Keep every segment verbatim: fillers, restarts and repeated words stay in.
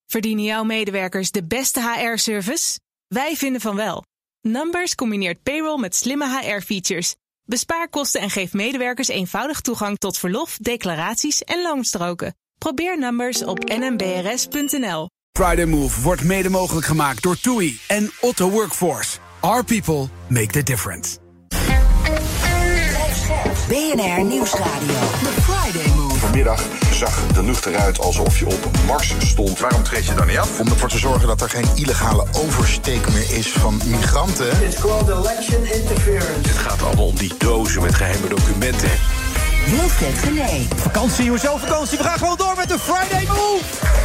Verdienen jouw medewerkers de beste H R-service? Wij vinden van wel. Numbers combineert payroll met slimme H R-features. Bespaar kosten en geef medewerkers eenvoudig toegang tot verlof, declaraties en loonstroken. Probeer Numbers op n m b r s punt n l. Friday Move wordt mede mogelijk gemaakt door TUI en Otto Workforce. Our people make the difference. B N R Nieuwsradio. The Friday Move. Vanmiddag zag de lucht eruit alsof je op Mars stond. Waarom treed je dan niet af? Om ervoor te zorgen dat er geen illegale oversteek meer is van migranten. It's called election interference. Het gaat allemaal om die dozen met geheime documenten. Wilfred Genee. Vakantie, hoezo vakantie? We gaan gewoon door met de Friday Move.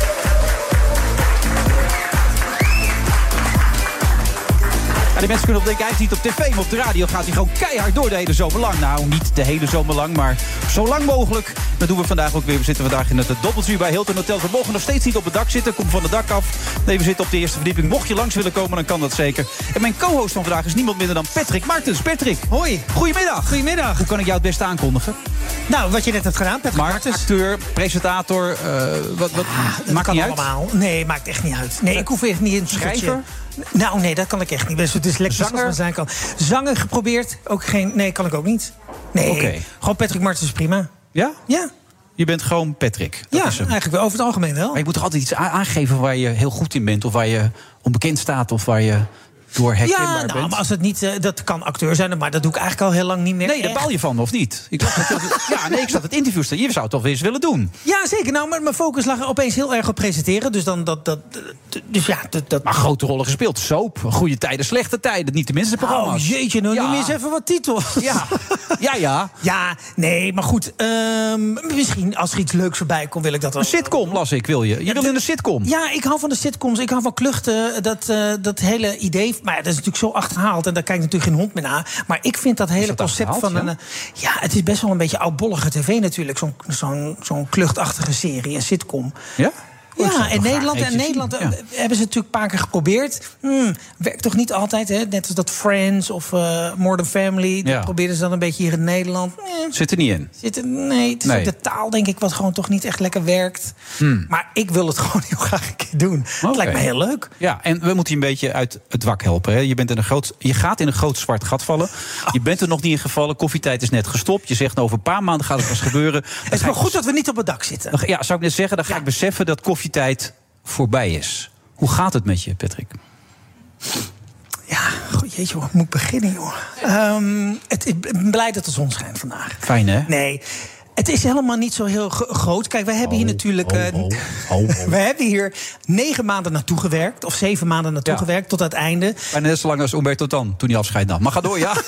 Ja, de mensen kunnen op denken, hij is niet op tv, maar op de radio gaat hij gewoon keihard door de hele zomer lang. Nou, niet de hele zomer lang, maar zo lang mogelijk. Dat doen we vandaag ook weer. We zitten vandaag in het Doubletree bij Hilton Hotel. We mogen nog steeds niet op het dak zitten. Kom van het dak af. Nee, we zitten op de eerste verdieping. Mocht je langs willen komen, dan kan dat zeker. En mijn co-host van vandaag is niemand minder dan Patrick Martens. Patrick, hoi. Goedemiddag. Goedemiddag. Hoe kan ik jou het beste aankondigen? Nou, wat je net hebt gedaan, Patrick Mark, Martens. acteur, presentator, uh, wat, wat Ah, maakt kan niet allemaal. uit? Nee, maakt echt niet uit. Nee, ik hoef echt niet in het Schrijver? Nou, nee, dat kan ik echt niet. Dus het is lekker Zanger? zoals het zijn kan. Zanger geprobeerd, ook geen... Nee, kan ik ook niet. Nee, Oké. gewoon Patrick Martens is prima. Ja? Ja, Je bent gewoon Patrick. Dat ja is hem. eigenlijk wel over het algemeen wel. Maar je moet toch altijd iets a- aangeven waar je heel goed in bent, of waar je onbekend staat, of waar je door herkenbaar Ja, nou, bent. maar als het niet... eh, dat kan acteur zijn, maar dat doe ik eigenlijk al heel lang niet meer. Nee, daar Echt. baal je van, of niet? Ik dacht dat, ja, nee, ik zat het interview staan. Je zou het toch weer eens willen doen. Ja, zeker. Nou, maar mijn focus lag opeens heel erg op presenteren. Dus dan dat... dat dus ja, dat... dat... Maar grote rollen gespeeld. Soap, goede tijden, slechte tijden. Niet tenminste de Oh, programma's. jeetje, nou, Ja. noem eens even wat titels. Ja, ja, ja. Ja, nee, maar goed. ehm, misschien als er iets leuks voorbij komt, wil ik dat wel. Een sitcom las ik, wil je. Je wil in een sitcom. Ja, ik hou van de sitcoms. Ik hou van kluchten. Dat, eh, dat hele idee. Maar ja, dat is natuurlijk zo achterhaald. En daar kijkt natuurlijk geen hond meer naar. Maar ik vind dat hele dat concept achterhaald, van ja? een. eh, Ja, het is best wel een beetje oudbollige tv natuurlijk. Zo'n zo'n zo'n kluchtachtige serie, een sitcom. Ja? Oh, ik zou Ja, het in toch Nederland, graag en even Nederland zien, eh, hebben ze het natuurlijk een paar keer geprobeerd. Hmm, werkt toch niet altijd, hè? Net als dat Friends of uh, Modern Family. Dat Ja. probeerden ze dan een beetje hier in Nederland. Eh, Zit er niet in. Zit er, nee, het is Nee. ook de taal, denk ik, wat gewoon toch niet echt lekker werkt. Hmm. Maar ik wil het gewoon heel graag een keer doen. Het Oké. lijkt me heel leuk. Ja, en we moeten je een beetje uit het wak helpen. Hè. Je, bent in een groot, je gaat in een groot zwart gat vallen. Je bent er nog niet in gevallen. Koffietijd is net gestopt. Je zegt, nou, over een paar maanden gaat het pas gebeuren. Het is wel goed dat we niet op het dak zitten. Dan ga- Ja, zou ik net zeggen, dan ga ik beseffen dat koffietijd voorbij is. Hoe gaat het met je, Patrick? Ja, goh, jeetje, hoe moet ik beginnen, joh? Ehm, het, ik ben blij dat de zon schijnt vandaag. Fijn, hè? Nee, het is helemaal niet zo heel gro- groot. Kijk, wij hebben hier natuurlijk... oh, eh, oh, oh, oh. we hebben hier negen maanden naartoe gewerkt. Of zeven maanden naartoe Ja. gewerkt, tot het einde. Bijna net zo lang als Umberto Tan, toen hij afscheid nam. Maar ga door, ja.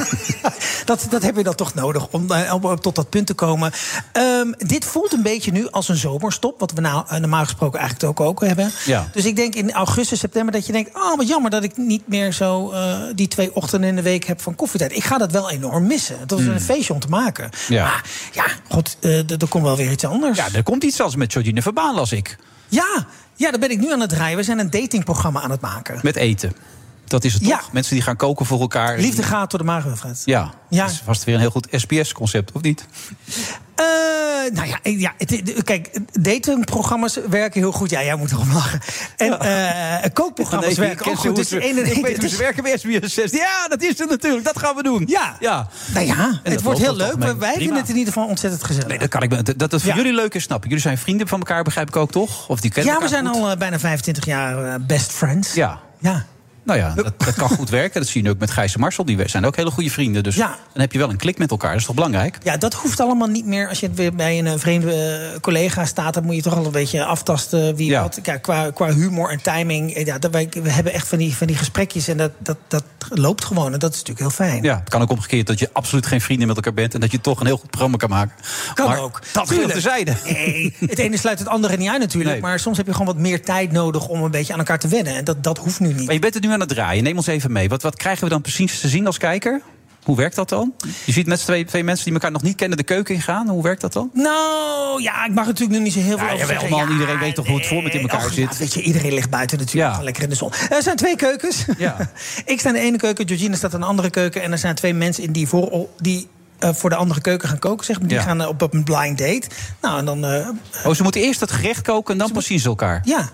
Dat, dat heb je dan toch nodig om, eh, om, om tot dat punt te komen. Ehm, dit voelt een beetje nu als een zomerstop. Wat we nou eh, normaal gesproken eigenlijk ook, ook hebben. Ja. Dus ik denk in augustus, september dat je denkt... oh, wat jammer dat ik niet meer zo eh, die twee ochtenden in de week heb van koffietijd. Ik ga dat wel enorm missen. Dat was een feestje om te maken. Ja. Maar ja, god, eh, d- er komt wel weer iets anders. Ja, er komt iets als met Georgine Verbaan, las ik. Ja, ja, daar ben ik nu aan het draaien. We zijn een datingprogramma aan het maken. Met eten. Dat is het toch? Ja. Mensen die gaan koken voor elkaar. Liefde gaat door de maag, Wilfred. Ja, Ja. dat is vast weer een heel goed S B S-concept, of niet? Eh, nou ja, ja het, het- kijk, datingprogramma's werken heel goed. Ja, jij moet erom lachen. En eh, kookprogramma's werken ook goed. Dus de ene- ik weet het hoe is- ze werken bij S B S zes. Ja, dat is het natuurlijk. Dat gaan we doen. Ja. ja. Nou ja, dat het wordt loopt heel over het leuk. algemeen Maar wij prima. vinden het in ieder geval ontzettend gezellig. Nee, dat kan ik. me- Dat dat het voor Ja. jullie leuk is, snap ik. Jullie zijn vrienden van elkaar, begrijp ik ook, toch? Of die kennen Ja, we elkaar zijn goed? al eh, bijna vijfentwintig jaar eh, best friends. Ja. Ja. Nou ja, dat, dat kan goed werken. Dat zie je nu ook met Gijs en Marcel. Die zijn ook hele goede vrienden. Dus Ja. dan heb je wel een klik met elkaar. Dat is toch belangrijk? Ja, dat hoeft allemaal niet meer. Als je weer bij een eh, vreemde eh, collega staat... dan moet je toch al een beetje aftasten wie Ja. wat. Ja, qua, qua humor en timing. eh, Ja, dat wij, we hebben echt van die, van die gesprekjes en dat, dat, dat loopt gewoon. En dat is natuurlijk heel fijn. Ja, het kan ook omgekeerd dat je absoluut geen vrienden met elkaar bent... en dat je toch een heel goed programma kan maken. Kan Maar ook. dat Tuurlijk. geldt terzijde. Nee, het ene sluit het andere niet uit natuurlijk. Nee. Maar soms heb je gewoon wat meer tijd nodig om een beetje aan elkaar te wennen. En dat, dat hoeft nu niet. Maar je bent het nu aan het draaien. Neem ons even mee. Wat, wat krijgen we dan precies te zien als kijker? Hoe werkt dat dan? Je ziet met z'n twee, twee mensen die elkaar nog niet kennen de keuken ingaan. Hoe werkt dat dan? Nou, ja, ik mag natuurlijk nu niet zo heel veel Ja, over jawel, zeggen. man, iedereen weet toch hoe het voor met in elkaar och, zit? Ja, weet je, iedereen ligt buiten natuurlijk. Ja. Gewoon lekker in de zon. Er zijn twee keukens. Ja. Ik sta in de ene keuken, Georgina staat in de andere keuken. En er zijn twee mensen in die voor... Die, uh, voor de andere keuken gaan koken, zeg maar. Die Ja. gaan uh, op, op een blind date. Nou, en dan... Uh, Oh, ze moeten eerst het gerecht koken en dan pas zien ze elkaar. ja.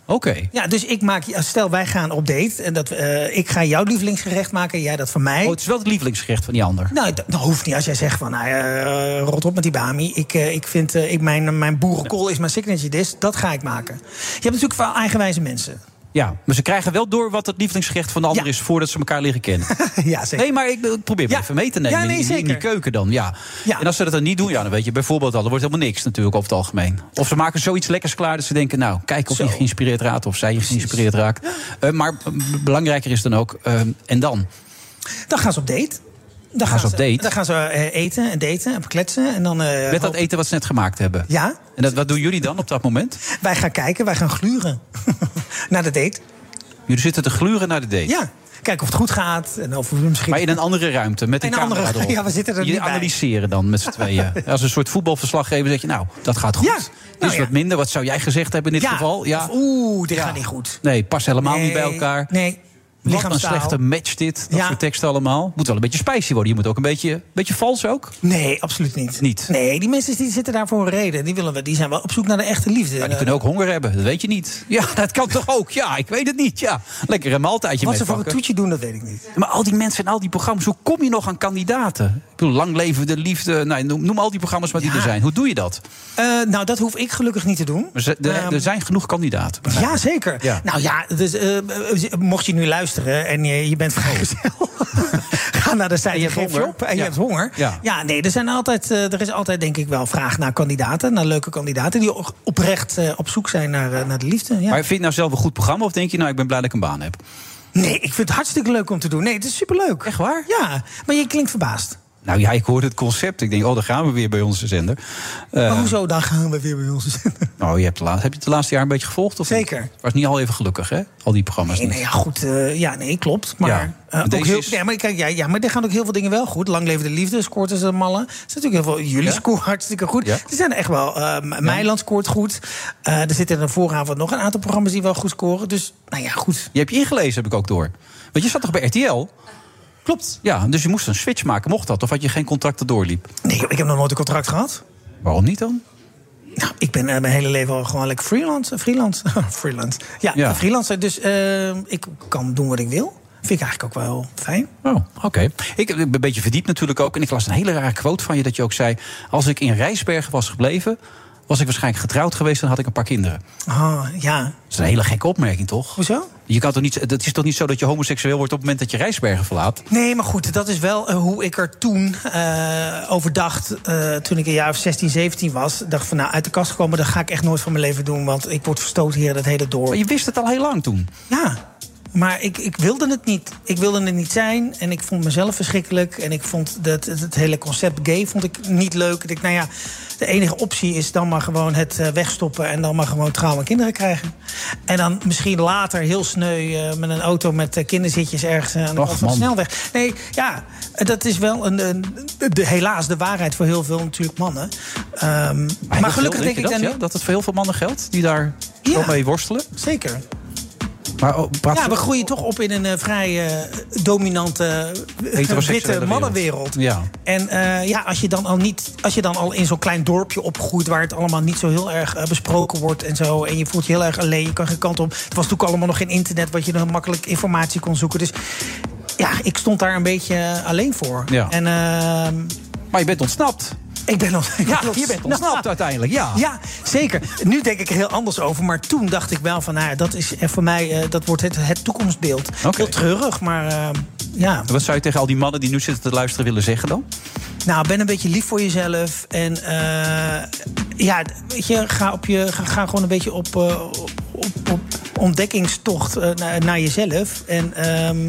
Oké. Okay. Ja, dus ik maak, stel wij gaan op date en dat, uh, ik ga jouw lievelingsgerecht maken, jij dat van mij. Oh, het is wel het lievelingsgerecht van die ander. Nou, dat, dat hoeft niet als jij zegt van, nou, uh, rot op met die bami. Ik, uh, ik vind, uh, ik, mijn, mijn boerenkool is mijn signature dish, dat ga ik maken. Je hebt natuurlijk wel eigenwijze mensen. Ja, maar ze krijgen wel door wat het lievelingsgerecht van de ander ja. is voordat ze elkaar leren kennen. Ja, zeker. Nee, maar ik probeer ja. even mee te nemen ja, nee, in, in die keuken dan. Ja. Ja. En als ze dat dan niet doen, ja, dan weet je bijvoorbeeld al, er wordt helemaal niks natuurlijk over het algemeen. Of ze maken zoiets lekkers klaar dat ze denken, nou, kijk of je geïnspireerd raakt of zij je geïnspireerd raakt. Ja. Uh, maar uh, belangrijker is dan ook, uh, en dan? Dan gaan ze op date. Dan gaan, gaan ze op date? Dan gaan ze uh, eten en daten en kletsen. En dan, uh, met dat eten wat ze net gemaakt hebben? Ja. En dat, wat doen jullie dan op dat moment? Wij gaan kijken, wij gaan gluren naar de date. Jullie zitten te gluren naar de date? Ja. Kijken of het goed gaat. En of we misschien... Maar in een andere ruimte, met een camera andere... erop. Ja, we zitten er Jullie niet analyseren bij. dan met z'n tweeën. Als een soort voetbalverslaggever zeg je, nou, dat gaat goed. Ja. Dit nou, is ja. wat minder. Wat zou jij gezegd hebben in dit ja. geval? Ja. Of, oeh, dit ja. gaat niet goed. Nee, past helemaal nee. niet bij elkaar. Nee. Wat een slechte match dit, dat ja. soort teksten allemaal. Moet wel een beetje spicy worden. Je moet ook een beetje, beetje vals ook? Nee, absoluut niet. Niet? Nee, die mensen die zitten daar voor een reden. Die, willen we, die zijn wel op zoek naar de echte liefde. Maar die kunnen ook honger hebben, dat weet je niet. Ja, dat kan toch ook? Ja, ik weet het niet. Ja. Lekker een maaltijdje Wat ze meepakken. voor een toetje doen, dat weet ik niet. Maar al die mensen en al die programma's, hoe kom je nog aan kandidaten? Ik bedoel, lang leven de liefde, nou, noem, noem al die programma's maar die ja. er zijn. Hoe doe je dat? Uh, nou, dat hoef ik gelukkig niet te doen. Maar ze, de, um, er zijn genoeg kandidaten. Ja, zeker. Ja. Nou ja, dus, uh, mocht je nu luisteren en je, je bent vrijgezel... Ga naar de site, je geef je op en je ja. hebt honger. Ja, ja nee, er, zijn altijd, uh, er is altijd denk ik wel vraag naar kandidaten. Naar leuke kandidaten die oprecht uh, op zoek zijn naar, uh, naar de liefde. Ja. Maar vind je nou zelf een goed programma of denk je, nou, ik ben blij dat ik een baan heb? Nee, ik vind het hartstikke leuk om te doen. Nee, het is superleuk. Echt waar? Ja, maar je klinkt verbaasd. Nou ja, ik hoorde het concept. Ik denk, oh, daar gaan we weer bij onze zender. Uh, maar hoezo, dan gaan we weer bij onze zender? Nou, je hebt de laatste, heb je het de laatste jaar een beetje gevolgd? Of Zeker. Niet? Was niet al even gelukkig, hè? Al die programma's. Nee, nee ja, goed. Uh, ja, nee, klopt. Maar, ja. uh, ook heel, is... ja, maar, kijk, ja, ja, maar er gaan ook heel veel dingen wel goed. Lang leven de liefde, scoort als een malle. Er zijn natuurlijk heel veel. Jullie ja? scoren hartstikke goed. Ja? Er zijn er echt wel. Uh, Meiland scoort goed. Uh, er zitten in de vooravond nog een aantal programma's die wel goed scoren. Dus, nou ja, goed. Je hebt je ingelezen, heb ik ook door. Want je zat toch bij R T L? Klopt. Ja, dus je moest een switch maken. Mocht dat? Of had je geen contract dat doorliep? Nee, ik heb nog nooit een contract gehad. Waarom niet dan? Nou, ik ben uh, mijn hele leven al gewoon lekker freelance. Freelance. freelance. Ja, ja. freelancer. Dus uh, ik kan doen wat ik wil. Vind ik eigenlijk ook wel fijn. Oh, oké. Okay. Ik ben een beetje verdiept natuurlijk ook. En ik las een hele rare quote van je dat je ook zei... als ik in Rijsbergen was gebleven... was ik waarschijnlijk getrouwd geweest en had ik een paar kinderen. Oh, ja. Dat is een hele gekke opmerking, toch? Hoezo? Je kan toch niet, het is toch niet zo dat je homoseksueel wordt op het moment dat je Rijsbergen verlaat? Nee, maar goed, dat is wel uh, hoe ik er toen uh, over dacht. Uh, toen ik een jaar of zestien, zeventien was. Dacht van, nou, uit de kast gekomen, dat ga ik echt nooit van mijn leven doen. Want ik word verstoten hier dat hele dorp. Maar je wist het al heel lang toen? Ja. Maar ik, ik wilde het niet. Ik wilde het niet zijn. En ik vond mezelf verschrikkelijk. En ik vond dat, het, het hele concept gay vond ik niet leuk. Ik dacht, nou ja, de enige optie is dan maar gewoon het uh, wegstoppen... en dan maar gewoon trouwen en kinderen krijgen. En dan misschien later heel sneu uh, met een auto met uh, kinderzitjes ergens uh, aan de kant van de snelweg. Nee, ja, dat is wel een, een, de, helaas de waarheid voor heel veel natuurlijk mannen. Um, maar, maar gelukkig denk ik dat, dan ja? niet... dat het voor heel veel mannen geldt die daar ja, zo mee worstelen? Zeker. Maar, oh, ja, we groeien toch op in een uh, vrij uh, dominante uh, witte mannenwereld. Ja. En uh, ja, als je dan al niet, als je dan al in zo'n klein dorpje opgroeit waar het allemaal niet zo heel erg uh, besproken wordt en zo, en je voelt je heel erg alleen, je kan geen kant op. Het was natuurlijk allemaal nog geen internet wat je dan makkelijk informatie kon zoeken. Dus ja, ik stond daar een beetje alleen voor. Ja. En, uh, maar je bent ontsnapt. Ik ben nog, ik ja, ben je bent ontsnapt nou, uiteindelijk, ja. Ja, zeker. Nu denk ik er heel anders over. Maar toen dacht ik wel van, nou, dat is voor mij, uh, dat wordt het, het toekomstbeeld. Okay. Heel treurig, maar uh, ja. Wat zou je tegen al die mannen die nu zitten te luisteren willen zeggen dan? Nou, ben een beetje lief voor jezelf. En uh, ja, weet je, ga, op je, ga, ga gewoon een beetje op, uh, op, op ontdekkingstocht uh, naar, naar jezelf. En... Um,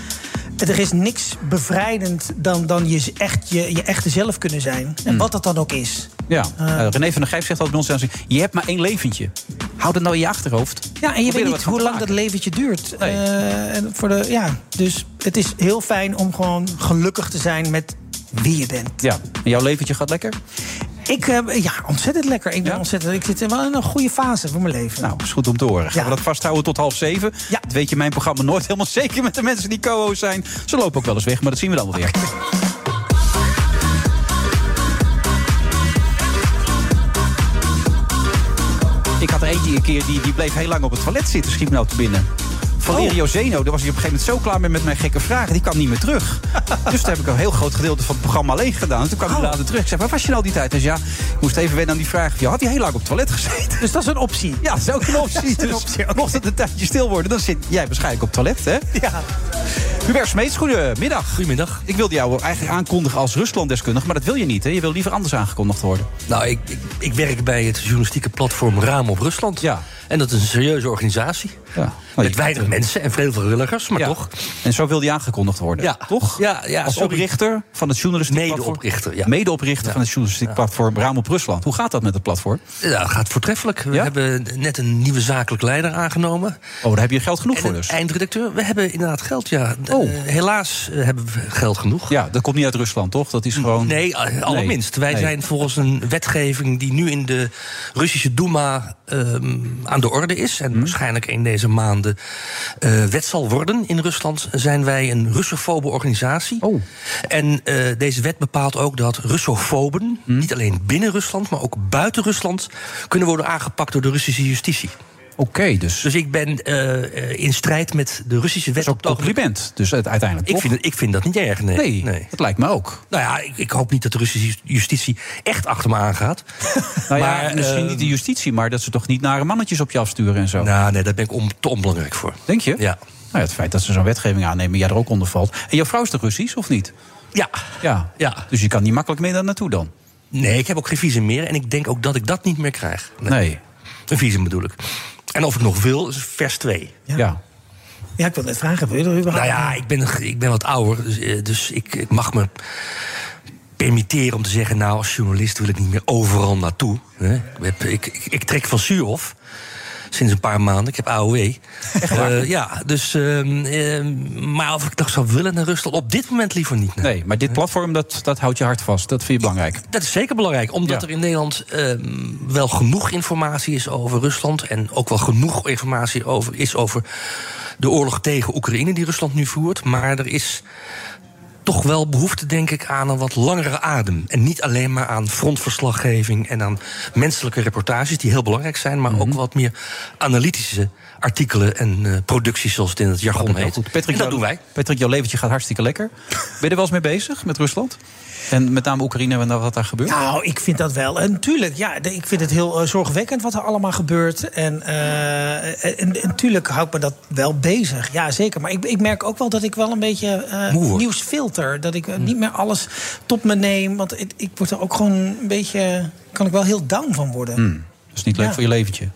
er is niks bevrijdend dan, dan je, echt, je, je echte zelf kunnen zijn. En mm. wat dat dan ook is. Ja, uh, René van der Gijp zegt altijd bij ons... je hebt maar één leventje. Houd het nou in je achterhoofd. Ja, en je weet niet hoe lang dat leventje duurt. Nee. Uh, en voor de, ja, dus het is heel fijn om gewoon gelukkig te zijn met wie je bent. Ja, en jouw leventje gaat lekker? Ik, uh, ja, ontzettend lekker. Ik, ben ja? ontzettend, ik zit wel in een goede fase van mijn leven. Nou, is goed om te horen. Gaan ja. we dat vasthouden tot half zeven? Ja. Dat weet je mijn programma nooit helemaal zeker met de mensen die co-host zijn. Ze lopen ook wel eens weg, maar dat zien we dan wel weer. Ik had er eentje een keer, die, die bleef heel lang op het toilet zitten, schiet me nou te binnen. Valerio Zeno, daar was hij op een gegeven moment zo klaar mee met mijn gekke vragen. Die kwam niet meer terug. Dus toen heb ik een heel groot gedeelte van het programma alleen gedaan. En toen kwam hij later terug. Ik zei, waar was je nou die tijd? Hij zei, ja, ik moest even wennen aan die vraag. Ja, had hij heel lang op het toilet gezeten. Dus dat is een optie? Ja, dat is ook een optie. een Dus optie, okay. Mocht het een tijdje stil worden, dan zit jij waarschijnlijk op het toilet, hè? Ja. Hubert Smeets, goedemiddag. Goedemiddag. Ik wilde jou eigenlijk aankondigen als Ruslanddeskundige, maar dat wil je niet, hè? Je wil liever anders aangekondigd worden. Nou, ik, ik, ik werk bij het journalistieke platform Raam op Rusland. Ja. En dat is een serieuze organisatie. Ja. Met weinig mensen en veel vrijwilligers, maar ja. toch. En zo wil die aangekondigd worden, ja. toch? Ja, ja, als sorry. oprichter van het journalistiek platform. Medeoprichter, ja. Medeoprichter ja. van het journalistiek platform Raam op Rusland. Hoe gaat dat met het platform? Ja, het gaat voortreffelijk. We ja? hebben net een nieuwe zakelijk leider aangenomen. Oh, daar heb je geld genoeg en voor een dus? eindredacteur. We hebben inderdaad geld, ja. Oh. Uh, helaas uh, hebben we geld genoeg. Ja, dat komt niet uit Rusland, toch? Dat is gewoon... Nee, uh, allerminst. Wij nee. zijn volgens een wetgeving die nu in de Russische Duma um, aan de orde is. En hmm. waarschijnlijk in deze maanden uh, wet zal worden in Rusland, zijn wij een Russofobe organisatie. Oh. En uh, deze wet bepaalt ook dat Russofoben, hmm. niet alleen binnen Rusland, maar ook buiten Rusland, kunnen worden aangepakt door de Russische justitie. Oké, okay, dus... Dus ik ben uh, in strijd met de Russische wet. Dat is ook een compliment, dus uiteindelijk, ik vind, ik vind dat niet erg, nee. Nee, nee. dat lijkt me ook. Nou ja, ik, ik hoop niet dat de Russische justitie echt achter me aangaat. nou ja, maar, misschien uh, niet de justitie, maar dat ze toch niet nare mannetjes op je afsturen en zo. Nou, nee, daar ben ik om, te onbelangrijk voor. Denk je? Ja. Nou ja, het feit dat ze zo'n wetgeving aannemen, jij er ook onder valt. En jouw vrouw is toch Russisch, of niet? Ja. Ja. ja. Dus je kan niet makkelijk mee daar naartoe dan? Nee, ik heb ook geen visum meer. En ik denk ook dat ik dat niet meer krijg. Nee. nee. Een visum bedoel ik. En of ik nog wil, is vers twee. Ja. ja. Ja, ik wil net vragen, wil je er überhaupt? Nou ja, ik ben, ik ben wat ouder, dus, dus ik, ik mag me permitteren om te zeggen, nou, als journalist wil ik niet meer overal naartoe. Hè. Ik, heb, ik, ik, ik trek van Zuurhof. Sinds een paar maanden. Ik heb A O W. Uh, ja, dus. Uh, uh, maar of ik nog zou willen naar Rusland, op dit moment liever niet. Nee, nee maar dit platform, dat, dat houdt je hart vast. Dat vind je belangrijk. Dat is zeker belangrijk, omdat ja. er in Nederland uh, wel genoeg informatie is over Rusland. En ook wel genoeg informatie over, is over de oorlog tegen Oekraïne die Rusland nu voert. Maar er is toch wel behoefte, denk ik, aan een wat langere adem. En niet alleen maar aan frontverslaggeving en aan menselijke reportages, die heel belangrijk zijn, maar mm-hmm. ook wat meer analytische artikelen en uh, producties, zoals het in het jargon dat heet. Goed. Patrick, en dat jou, doen wij. Patrick, jouw leventje gaat hartstikke lekker. Ben je er wel eens mee bezig met Rusland? En met name Oekraïne en wat daar gebeurt? Nou, ik vind dat wel. En natuurlijk, ja, ik vind het heel uh, zorgwekkend wat er allemaal gebeurt. En, uh, en, en natuurlijk houdt me dat wel bezig. Ja, zeker. Maar ik, ik merk ook wel dat ik wel een beetje uh, nieuws filter. Dat ik uh, niet meer alles tot me neem. Want ik, ik word er ook gewoon een beetje, kan ik wel heel down van worden. Mm, dat is niet leuk ja. voor je leventje.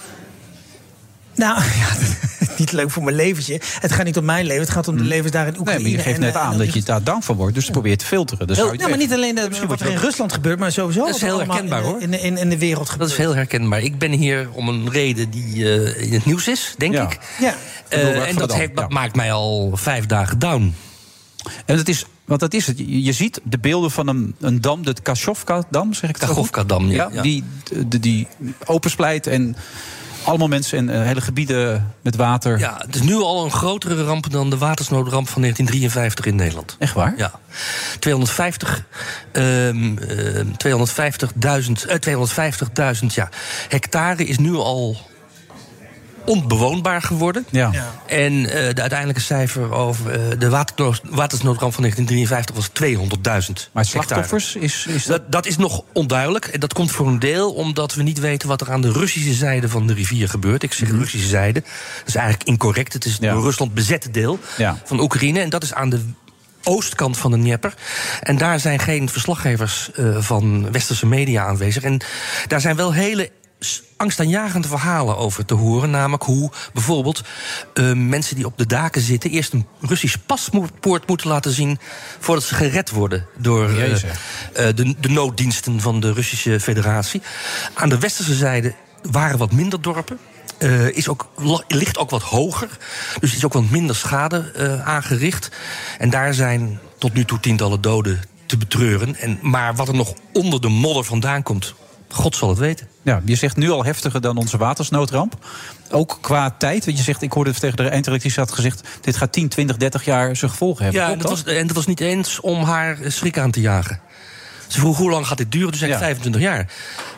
Nou, ja, niet leuk voor mijn leventje. Het gaat niet om mijn leven, het gaat om de levens daar in Oekraïne. Nee, maar je geeft en, net aan en, dat je daar down van wordt. Dus ja. probeer je te filteren. Dus heel, ja, maar niet alleen de, wat er in Rusland gebeurt, maar sowieso. Dat is heel herkenbaar, hoor. In, in, in de wereld gebeurt. Dat is heel herkenbaar. Ik ben hier om een reden die uh, in het nieuws is, denk ja. ik. Ja. Uh, en dat, heeft, dat ja. maakt mij al vijf dagen down. En dat is, want dat is het. Je ziet de beelden van een, een dam, de Kachovka-dam, zeg ik het Kachovka-dam, ja. ja, ja. Die, die, die opensplijt en allemaal mensen en uh, hele gebieden met water. Ja, het is nu al een grotere ramp dan de watersnoodramp van negentien drieënvijftig in Nederland. Echt waar? Ja. tweehonderdvijftig, um, uh, tweehonderdvijftigduizend, uh, tweehonderdvijftigduizend ja, hectare is nu al onbewoonbaar geworden. Ja. Ja. En uh, de uiteindelijke cijfer over uh, de waternood, watersnoodramp van negentien drieënvijftig was tweehonderdduizend. Maar slachtoffers is, is dat... dat... Dat is nog onduidelijk. En dat komt voor een deel omdat we niet weten wat er aan de Russische zijde van de rivier gebeurt. Ik zeg mm-hmm. Russische zijde. Dat is eigenlijk incorrect. Het is het ja. door Rusland bezette deel ja. van Oekraïne. En dat is aan de oostkant van de Dnieper. En daar zijn geen verslaggevers uh, van westerse media aanwezig. En daar zijn wel hele angstaanjagende verhalen over te horen. Namelijk hoe bijvoorbeeld uh, mensen die op de daken zitten eerst een Russisch paspoort moeten laten zien voordat ze gered worden door uh, uh, de, de nooddiensten van de Russische Federatie. Aan de westerse zijde waren wat minder dorpen. Uh, is ook, ligt ook wat hoger. Dus is ook wat minder schade uh, aangericht. En daar zijn tot nu toe tientallen doden te betreuren. En, maar wat er nog onder de modder vandaan komt, God zal het weten. Ja, je zegt nu al heftiger dan onze watersnoodramp. Ook qua tijd. Want je zegt, ik hoorde het tegen de eindredactrice had gezegd, dit gaat tien, twintig, dertig jaar zijn gevolgen hebben. Ja, en dat, was, en dat was niet eens om haar schrik aan te jagen. Ze vroeg hoe lang gaat dit duren? Toen zei ik ja. vijfentwintig jaar.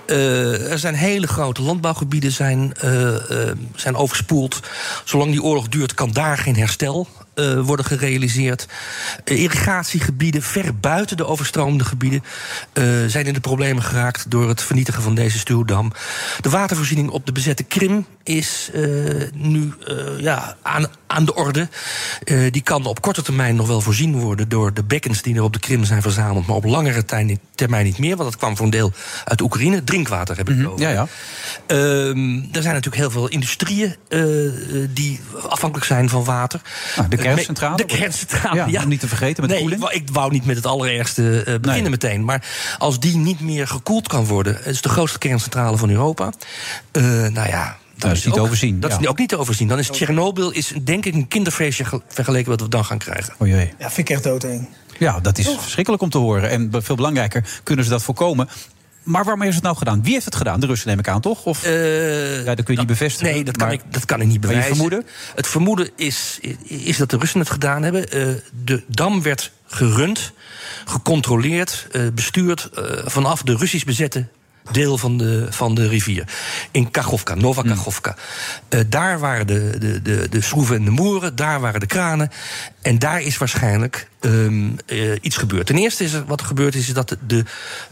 Uh, er zijn hele grote landbouwgebieden zijn, uh, uh, zijn overspoeld. Zolang die oorlog duurt, kan daar geen herstel Uh, worden gerealiseerd. Uh, irrigatiegebieden ver buiten de overstromende gebieden uh, zijn in de problemen geraakt door het vernietigen van deze stuwdam. De watervoorziening op de bezette Krim is uh, nu uh, ja, aan, aan de orde. Uh, die kan op korte termijn nog wel voorzien worden door de bekkens die er op de Krim zijn verzameld, maar op langere termijn niet meer, want dat kwam voor een deel uit Oekraïne. Drinkwater heb ik het over. Ja, ja. Uh, er zijn natuurlijk heel veel industrieën uh, die afhankelijk zijn van water. Ah, de kerncentrale? De kerncentrale, ja. ja. Om niet te vergeten met nee, de koeling. Ik wou niet met het allerergste uh, beginnen nee. meteen. Maar als die niet meer gekoeld kan worden, het is de grootste kerncentrale van Europa. Uh, nou ja. Dat is niet ook, te overzien. Dat ja. is ook niet te overzien. Dan is Tsjernobyl is denk ik een kinderfeestje vergeleken wat we dan gaan krijgen. O jee. Ja, vind ik echt doodeng. Ja, dat is oh. verschrikkelijk om te horen. En veel belangrijker, kunnen ze dat voorkomen? Maar waarom heeft het nou gedaan? Wie heeft het gedaan? De Russen neem ik aan, toch? Of, uh, ja, dat kun je niet bevestigen. Nee, dat kan, ik, dat kan ik niet bewijzen. Je vermoeden? Het vermoeden is, is dat de Russen het gedaan hebben. Uh, de dam werd gerund, gecontroleerd, uh, bestuurd uh, vanaf de Russisch bezette deel van de, van de rivier. In Kachovka, Nova Kachovka. Hmm. Uh, daar waren de, de, de, de schroeven en de moeren, daar waren de kranen. En daar is waarschijnlijk um, uh, iets gebeurd. Ten eerste is er, wat er gebeurd is, is dat de, de,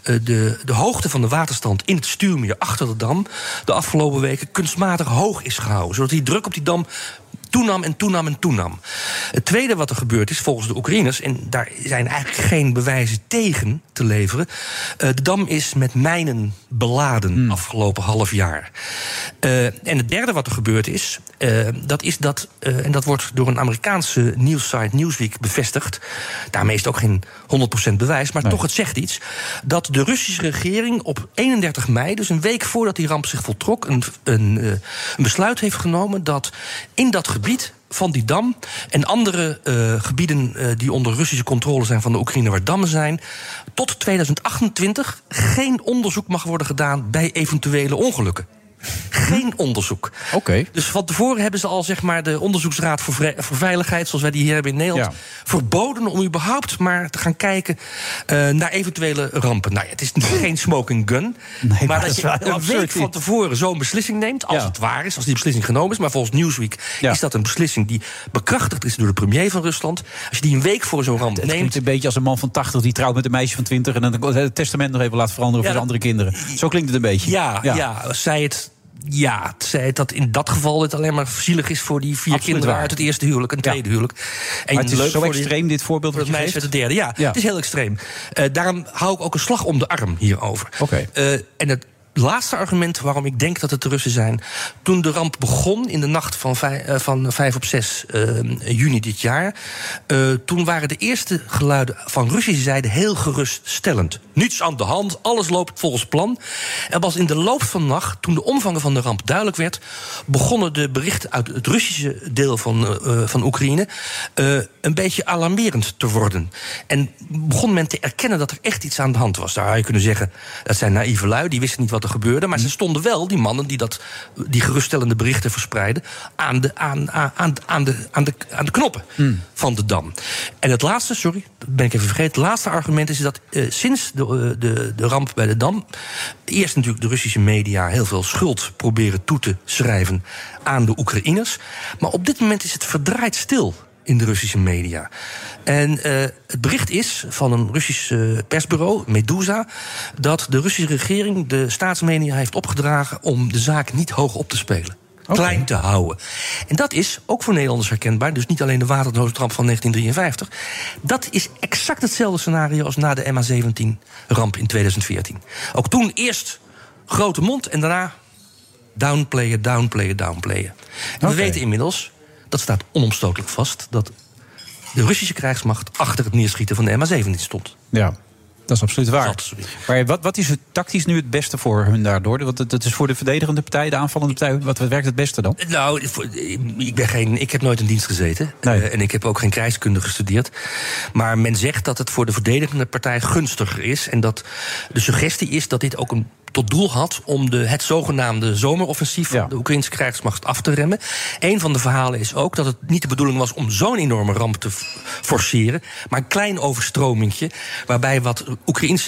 de, de hoogte van de waterstand in het stuwmeer achter de dam de afgelopen weken kunstmatig hoog is gehouden. Zodat die druk op die dam toenam en toenam en toenam. Het tweede wat er gebeurd is, volgens de Oekraïners, en daar zijn eigenlijk geen bewijzen tegen te leveren, uh, de dam is met mijnen beladen hmm. afgelopen half jaar. Uh, en het derde wat er gebeurd is, uh, dat is dat, uh, en dat wordt door een Amerikaanse nieuwssite Newsweek bevestigd, daarmee is het ook geen honderd procent bewijs, maar nee. toch het zegt iets, dat de Russische regering op eenendertig mei, dus een week voordat die ramp zich voltrok, een, een, uh, een besluit heeft genomen dat in dat gebied van die dam en andere uh, gebieden uh, die onder Russische controle zijn van de Oekraïne waar dammen zijn, tot tweeduizend achtentwintig geen onderzoek mag worden gedaan bij eventuele ongelukken. Geen onderzoek. Oké. Okay. Dus van tevoren hebben ze al zeg maar de Onderzoeksraad voor, Vre- voor Veiligheid, zoals wij die hier hebben in Nederland, ja. verboden om überhaupt maar te gaan kijken uh, naar eventuele rampen. Nou ja, het is geen smoking gun. Nee, maar dat, dat je een week van tevoren zo'n beslissing neemt, als ja. het waar is, als die beslissing genomen is. Maar volgens Newsweek ja. is dat een beslissing die bekrachtigd is door de premier van Rusland. Als je die een week voor zo'n ramp het, neemt. Het klinkt een beetje als een man van tachtig die trouwt met een meisje van twintig en dan het testament nog even laat veranderen ja, voor zijn andere kinderen. Zo klinkt het een beetje. Ja, ja. ja zij het. Ja, zei dat in dat geval het alleen maar zielig is voor die vier Absoluut kinderen waar. uit het eerste huwelijk, een tweede ja. huwelijk. En maar het is leuk zo voor extreem, die, dit voorbeeld voor het meisje uit het derde. Ja, ja, het is heel extreem. Uh, daarom hou ik ook een slag om de arm hierover. Okay. Uh, en het laatste argument waarom ik denk dat het de Russen zijn, toen de ramp begon in de nacht van vijf, uh, van vijf op zes uh, juni dit jaar, uh, toen waren de eerste geluiden van Russische zijde heel geruststellend. Niets aan de hand, alles loopt volgens plan. En pas in de loop van de nacht, toen de omvang van de ramp duidelijk werd, begonnen de berichten uit het Russische deel van, uh, van Oekraïne uh, een beetje alarmerend te worden. En begon men te erkennen dat er echt iets aan de hand was. Daar zou je kunnen zeggen, dat zijn naïeve lui, die wisten niet wat er gebeurde, maar ze stonden wel, die mannen die dat, die geruststellende berichten verspreiden, aan de, aan, aan, aan de, aan de, aan de knoppen mm. van de dam. En het laatste, sorry, dat ben ik even vergeten, het laatste argument is dat uh, sinds de, uh, de, de ramp bij de dam, eerst natuurlijk de Russische media heel veel schuld proberen toe te schrijven aan de Oekraïners, maar op dit moment is het verdraaid stil in de Russische media. En uh, het bericht is van een Russisch uh, persbureau, Meduza, dat de Russische regering de staatsmedia heeft opgedragen om de zaak niet hoog op te spelen. Okay. Klein te houden. En dat is ook voor Nederlanders herkenbaar, dus niet alleen de waterdozenramp van negentien drieënvijftig. Dat is exact hetzelfde scenario als na de M H zeventien-ramp in tweeduizend veertien. Ook toen eerst grote mond en daarna downplayen, downplayen, downplayen. Okay. We weten inmiddels, dat staat onomstotelijk vast, dat de Russische krijgsmacht achter het neerschieten van de M H zeventien stond. Ja, dat is absoluut waar. Maar wat, wat is het tactisch nu het beste voor hun daardoor? Want dat is voor de verdedigende partij, de aanvallende partij. Wat werkt het beste dan? Nou, ik, ben geen, ik heb nooit in dienst gezeten. Nee. Uh, en ik heb ook geen krijgskunde gestudeerd. Maar men zegt dat het voor de verdedigende partij gunstiger is. En dat de suggestie is dat dit ook een tot doel had om de, het zogenaamde zomeroffensief van ja. de Oekraïnse krijgsmacht af te remmen. Een van de verhalen is ook dat het niet de bedoeling was om zo'n enorme ramp te forceren, maar een klein overstromingje, waarbij wat Oekraïnse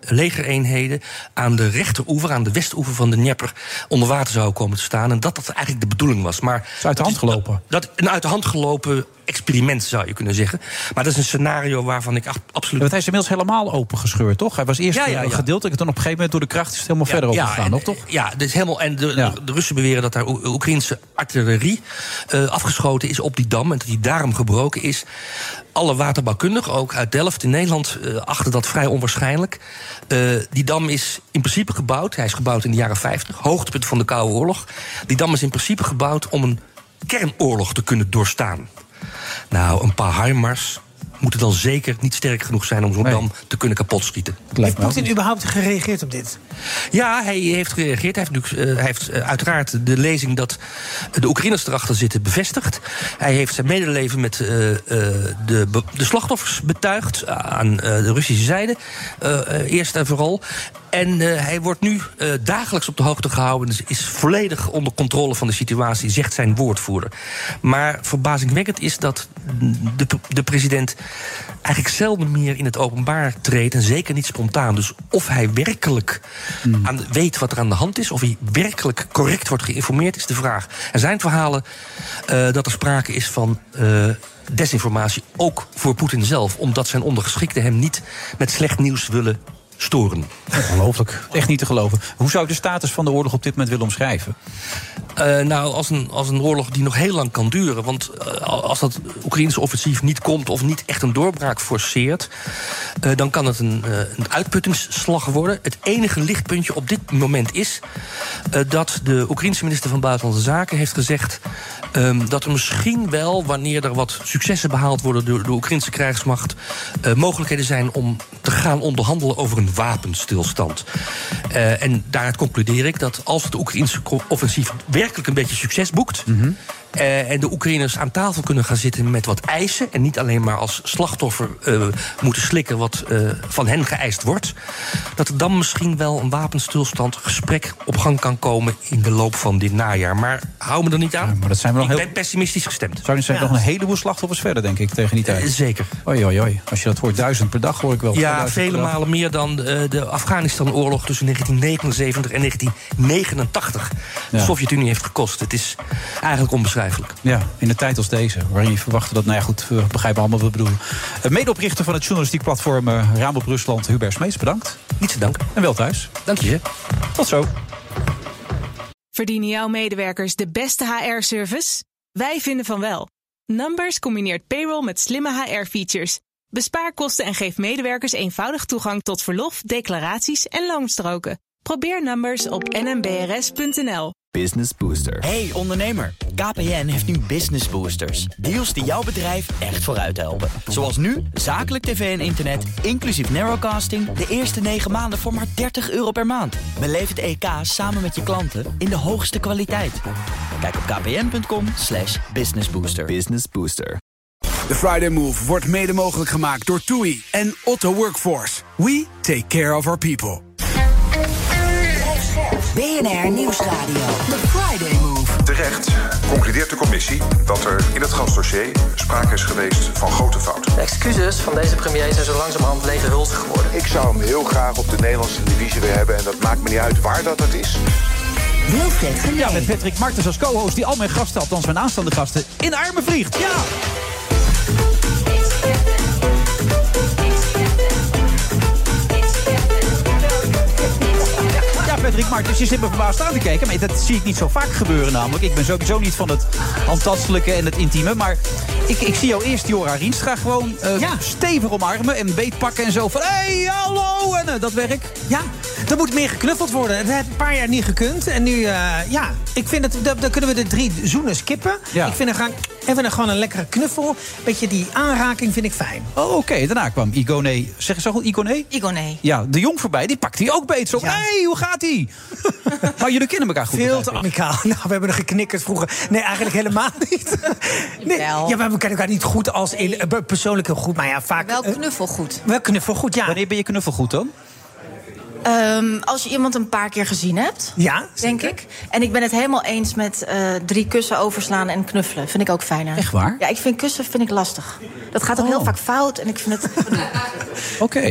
legereenheden aan de rechteroever, aan de westoever van de Dnieper, onder water zouden komen te staan. En dat dat eigenlijk de bedoeling was. Maar is uit de hand gelopen. Dat, dat een uit de hand gelopen experiment, zou je kunnen zeggen. Maar dat is een scenario waarvan ik absoluut... Ja, want hij is inmiddels helemaal opengescheurd, toch? Hij was eerst ja, ja, ja. gedeeltelijk, en dan op een gegeven moment door de kracht is het helemaal ja, verder ja, opgegaan, en, nog toch? Ja, dus helemaal, en de, ja. de, de Russen beweren dat daar O- Oekraïnse artillerie uh, afgeschoten is op die dam en dat die daarom gebroken is. Alle waterbouwkundigen, ook uit Delft in Nederland, uh, achten dat vrij onwaarschijnlijk. Uh, die dam is in principe gebouwd, hij is gebouwd in de jaren vijftig, hoogtepunt van de Koude Oorlog. Die dam is in principe gebouwd om een kernoorlog te kunnen doorstaan. Nou, een paar HIMARS moeten dan zeker niet sterk genoeg zijn om zo'n nee. dam te kunnen kapotschieten. Heeft Poetin überhaupt gereageerd op dit? Ja, hij heeft gereageerd. Hij heeft, uh, hij heeft uh, uiteraard de lezing dat de Oekraïners erachter zitten bevestigd. Hij heeft zijn medeleven met uh, uh, de, de slachtoffers betuigd aan uh, de Russische zijde. Uh, uh, eerst en vooral. En uh, hij wordt nu uh, dagelijks op de hoogte gehouden. Dus is volledig onder controle van de situatie, zegt zijn woordvoerder. Maar verbazingwekkend is dat de, de president eigenlijk zelden meer in het openbaar treedt. En zeker niet spontaan. Dus of hij werkelijk hmm. aan, weet wat er aan de hand is, of hij werkelijk correct wordt geïnformeerd, is de vraag. Er zijn verhalen uh, dat er sprake is van Uh, desinformatie, ook voor Poetin zelf, omdat zijn ondergeschikten hem niet met slecht nieuws willen storen. Ongelooflijk. Echt niet te geloven. Hoe zou je de status van de oorlog op dit moment willen omschrijven? Uh, nou, als een, als een oorlog die nog heel lang kan duren. Want uh, als dat Oekraïnse offensief niet komt of niet echt een doorbraak forceert, Uh, dan kan het een, uh, een uitputtingsslag worden. Het enige lichtpuntje op dit moment is uh, dat de Oekraïense minister van Buitenlandse Zaken heeft gezegd Um, dat er misschien wel, wanneer er wat successen behaald worden door de Oekraïnse krijgsmacht, uh, mogelijkheden zijn om te gaan onderhandelen over een wapenstilstand. Uh, en daaruit concludeer ik dat als het Oekraïense offensief werkelijk een beetje succes boekt, mm-hmm. Uh, en de Oekraïners aan tafel kunnen gaan zitten met wat eisen en niet alleen maar als slachtoffer uh, moeten slikken wat uh, van hen geëist wordt, dat er dan misschien wel een wapenstilstand gesprek op gang kan komen in de loop van dit najaar. Maar hou me er niet aan. Ja, maar dat zijn we nog ik heel... ben pessimistisch gestemd. Zou je zeggen, ja. nog een heleboel slachtoffers verder, denk ik, tegen die tijd? Uh, zeker. Oei, oei, oei. Als je dat hoort, duizend per dag hoor ik wel. Ja, vele malen meer dan uh, de Afghanistan-oorlog tussen negentien negenenzeventig en negentien negenentachtig. De ja. Sovjet-Unie heeft gekost. Het is eigenlijk onbeschrijfelijk. Ja, in een tijd als deze, waarin je verwachtte dat, nou ja goed, we begrijpen allemaal wat we bedoelen. Medeoprichter van het journalistiek platform uh, Raam op Rusland, Hubert Smeets, bedankt. Niet te danken. En wel thuis. Dank je. Tot zo. Verdienen jouw medewerkers de beste H R-service? Wij vinden van wel. Numbers combineert payroll met slimme H R-features. Bespaar kosten en geef medewerkers eenvoudig toegang tot verlof, declaraties en loonstroken. Probeer Numbers op n m b r s punt n l. Business Booster. Hey ondernemer, K P N heeft nu Business Boosters. Deals die jouw bedrijf echt vooruit helpen. Zoals nu, zakelijk tv en internet, inclusief narrowcasting, de eerste negen maanden voor maar dertig euro per maand. Beleef het E K samen met je klanten in de hoogste kwaliteit. Kijk op kpn.com slash businessbooster. Business Booster. De Friday Move wordt mede mogelijk gemaakt door TUI en Otto Workforce. We take care of our people. B N R Nieuwsradio. The Friday Move. Terecht concludeert de commissie dat er in het gasdossier sprake is geweest van grote fouten. De excuses van deze premier zijn zo langzamerhand lege hulzen geworden. Ik zou hem heel graag op de Nederlandse televisie weer hebben en dat maakt me niet uit waar dat het is. Wilfred Genee. Ja, met Patrick Martens als co-host die al mijn gasten, althans mijn aanstaande gasten, in de armen vliegt. Ja! Patrick Martens, je zit me verbaasd aan te kijken. Maar dat zie ik niet zo vaak gebeuren namelijk. Ik ben sowieso niet van het handtastelijke en het intieme. Maar ik, ik zie jou eerst Jora Rienstra gewoon uh, ja. stevig omarmen en beetpakken en zo. Van, hé, hey, hallo, en uh, dat werk. Ja, er moet meer geknuffeld worden. Het heeft een paar jaar niet gekund. En nu, uh, ja, ik vind het, dan kunnen we de drie zoenen skippen. Ja. Ik vind er gewoon, even gewoon een lekkere knuffel. Beetje die aanraking vind ik fijn. Oh, oké. Okay. Daarna kwam Igone, zeg je zo goed, Igone? Igone. Ja, de jong voorbij, die pakt hij ook beet. Zo, hé, ja. hey, hoe gaat hij? Maar jullie kennen elkaar goed. Veel te amicaal. Nou, we hebben er geknikkerd vroeger. Nee, eigenlijk helemaal niet. Nee. Ja, we kennen elkaar niet goed als in uh, persoonlijk heel goed. Maar ja, vaak. Wel knuffelgoed. Uh, wel knuffelgoed, ja. Wanneer ben je knuffelgoed dan? Um, als je iemand een paar keer gezien hebt, ja, denk ik. En ik ben het helemaal eens met uh, drie kussen overslaan en knuffelen. Vind ik ook fijner. Echt waar? Ja, ik vind kussen vind ik lastig. Dat gaat ook oh. heel vaak fout en ik vind het... Oké. Okay.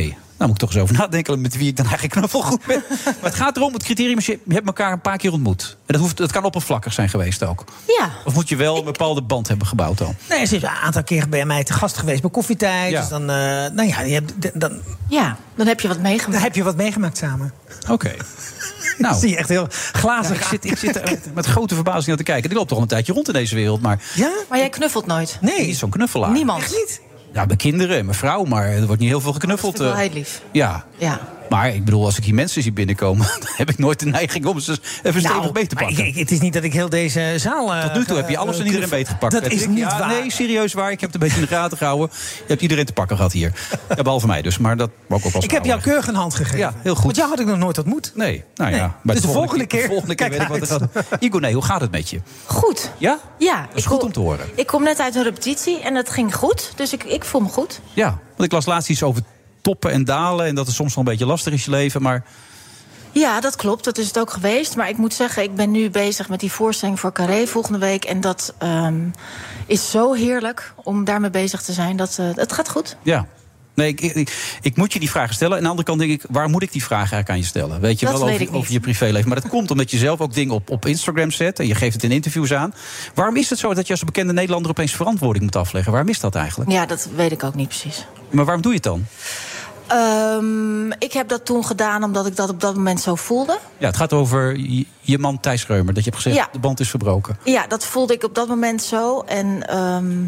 Nou moet ik toch eens over nadenken met wie ik dan eigenlijk knuffelgoed ben. Maar het gaat erom, het criterium is, je hebt elkaar een paar keer ontmoet. En dat, hoeft, dat kan oppervlakkig zijn geweest ook. Ja. Of moet je wel een bepaalde band hebben gebouwd dan? Nee, ze is een aantal keer bij mij te gast geweest bij Koffietijd. Ja. Dus dan, uh, nou ja, je hebt, dan, ja, dan heb je wat meegemaakt. Dan heb je wat meegemaakt samen. Oké. Okay. Nou, zie je echt heel glazig. Ja, ik, zit, ik zit er met grote verbazing naar te kijken. Die loopt toch al een tijdje rond in deze wereld. Maar, ja? maar jij knuffelt nooit? Nee. Niet zo'n knuffelaar. Niemand? Echt niet? Ja, mijn kinderen en mijn vrouw, maar er wordt niet heel veel geknuffeld. Oh, dat vind ik wel heel lief. Ja. ja. Maar ik bedoel, als ik hier mensen zie binnenkomen, dan heb ik nooit de neiging om ze even stevig nou, beet te pakken. Ik, het is niet dat ik heel deze zaal... Uh, Tot nu toe heb je alles en iedereen beetgepakt. Dat is niet ja, waar. Nee, serieus waar. Ik heb het een beetje in de gaten gehouden. Je hebt iedereen te pakken gehad hier. Ja, behalve mij dus, maar dat wou ik ook wel. Ik heb jou keurig een hand gegeven. Ja, heel goed. Want jou had ik nog nooit ontmoet. Nee, nou ja. Nee. Bij Dus de volgende keer, de volgende keer weet ik wat er gaat. Igor, nee, hoe gaat het met je? Goed. Ja? Ja. Dat is ik goed kom, om te horen. Ik kom net uit een repetitie en dat ging goed. Dus ik, ik voel me goed. Ja, want ik las laatst iets over toppen en dalen en dat het soms nog een beetje lastig is je leven, maar... Ja, dat klopt. Dat is het ook geweest. Maar ik moet zeggen, ik ben nu bezig met die voorstelling voor Carré volgende week. En dat um, is zo heerlijk om daarmee bezig te zijn. Dat, uh, het gaat goed. Ja. Nee, ik, ik, ik moet je die vragen stellen. En aan de andere kant denk ik, waar moet ik die vragen eigenlijk aan je stellen? Weet je dat wel weet over, ik niet. over je privéleven. Maar dat komt omdat je zelf ook dingen op, op Instagram zet. En je geeft het in interviews aan. Waarom is het zo dat je als een bekende Nederlander opeens verantwoording moet afleggen? Waarom is dat eigenlijk? Ja, dat weet ik ook niet precies. Maar waarom doe je het dan? Um, ik heb dat toen gedaan omdat ik dat op dat moment zo voelde. Ja, het gaat over je, je man Thijs Reumer. Dat je hebt gezegd, ja. de band is verbroken. Ja, dat voelde ik op dat moment zo. En um,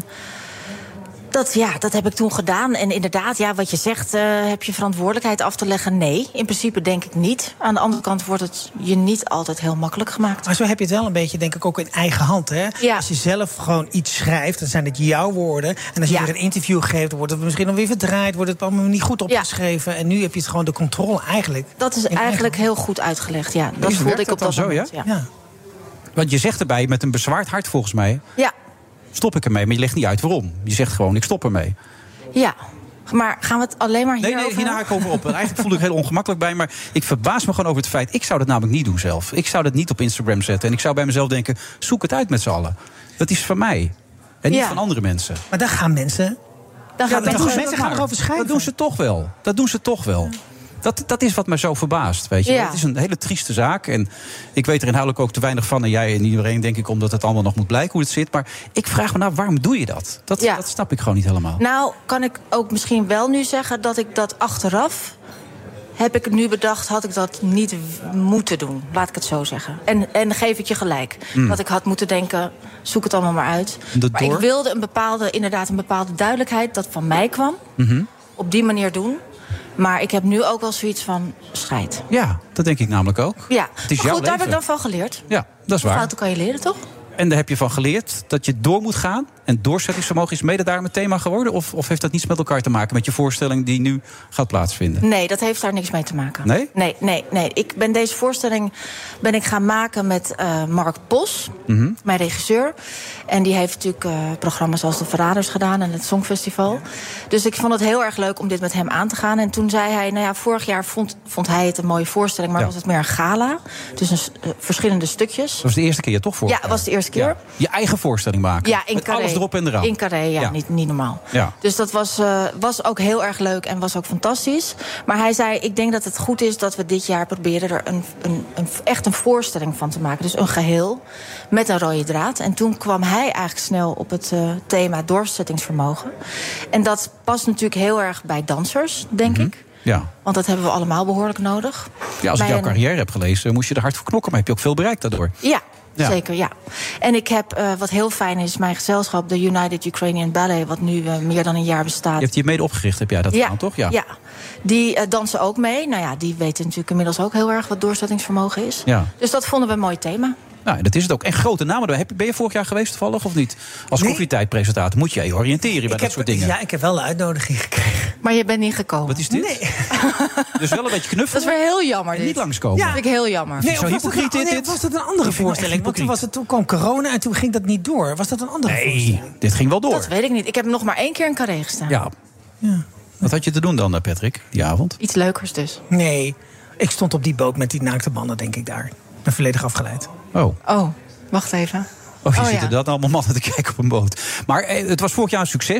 dat, ja, dat heb ik toen gedaan. En inderdaad, ja, wat je zegt, uh, heb je verantwoordelijkheid af te leggen? Nee, in principe denk ik niet. Aan de andere kant wordt het je niet altijd heel makkelijk gemaakt. Maar zo heb je het wel een beetje, denk ik, ook in eigen hand. Hè? Ja. Als je zelf gewoon iets schrijft, dan zijn het jouw woorden. En als je ja. weer een interview geeft, dan wordt het misschien dan weer verdraaid. Wordt het allemaal niet goed opgeschreven. Ja. En nu heb je het gewoon de controle eigenlijk. Dat is eigenlijk heel goed uitgelegd, ja. Dat Is, voelde ik op dat zo, moment. Ja? Ja. Ja. Want je zegt erbij, met een bezwaard hart volgens mij... Ja. Stop ik ermee, maar je legt niet uit waarom. Je zegt gewoon, ik stop ermee. Ja, maar gaan we het alleen maar hierover? Nee, nee, hierna ga ik over op. Eigenlijk voel ik heel ongemakkelijk bij, maar ik verbaas me gewoon over het feit... ik zou dat namelijk niet doen zelf. Ik zou dat niet op Instagram zetten. En ik zou bij mezelf denken, zoek het uit met z'n allen. Dat is van mij. En niet ja. van andere mensen. Maar daar gaan mensen... Dan gaan ja, mensen, mensen, mensen gaan erover schrijven. Dat doen ze toch wel. Dat doen ze toch wel. Dat, dat is wat me zo verbaast, weet je. Ja. Het is een hele trieste zaak. En ik weet er inhoudelijk ook te weinig van. En jij en iedereen, denk ik, omdat het allemaal nog moet blijken hoe het zit. Maar ik vraag me nou, waarom doe je dat? Dat, Ja. dat snap ik gewoon niet helemaal. Nou, kan ik ook misschien wel nu zeggen dat ik dat achteraf... heb ik nu bedacht, had ik dat niet moeten doen. Laat ik het zo zeggen. En, en geef ik je gelijk. Mm. Dat ik had moeten denken, zoek het allemaal maar uit. Dat maar door? ik wilde een bepaalde, inderdaad een bepaalde duidelijkheid... dat van mij kwam, Mm-hmm. op die manier doen... Maar ik heb nu ook wel zoiets van scheid. Ja, dat denk ik namelijk ook. Ja, Het is maar jouw goed, daar heb ik leven. dan van geleerd. Ja, dat is waar. Fouten kan je leren, toch? En daar heb je van geleerd dat je door moet gaan. En doorzettingsvermogen is mede daarom het thema geworden? Of, of heeft dat niets met elkaar te maken met je voorstelling die nu gaat plaatsvinden? Nee, dat heeft daar niks mee te maken. Nee? Nee, nee, nee. Ik ben deze voorstelling ben ik gaan maken met uh, Mark Bos, Mm-hmm. mijn regisseur. En die heeft natuurlijk uh, programma's als De Verraders gedaan en het Songfestival. Ja. Dus ik vond het heel erg leuk om dit met hem aan te gaan. En toen zei hij, nou ja, vorig jaar vond, vond hij het een mooie voorstelling... maar ja. was het meer een gala. Dus een, uh, verschillende stukjes. Dat was de eerste keer, toch? Voor ja, dat was de eerste keer. Ja. Je eigen voorstelling maken. Ja, in met Carré. alles erop en eraan. In Carré, ja, ja. Niet, niet normaal. Ja. Dus dat was, uh, was ook heel erg leuk en was ook fantastisch. Maar hij zei, ik denk dat het goed is dat we dit jaar proberen... er een, een, een, echt een voorstelling van te maken. Dus een geheel met een rode draad. En toen kwam hij eigenlijk snel op het uh, thema doorzettingsvermogen. En dat past natuurlijk heel erg bij dansers, denk mm-hmm. ik. Ja. Want dat hebben we allemaal behoorlijk nodig. Ja, als ik bij jouw een... carrière heb gelezen, moest je er hard voor knokken. Maar heb je ook veel bereikt daardoor. Ja. Ja. Zeker, ja. En ik heb, uh, wat heel fijn is, mijn gezelschap... de United Ukrainian Ballet, wat nu uh, meer dan een jaar bestaat. Je hebt die mede opgericht, heb jij dat ja. gedaan, toch? Ja, ja. Die uh, dansen ook mee. Nou ja, die weten natuurlijk inmiddels ook heel erg... wat doorzettingsvermogen is. Ja. Dus dat vonden we een mooi thema. Nou, dat is het ook. En grote namen. Ben je vorig jaar geweest toevallig of niet? Als nee. koffietijdpresentator moet je je oriënteren bij ik dat heb, soort dingen. Ja, ik heb wel een uitnodiging gekregen. Maar je bent niet gekomen. Wat is dit? Nee. Dus wel een beetje knuffelen. Dat is weer heel jammer. Niet langskomen. Ja, dat vind ik heel jammer. Nee, zo hypocriet dit? Nee, was dat een andere voorstelling? Want toen, was het, toen kwam corona en toen ging dat niet door. Was dat een andere nee, voorstelling? Nee, dit ging wel door. Dat weet ik niet. Ik heb nog maar één keer in Carré gestaan. Ja. ja. Wat had je te doen dan, Patrick, die avond? Iets leukers dus. Nee, ik stond op die boot met die naakte mannen, denk ik daar. Ik ben volledig afgeleid. Oh. Oh, wacht even. Oh, je oh, zitten ja. dat allemaal mannen te kijken op een boot. Maar eh, het was vorig jaar een succes.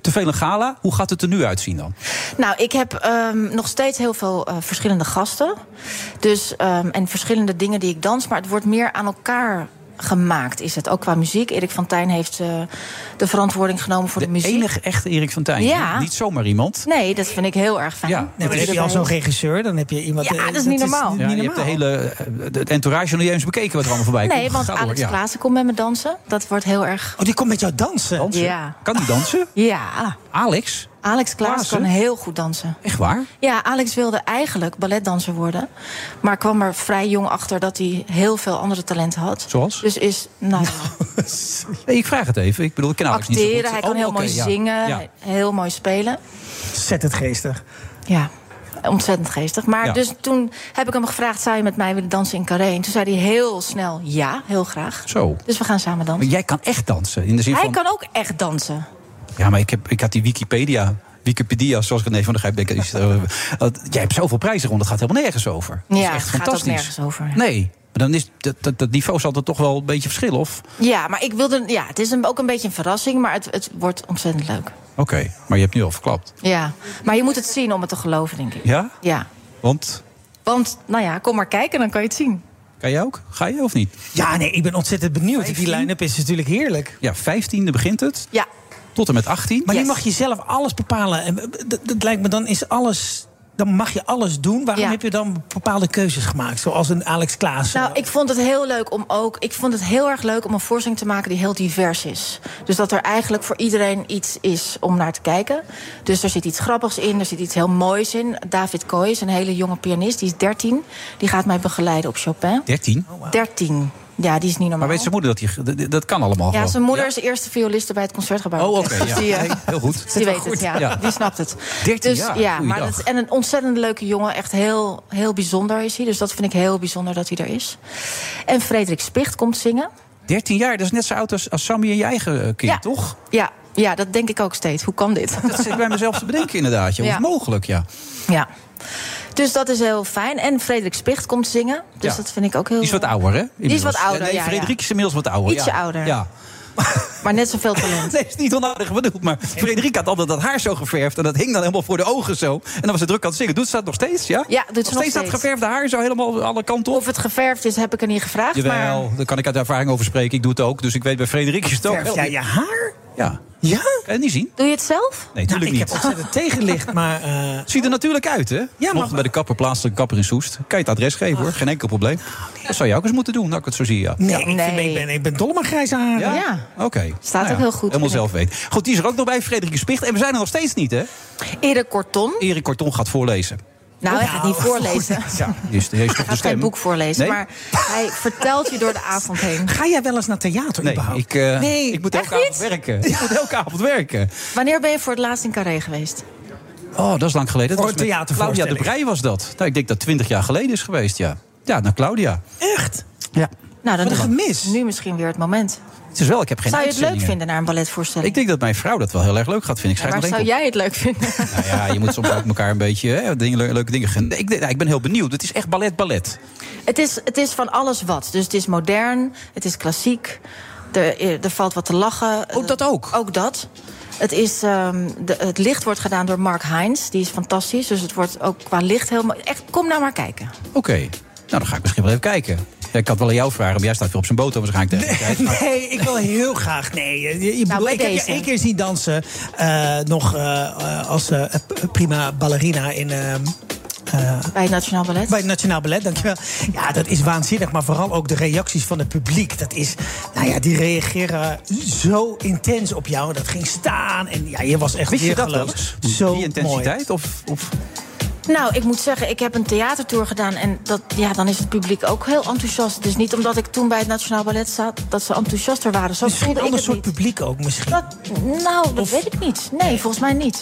Te veel een gala. Hoe gaat het er nu uitzien dan? Nou, ik heb um, nog steeds heel veel uh, verschillende gasten. Dus, um, en verschillende dingen die ik dans. Maar het wordt meer aan elkaar gemaakt, is het. Ook qua muziek. Erik van Tijn heeft uh, de verantwoording genomen voor de, de muziek. De enige echte Erik van Tijn. Ja. Niet zomaar iemand. Nee, dat vind ik heel erg fijn. Ja. Nee, maar dan heb je al zo'n regisseur, dan heb je iemand... Ja, dat is niet normaal. Is ja, niet je normaal. hebt de hele de entourage nog niet eens bekeken wat er allemaal voorbij komt. Nee, want Ga Alex door, ja. Klaassen komt met me dansen. Dat wordt heel erg... Oh, die komt met jou dansen? dansen? Ja. Kan die dansen? Ja. Alex? Alex Klaassen Klaassen? kan heel goed dansen. Echt waar? Ja, Alex wilde eigenlijk balletdanser worden. Maar kwam er vrij jong achter dat hij heel veel andere talenten had. Zoals? Dus is, nou ja, Nee, ik vraag het even. Ik bedoel, ik ken Alex niet zo goed. acteren, hij kan Oh, heel oké, mooi ja. zingen, Ja. heel mooi spelen. Zet het geestig. Ja, ontzettend geestig. Maar Ja. dus toen heb ik hem gevraagd, zou je met mij willen dansen in Carré? En toen zei hij heel snel, ja, heel graag. Zo. Dus we gaan samen Maar dansen. jij kan echt dansen. In de zin Hij van... kan ook echt dansen. Ja, maar ik, heb, ik had die Wikipedia... Wikipedia, zoals René van der Gijp denkt. Is, uh, jij hebt zoveel prijzen gewonnen, dat gaat helemaal nergens over. Dat Ja, is echt het gaat ook fantastisch. nergens over. Nee, maar dan is dat, dat, dat niveau zal er toch wel een beetje verschillen, of? Ja, maar ik wilde, ja, het is een, ook een beetje een verrassing, maar het, het wordt ontzettend leuk. Oké, okay, maar je hebt nu al verklapt. Ja, maar je moet het zien om het te geloven, denk ik. Ja? Ja. Want, Want, nou ja, kom maar kijken, dan kan je het zien. kan jij ook? Ga je of niet? Ja, nee, ik ben ontzettend benieuwd. vijftien? Die line-up is natuurlijk heerlijk. Ja, vijftiende begint het. Ja. Tot en met achttien. Maar Yes. nu mag je zelf alles bepalen. En dat, dat lijkt me, dan is alles... Dan mag je alles doen. Waarom Ja. heb je dan bepaalde keuzes gemaakt? Zoals een Alex Klaassen. Nou, ik vond het heel leuk om ook. Ik vond het heel erg leuk om een voorstelling te maken die heel divers is. Dus dat er eigenlijk voor iedereen iets is om naar te kijken. Dus er zit iets grappigs in, er zit iets heel moois in. David Kooi is een hele jonge pianist, die is dertien. Die gaat mij begeleiden op Chopin. dertien? dertien. Ja, die is niet normaal. Maar weet zijn moeder dat hij... Dat, dat kan allemaal Ja, gewoon. zijn moeder is de eerste violiste bij het Concertgebouw. Oh, oké. Dus ja. die, eh, Nee, heel goed. die weet het, ja. Ja. Die snapt het. dertien Dus jaar, ja, goeiedag. maar dat, en een ontzettend leuke jongen. Echt heel, heel bijzonder is hij. Dus dat vind ik heel bijzonder dat hij er is. En Frederik Spicht komt zingen. dertien jaar, dat is net zo oud als, als Sammy en je eigen eh, kind, Ja. toch? Ja, ja, dat denk ik ook steeds. Hoe kan dit? Dat zit ik bij mezelf te bedenken inderdaad. Ja. Hoe is Ja. het mogelijk, ja. Ja. Dus dat is heel fijn. En Frederik Spicht komt zingen. Dus Ja. dat vind ik ook heel... Die is wat ouder, hè? Die is wat Inmiddels. ouder, Nee, ja, Frederik ja. is inmiddels wat ouder. Ietsje ja. ouder. Ja. Maar net zoveel talent. Nee, is niet onaardig bedoeld. Maar Frederik had altijd dat haar zo geverfd. En dat hing dan helemaal voor de ogen zo. En dan was ze druk aan het zingen. Doet ze dat nog steeds, ja? Ja, doet ze nog steeds. dat steeds. geverfde haar zo helemaal alle kanten op? Of het geverfd is, heb ik er niet gevraagd. Jawel, Maar... daar kan ik uit ervaring over spreken. Ik doe het ook. Dus ik weet bij Frederik is het ook. Verf jij je haar? Ja. Ja? Kan je het niet zien? Doe je het zelf? Nee, Nou, natuurlijk ik niet. heb ontzettend tegenlicht, maar... eh, Het ziet er natuurlijk uit, hè? Ja, maar- bij de kapper, plaatselijke kapper in Soest. Kan je het adres geven, hoor. Geen enkel probleem. Dat zou je ook eens moeten doen, dat ik het zo zie, ja. Nee, ik, vind, Nee. ik, ben, ik ben dol op mijn grijze haren. Ja? Ja. Oké. Staat Nou ook ja, heel goed, Helemaal vind zelf weten. Goed, die is er ook nog bij, Frederik Spicht. En we zijn er nog steeds niet, hè? Erik Korton. Erik Korton gaat voorlezen. Nou, hij gaat niet voorlezen. Ja, die is, die heeft toch Hij de gaat stem. geen boek voorlezen, Nee? maar hij vertelt je door de avond heen. Ga jij wel eens naar theater Nee, überhaupt? ik, eh, Nee, ik moet echt elke avond niet? werken. Ik moet elke avond werken. Wanneer ben je voor het laatst in Carré geweest? Oh, dat is lang geleden. Dat Voor was een met theatervoorstelling. Claudia de Brij was dat. Nou, ik denk dat twintig jaar geleden is geweest, ja. Ja, naar Claudia. Echt? Ja. Nou, dan Wat een gemis. nu misschien weer het moment. Het is wel, ik heb geen Zou je het leuk uitzendingen. vinden naar een balletvoorstelling? Ik denk dat mijn vrouw dat wel heel erg leuk gaat vinden. Ik Ja, schrijf maar nog zou één jij het leuk vinden? kop. Nou ja, je moet soms ook elkaar een beetje hè, dingen, le- leuke dingen gaan. Nee, ik, nou, ik ben heel benieuwd. Het is echt ballet, ballet. Het is, het is van alles wat. Dus het is modern, het is klassiek. Er, er valt wat te lachen. Oh, dat ook? Ook dat. Het, is, um, de, het licht wordt gedaan door Mark Heinz. Die is fantastisch. Dus het wordt ook qua licht helemaal... Echt, kom nou maar kijken. Oké. Okay. Nou, dan ga ik misschien wel even kijken. Ja, ik had wel aan jou vragen, maar jij staat weer op zijn boot waarschijnlijk tegen de tijd. Maar... Nee, ik wil heel graag. Nee, je, je bedoel, bij ik heb je deze. één keer zien dansen. eh, nog eh, als eh, prima ballerina in... eh, eh, Bij het Nationaal Ballet. Bij het Nationaal Ballet, dankjewel. Ja, dat is waanzinnig. Maar vooral ook de reacties van het publiek. Dat is, nou ja, die reageren zo intens op jou. Dat ging staan. En ja, je was echt Wist je dat wel weergeloos. eens? Zo Die intensiteit? Of, of... Nou, ik moet zeggen, ik heb een theatertour gedaan... en dat, ja, dan is het publiek ook heel enthousiast. Dus niet omdat ik toen bij het Nationaal Ballet zat... dat ze enthousiaster waren. Zo Misschien voelde een ik ander het soort niet. publiek ook misschien. Dat, nou, dat weet ik niet. Nee, volgens mij niet.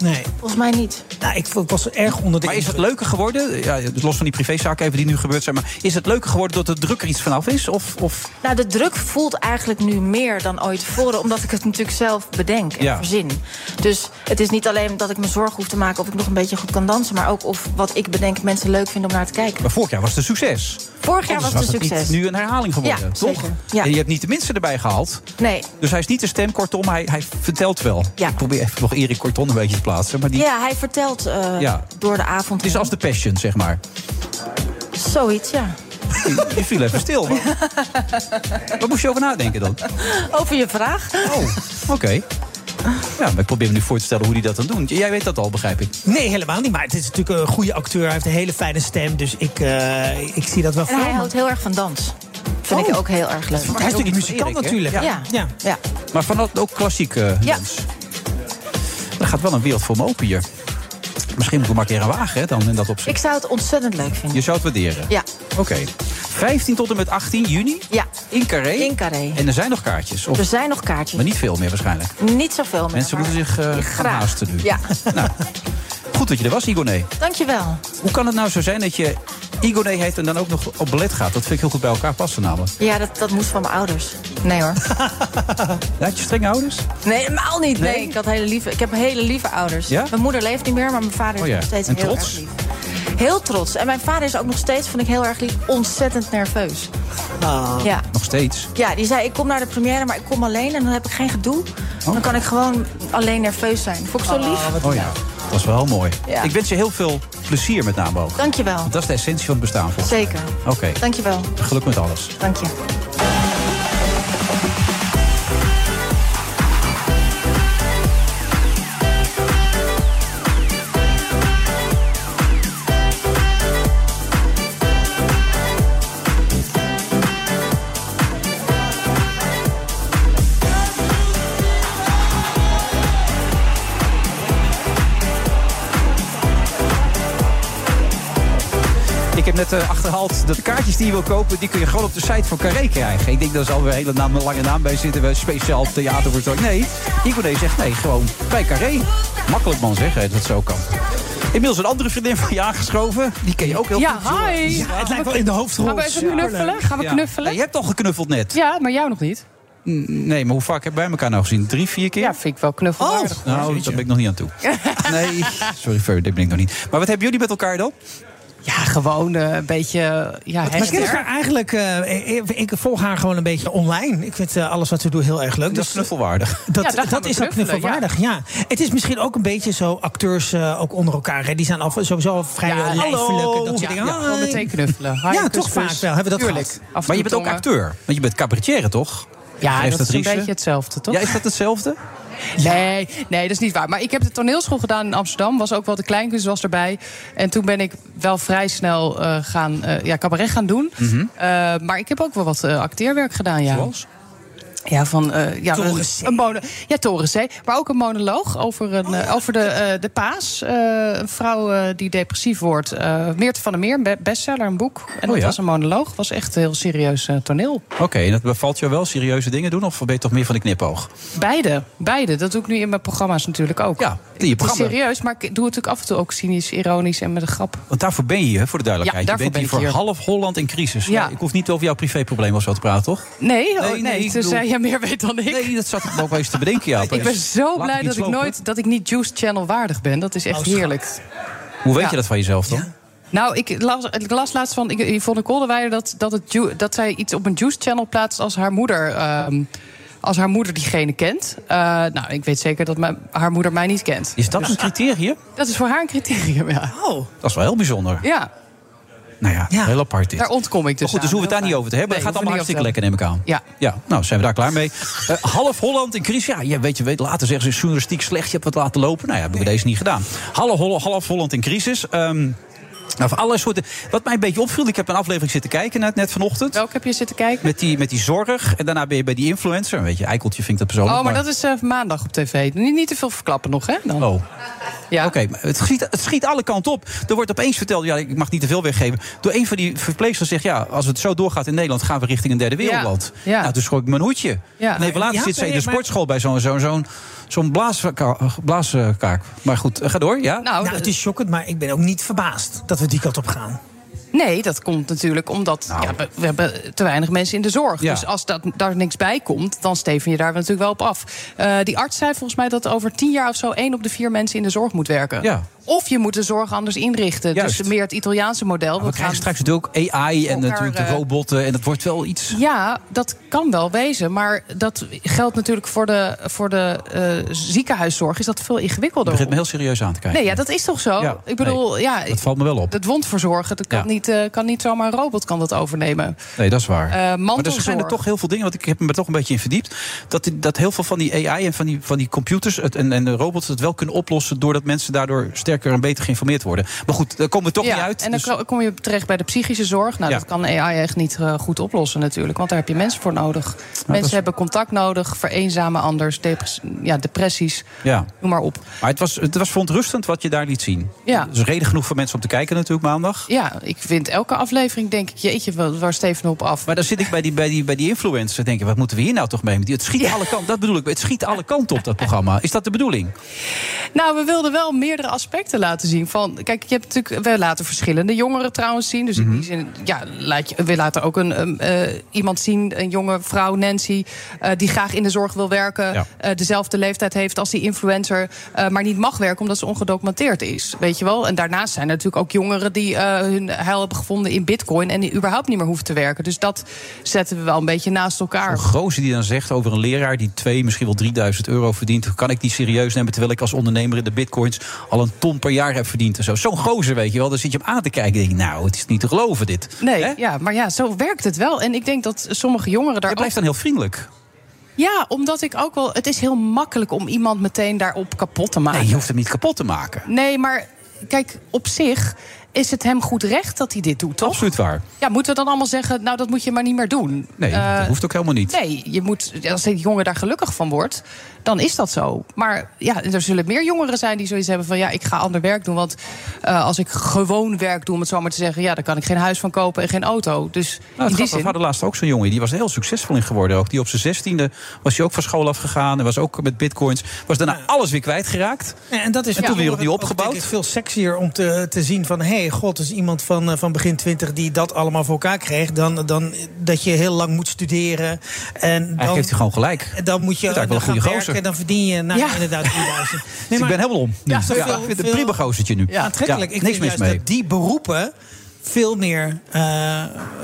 Nee. Volgens mij niet. Nou, ik, ik was erg onder de Maar is het leuker geworden? Ja, los van die privézaken even die nu gebeurd zijn. Maar is het leuker geworden dat de druk er iets vanaf is? Of, of... Nou, de druk voelt eigenlijk nu meer dan ooit tevoren, omdat ik het natuurlijk zelf bedenk en ja. verzin. Dus het is niet alleen dat ik me zorgen hoef te maken of ik nog een beetje goed kan dansen, maar ook of wat ik bedenk mensen leuk vinden om naar te kijken. Maar vorig jaar was het een succes. Vorig jaar was het een succes. Het niet nu een herhaling geworden, ja, toch? Zeker. Ja. En je hebt niet de minste erbij gehaald. Nee. Dus hij is niet de stem, kortom, hij, hij vertelt wel. Ja. Ik probeer even nog Erik Corton een beetje te plaatsen. Maar die... Ja, hij vertelt uh, ja. door de avond. Het is als de Passion, zeg maar. Zoiets, ja. Je, je viel even stil. Maar... Wat moest je over nadenken dan? Over je vraag. Oh, oké. Okay. Ja, maar ik probeer me nu voor te stellen hoe hij dat dan doet. Jij weet dat al, begrijp ik. Nee, helemaal niet. Maar het is natuurlijk een goede acteur. Hij heeft een hele fijne stem. Dus ik, uh, ik zie dat wel voor. En hij houdt heel erg van dans. Vind oh. ik ook heel erg leuk. Maar hij is natuurlijk muzikant Erik, natuurlijk. Ja. Ja. Ja. ja. Maar van dat ook klassiek uh, ja. dans. Er gaat wel een wereld voor me open hier. Misschien moet ik maar een keer aan wagen, hè, dan in dat opzicht. Ik zou het ontzettend leuk vinden. Je zou het waarderen? Ja. Oké. Okay. vijftien tot en met achttien juni? Ja. In Carré? In Carré. En er zijn nog kaartjes? Of... Er zijn nog kaartjes. Maar niet veel meer waarschijnlijk? Niet zoveel meer. Mensen moeten zich uh, gaan haasten nu. Ja. Nou, goed dat je er was, Igoné. Dankjewel. Hoe kan het nou zo zijn dat je Igoné heet en dan ook nog op ballet gaat? Dat vind ik heel goed bij elkaar passen namelijk. Ja, dat, dat moest van mijn ouders. Nee hoor. Ja, had je strenge ouders? Nee, helemaal niet. Nee, nee ik, had hele lieve, ik heb hele lieve ouders. Ja? Mijn moeder leeft niet meer, maar mijn vader is oh, ja. nog steeds en heel trots? erg lief. Heel trots. En mijn vader is ook nog steeds, vind ik heel erg lief, ontzettend nerveus. Ah. Ja. Nog steeds? Ja, die zei, ik kom naar de première, maar ik kom alleen en dan heb ik geen gedoe. Oh. Dan kan ik gewoon alleen nerveus zijn. Vond ik zo lief. Oh, oh ja, dat is wel heel mooi. Ja. Ik wens je heel veel plezier met name ook. Dankjewel. Want dat is de essentie van het bestaan. Volgens. Zeker. Oké. Okay. Dankjewel. Geluk met alles. Dank je. Ik heb net uh, achterhaald dat de kaartjes die je wil kopen, die kun je gewoon op de site van Carré krijgen. Ik denk dat er alweer een hele naam, een lange naam bij zitten. We speciaal theater voor zo. Nee, Igoné zegt nee, gewoon bij Carré. Makkelijk man zeg, dat het zo kan. Inmiddels een andere vriendin van je aangeschoven. Die ken je ook heel ja, goed. Hi. Ja, het lijkt wel in de hoofdrol. Gaan we even knuffelen? Gaan we ja. knuffelen? Ja, je hebt toch geknuffeld net? Ja, maar jou nog niet. Nee, maar hoe vaak hebben wij elkaar nou gezien? Drie, vier keer? Ja, vind ik wel knuffelwaardig. Oh, nou, daar ben ik nog niet aan toe. Nee, sorry, Fer, dat ben ik nog niet. Maar wat hebben jullie met elkaar dan? Ja, gewoon uh, een beetje... Ja, maar ik ken haar eigenlijk... Uh, ik, ik volg haar gewoon een beetje online. Ik vind uh, alles wat ze doet heel erg leuk. Dat is knuffelwaardig. Dat, ja, dat is ook knuffelwaardig, ja. ja. Het is misschien ook een beetje zo acteurs uh, ook onder elkaar. Hè. Die zijn al, sowieso vrij ja, lijfelijk. En dat soort dingen. Ja, gewoon meteen knuffelen. Hi, ja, toch vaak wel. Hebben we dat Tuurlijk. gehad. Maar je bent ook acteur. Want je bent cabaretière, toch? Ja, dat is een beetje hetzelfde, toch? Ja, is dat hetzelfde? Nee, nee, dat is niet waar. Maar ik heb de toneelschool gedaan in Amsterdam. Was ook wel de kleinkunst was erbij. En toen ben ik wel vrij snel uh, gaan, uh, ja, cabaret gaan doen. Mm-hmm. uh, maar ik heb ook wel wat uh, acteerwerk gedaan, ja. Zoals? Ja, van uh, ja, een, een mono, ja, Torenzee. Maar ook een monoloog over, een, uh, over de, uh, de Paas. Uh, een vrouw uh, die depressief wordt. Uh, Meerte van der Meer, een bestseller, een boek. En dat oh, ja? was een monoloog. Was echt een heel serieus uh, toneel. Oké, okay, en dat bevalt je wel, serieuze dingen doen? Of ben je toch meer van de knipoog? Beide, beide. Dat doe ik nu in mijn programma's natuurlijk ook. Ja, in je programma. Het is serieus, maar ik doe het natuurlijk af en toe ook cynisch, ironisch en met een grap. Want daarvoor ben je hier, voor de duidelijkheid. Ja, je bent hier voor hier. half Holland in crisis. Ja. Ja, ik hoef niet over jouw privéprobleem of zo te praten, toch? Nee, nee, oh, nee, nee dus bedoel... jij meer weet dan ik. Nee, dat zat ik nog wel eens te bedenken. Ja, ik ben zo blij dat ik nooit dat ik niet Juice Channel waardig ben. Dat is echt oh, heerlijk. Hoe weet ja. je dat van jezelf dan? Ja. Nou, ik las, ik las laatst van Yvonne Kolderweijer dat, dat, het, dat zij iets op een Juice Channel plaatst als haar moeder. Um, als haar moeder diegene kent. Uh, nou, ik weet zeker dat mijn, haar moeder mij niet kent. Is dat een criterium? Dat is voor haar een criterium, ja. Oh, dat is wel heel bijzonder. Ja. Nou ja, ja, heel apart dit. Daar ontkom ik dus goed, dus hoeven we het daar niet over te hebben. Nee, dat gaat allemaal hartstikke lekker, neem ik aan. Ja. Ja, nou, zijn we daar klaar mee. Uh, half Holland in crisis. Ja, je weet, je weet, later zeggen ze journalistiek slecht. Je hebt wat laten lopen. Nou ja, hebben we deze niet gedaan. Half, half Holland in crisis. Um, Nou, van allerlei soorten. Wat mij een beetje opviel, ik heb een aflevering zitten kijken net, net vanochtend. Welke heb je zitten kijken? Met die, met die zorg. En daarna ben je bij die influencer. Weet je, eikeltje vind ik dat persoonlijk. Oh, maar, maar dat is uh, maandag op tv. Niet, niet te veel verklappen nog, hè? Dan. Oh. Ja. Oké, okay, het, schiet, het schiet alle kanten op. Er wordt opeens verteld, ja, ik mag niet te veel weggeven. Door een van die verpleegsters zegt, ja, als het zo doorgaat in Nederland, gaan we richting een derde wereldland. Ja. Ja. Nou, toen schrok ik mijn hoedje. Ja. En even later ja, zit ze in de sportschool bij zo'n zo'n zo'n zo'n blaaskaak. Maar goed, ga door, ja? Nou, nou, het is shockend, maar ik ben ook niet verbaasd dat we die kant op gaan. Nee, dat komt natuurlijk omdat nou. ja, we, we hebben te weinig mensen in de zorg. Ja. Dus als dat, daar niks bij komt, dan steven je daar natuurlijk wel op af. Uh, die arts zei volgens mij dat over tien jaar of zo één op de vier mensen in de zorg moet werken. Ja. Of je moet de zorg anders inrichten. Juist. Dus meer het Italiaanse model. We, we krijgen straks natuurlijk ook A I en elkaar, natuurlijk de robotten. En dat wordt wel iets... Ja, dat kan wel wezen. Maar dat geldt natuurlijk voor de, voor de uh, ziekenhuiszorg. Is dat veel ingewikkelder. Je begint me heel serieus aan te kijken. Nee, ja, dat is toch zo? Ja, ik bedoel, nee, ja, dat valt me wel op. Het wondverzorgen, dat kan, ja. niet, uh, kan niet zomaar een robot kan dat overnemen. Nee, dat is waar. Uh, maar er schijnen toch heel veel dingen, want ik heb me er toch een beetje in verdiept. Dat, dat heel veel van die A I en van die, van die computers het, en, en de robots het wel kunnen oplossen, doordat mensen daardoor sterker en beter geïnformeerd worden. Maar goed, daar komen we toch ja, niet uit. En dan dus... kom je terecht bij de psychische zorg. Nou, ja. dat kan A I echt niet uh, goed oplossen natuurlijk. Want daar heb je mensen voor nodig. Nou, mensen is... hebben contact nodig, vereenzamen anders, depres... ja, depressies, ja. noem maar op. Maar het was, het was verontrustend wat je daar liet zien. Ja. Dus reden genoeg voor mensen om te kijken natuurlijk maandag. Ja, ik vind elke aflevering, denk ik, jeetje, waar Steven op af. Maar dan zit ik bij die, bij die, bij die influencer, denk ik, wat moeten we hier nou toch mee? Het schiet ja. alle kanten, dat bedoel ik. Het schiet alle kanten op, dat programma. Is dat de bedoeling? Nou, we wilden wel meerdere aspecten laten zien. Van, kijk, je hebt natuurlijk, we laten verschillende jongeren trouwens zien. Dus in die zin, ja, laat je, we laten ook een, um, uh, iemand zien, een jonge vrouw, Nancy, uh, die graag in de zorg wil werken. Ja. Uh, dezelfde leeftijd heeft als die influencer, uh, maar niet mag werken omdat ze ongedocumenteerd is. Weet je wel? En daarnaast zijn er natuurlijk ook jongeren die uh, hun heil hebben gevonden in bitcoin en die überhaupt niet meer hoeven te werken. Dus dat zetten we wel een beetje naast elkaar. Zo'n gozer die dan zegt over een leraar die twee, misschien wel drieduizend euro verdient, kan ik die serieus nemen terwijl ik als ondernemer in de bitcoins al een ton per jaar heb verdiend en zo. Zo'n gozer, weet je wel. Dan zit je hem aan te kijken en denk je, nou, het is niet te geloven dit. Nee, He? ja, maar ja, zo werkt het wel. En ik denk dat sommige jongeren daar. Je blijft ook... dan heel vriendelijk. Ja, omdat ik ook wel. Het is heel makkelijk om iemand meteen daarop kapot te maken. Nee, je hoeft hem niet kapot te maken. Nee, maar kijk, op zich is het hem goed recht dat hij dit doet, toch? Absoluut waar. Ja, moeten we dan allemaal zeggen, nou, dat moet je maar niet meer doen? Nee, uh, dat hoeft ook helemaal niet. Nee, je moet, als die jongen daar gelukkig van wordt, dan is dat zo. Maar ja, er zullen meer jongeren zijn die zoiets hebben van, ja, ik ga ander werk doen. Want uh, als ik gewoon werk doe, om het zo maar te zeggen, ja, dan kan ik geen huis van kopen en geen auto. Dus nou, in die zin... We hadden laatst ook zo'n jongen, die was er heel succesvol in geworden. Ook die op zijn zestiende was hij ook van school afgegaan. En was ook met bitcoins. Was daarna alles weer kwijtgeraakt. Ja, en dat is en toen weer opnieuw opgebouwd. Het is veel sexier om te, te zien van, hé, hey, god, is iemand van, van begin twintig die dat allemaal voor elkaar kreeg, dan, dan dat je heel lang moet studeren. En dan heeft hij gewoon gelijk. Dan moet je dan gaan werken en dan verdien je nou, ja. inderdaad drieduizend. Nee, dus ik ben helemaal om. Ja, ja, ja, ik vind het een prima gozertje nu. Ja, aantrekkelijk. Ja, ik niks vind mis juist mee. Dat die beroepen veel meer uh,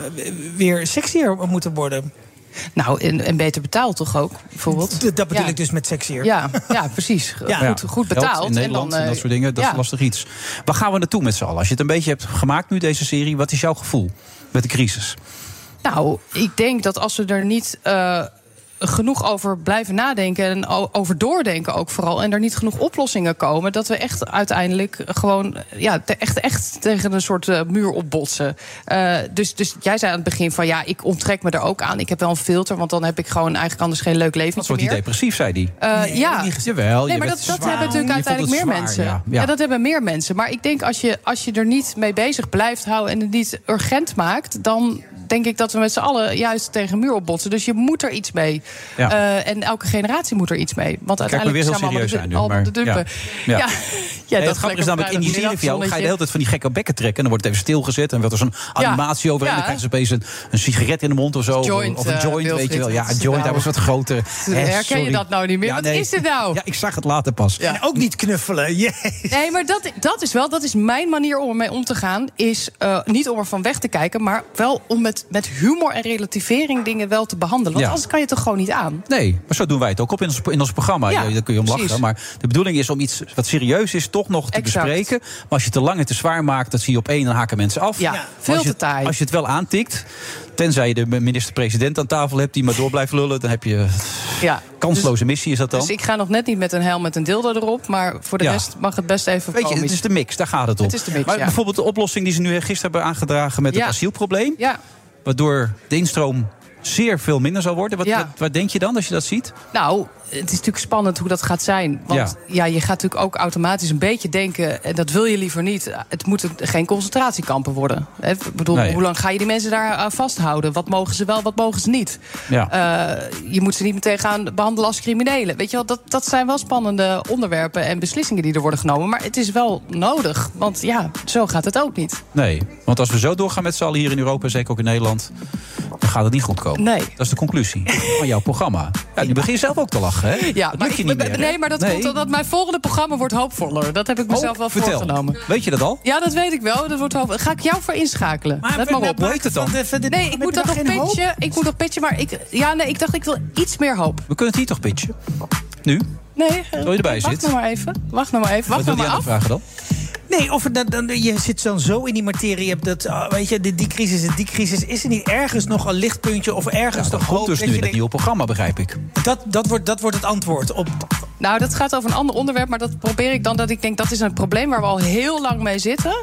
weer sexier moeten worden. Nou, en, en beter betaald toch ook, bijvoorbeeld? Dat, dat bedoel ja. ik dus met sexier. Ja, ja precies. Ja. Goed, goed betaald. Geld in Nederland en, dan, uh, en dat soort dingen, dat ja. is lastig iets. Waar gaan we naartoe met z'n allen? Als je het een beetje hebt gemaakt nu, deze serie, wat is jouw gevoel met de crisis? Nou, ik denk dat als we er niet Uh, genoeg over blijven nadenken en over doordenken ook vooral, en er niet genoeg oplossingen komen, dat we echt uiteindelijk gewoon ja, te, echt, echt tegen een soort uh, muur opbotsen. Uh, dus, dus jij zei aan het begin van ja, ik onttrek me er ook aan. Ik heb wel een filter, want dan heb ik gewoon eigenlijk anders geen leuk leven meer. Wat wordt die depressief, zei hij? Uh, nee, ja, niet, jawel, nee, maar dat, dat hebben natuurlijk uiteindelijk meer zwaar, mensen. Ja. Ja. Ja, dat hebben meer mensen. Maar ik denk als je, als je er niet mee bezig blijft houden en het niet urgent maakt, dan denk ik dat we met z'n allen juist tegen een muur opbotsen. Dus je moet er iets mee. Ja. Uh, en elke generatie moet er iets mee. Want uiteindelijk zijn we allemaal de, nu, maar, de dumpen. Ja, ja. ja. ja nee, het grappige is namelijk, in die serie van jou ga je de hele tijd van die gekke bekken trekken. En dan wordt het even stilgezet. En wordt er zo'n animatie ja. over. En dan krijgen ze opeens een, een sigaret in de mond of zo. Joint, of een joint, uh, weet je wel. Ja, een joint, hij was wat groter. Herken He, je dat nou niet meer? Ja, nee. Wat is het nou? Ja, ik zag het later pas. Ja. En ook niet knuffelen. Yes. Nee, maar dat, dat is wel, dat is mijn manier om ermee om te gaan. Is uh, niet om er van weg te kijken, maar wel om met, met humor en relativering dingen wel te behandelen. Want ja. anders kan je het toch gewoon niet aan? Nee, maar zo doen wij het ook op in ons, in ons programma. Ja, ja, daar kun je om lachen. Maar de bedoeling is om iets wat serieus is, toch toch nog te Exact. bespreken. Maar als je het te lang en te zwaar maakt, dat zie je op één, dan haken mensen af. Ja, Maar veel als je, te taai. Als je het wel aantikt, tenzij je de minister-president aan tafel hebt die maar door blijft lullen, dan heb je Ja. kansloze missie, is dat dan? Dus ik ga nog net niet met een helm met een dildo erop. Maar voor de Ja. rest mag het best even Weet je, komisch. het is de mix, daar gaat het om. Het is de mix, maar ja. bijvoorbeeld de oplossing die ze nu gisteren hebben aangedragen met Ja. het asielprobleem, Ja. waardoor de instroom zeer veel minder zal worden. Wat, Ja. wat, wat denk je dan als je dat ziet? Nou, het is natuurlijk spannend hoe dat gaat zijn. Want ja. ja, je gaat natuurlijk ook automatisch een beetje denken, en dat wil je liever niet, het moeten geen concentratiekampen worden. Hè? Ik bedoel, Nee. hoe lang ga je die mensen daar aan vasthouden? Wat mogen ze wel, wat mogen ze niet? Ja. Uh, je moet ze niet meteen gaan behandelen als criminelen. Weet je wel, dat, dat zijn wel spannende onderwerpen en beslissingen die er worden genomen. Maar het is wel nodig, want ja, zo gaat het ook niet. Nee, want als we zo doorgaan met z'n allen hier in Europa, zeker ook in Nederland, dan gaat het niet goed komen. Nee. Dat is de conclusie van jouw programma. Ja, nu begin je zelf ook te lachen, hè? Ja, dat maar lukt je ik, niet meer, hè? nee, maar dat Nee. komt omdat mijn volgende programma wordt hoopvoller. Dat heb ik mezelf Oh, wel vertel. voorgenomen. Weet je dat al? Ja, dat weet ik wel. Dat wordt hoop... Ga ik jou voor inschakelen? Maar Let maar op. Hoe heet het dan? Nee, ik moet dat nog pitchen. Ik moet nog pitchen, maar ik, ja, nee, ik dacht ik wil iets meer hoop. We kunnen het hier toch pitchen? Nu? Nee, Terwijl je erbij wacht zit. nou maar even. Wacht nou maar even. Wacht Wat wil nou je maar aan af. vragen dan? Nee, of het, dat, dan, je zit dan zo in die materie. Je hebt dat, oh, weet je, die, die crisis en die crisis. Is er niet ergens nog een lichtpuntje of ergens Ja, dat nog komt hoop? dus dat nu je in het denkt, nieuwe programma, begrijp ik. dat, dat, wordt, dat wordt het antwoord op. Nou, dat gaat over een ander onderwerp, maar dat probeer ik dan. Dat ik denk, dat is een probleem waar we al heel lang mee zitten.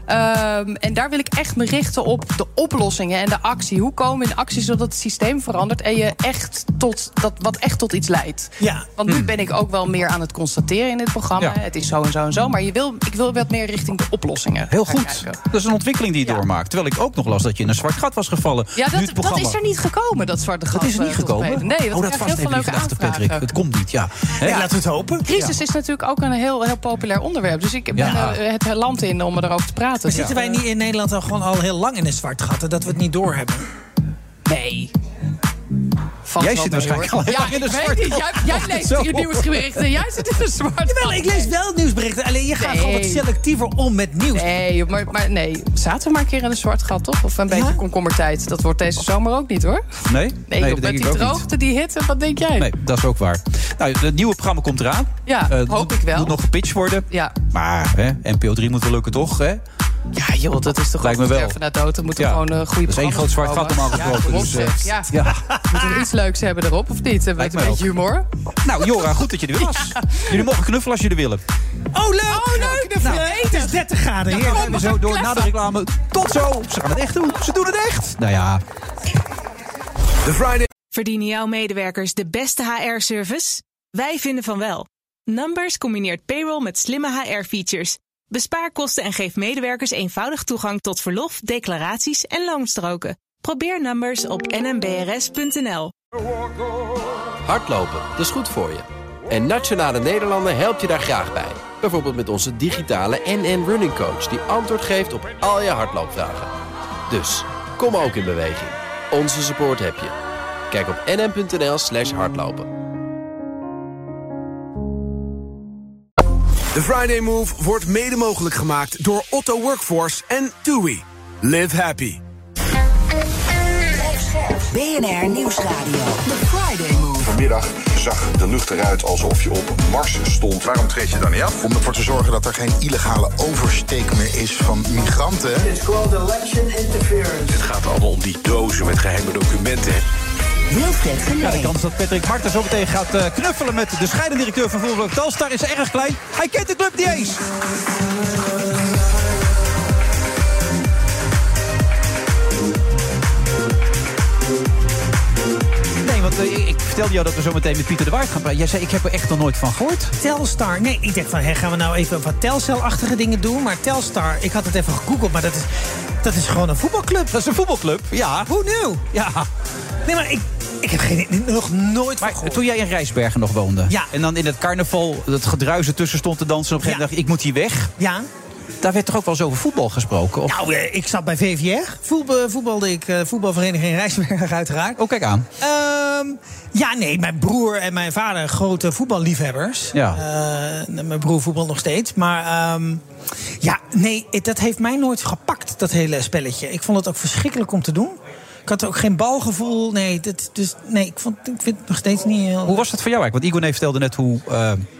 Um, en daar wil ik echt me richten op de oplossingen en de actie. Hoe komen we in actie zodat het systeem verandert en je echt tot dat wat echt tot iets leidt. Ja. Want nu ben ik ook wel meer aan het constateren in dit programma. Ja. Het is zo en zo en zo, maar je wil, ik wil wat meer richting de oplossingen. Heel gaan goed. kijken. Dat is een ontwikkeling die je doormaakt. Terwijl ik ook nog las dat je in een zwart gat was gevallen. Ja, nu dat, het dat programma... is er niet gekomen, dat zwarte gat. Dat is er niet eh, tot op gekomen? heden. Nee, dat oh, dat krijg vast heel veel even leuke gedachten, aanvragen. Patrick. Het komt niet, ja. Hè? Ja, laten we het hopen. Crisis Ja. is natuurlijk ook een heel, heel populair onderwerp. Dus ik ben Ja. uh, het land in om erover te praten. Maar zitten wij niet in Nederland al gewoon al heel lang in een zwart gat en dat we het niet doorhebben? Nee. Valt Jij wel zit mee, waarschijnlijk hoor. al heel Ja, lang in ik een weet zwart niet. Jij, gat. jij leest Zo. je nieuwsberichten. Jij zit in een zwart Jawel, gat. ik lees wel nieuwsberichten. Alleen je gaat Nee. gewoon wat selectiever om met nieuws. Nee, maar, maar nee. Zaten we maar een keer in een zwart gat, toch? Of een beetje Ja? komkommertijd. Dat wordt deze zomer ook niet, hoor. Nee? Nee, dat joh, met denk die ik ook niet. droogte, die hitte, wat denk jij? Nee, dat is ook waar. Nou, het nieuwe programma komt eraan. Ja, Eh, hoop moet, ik wel. moet nog gepitcht worden. Ja. Maar hè, N P O drie moet wel lukken, toch? Hè? Ja, joh, dat is toch Lijkt ook me wel. sterven naar dood. Er moeten Ja. gewoon uh, goede Dat is één groot zwart gat normaal gesproken. Ja, dus, dus, eh, ja. ja. Moeten we iets leuks hebben erop, of niet? Hebben we Lijkt een mij beetje humor? Nou, Jora, goed dat je er weer was. Jullie mogen knuffelen als jullie willen. Oh, leuk! Oh, leuk! Nou, het is dertig graden. Dan Heer. gaan we zo door na de reclame. Tot zo. Ze gaan het echt doen. Ze doen het echt. Nou ja. The Friday. Verdienen jouw medewerkers de beste H R-service? Wij vinden van wel. Numbers combineert payroll met slimme H R-features. Bespaar kosten en geef medewerkers eenvoudig toegang tot verlof, declaraties en loonstroken. Probeer Numbers op n m b r s punt n l. Hardlopen, dat is goed voor je. En Nationale Nederlanden helpt je daar graag bij. Bijvoorbeeld met onze digitale N N Running Coach... die antwoord geeft op al je hardloopvragen. Dus, kom ook in beweging. Onze support heb je. Kijk op n n punt n l slash hardlopen. The Friday Move wordt mede mogelijk gemaakt door Otto Workforce en TUI. Live happy. B N R Nieuwsradio. The Friday Move. Vanmiddag zag de lucht eruit alsof je op Mars stond. Waarom treed je dan niet af? Om ervoor te zorgen dat er geen illegale oversteek meer is van migranten. It's called election interference. Het gaat allemaal om die dozen met geheime documenten. Wilfred Genee. Ja, de kans dat Patrick Marten zo meteen gaat uh, knuffelen met de scheidende van voetbalclub Telstar is erg klein. Hij kent de club niet eens. Nee, want uh, ik vertelde jou dat we zo meteen met Pieter de Waard gaan praten. Jij zei, ik heb er echt nog nooit van gehoord. Telstar. Nee, ik dacht van, hé, gaan we nou even wat Telcel-achtige dingen doen? Maar Telstar, ik had het even gegoogeld, maar dat is, dat is gewoon een voetbalclub. Dat is een voetbalclub, ja. Hoe nu? Ja. Nee, maar ik, ik heb geen, nog nooit van Maar gehoord. toen jij in Rijsbergen nog woonde... Ja. En dan in het carnaval het gedruis ertussen stond te dansen... op een gegeven moment dacht ik, ik moet hier weg. Ja. Daar werd toch ook wel eens over voetbal gesproken? Of... Nou, eh, ik zat bij V V R. Voetbal, voetbalde ik, uh, voetbalvereniging Rijsbergen uiteraard. Oh, kijk aan. Um, ja, nee, mijn broer en mijn vader grote voetballiefhebbers. Ja. Uh, mijn broer voetbal nog steeds. Maar um, ja, nee, dat heeft mij nooit gepakt, dat hele spelletje. Ik vond het ook verschrikkelijk om te doen. Ik had ook geen balgevoel. Nee, dat, dus, nee ik, vond, ik vind het nog steeds niet heel... Hoe was dat voor jou eigenlijk? Want Igor vertelde net hoe... Uh...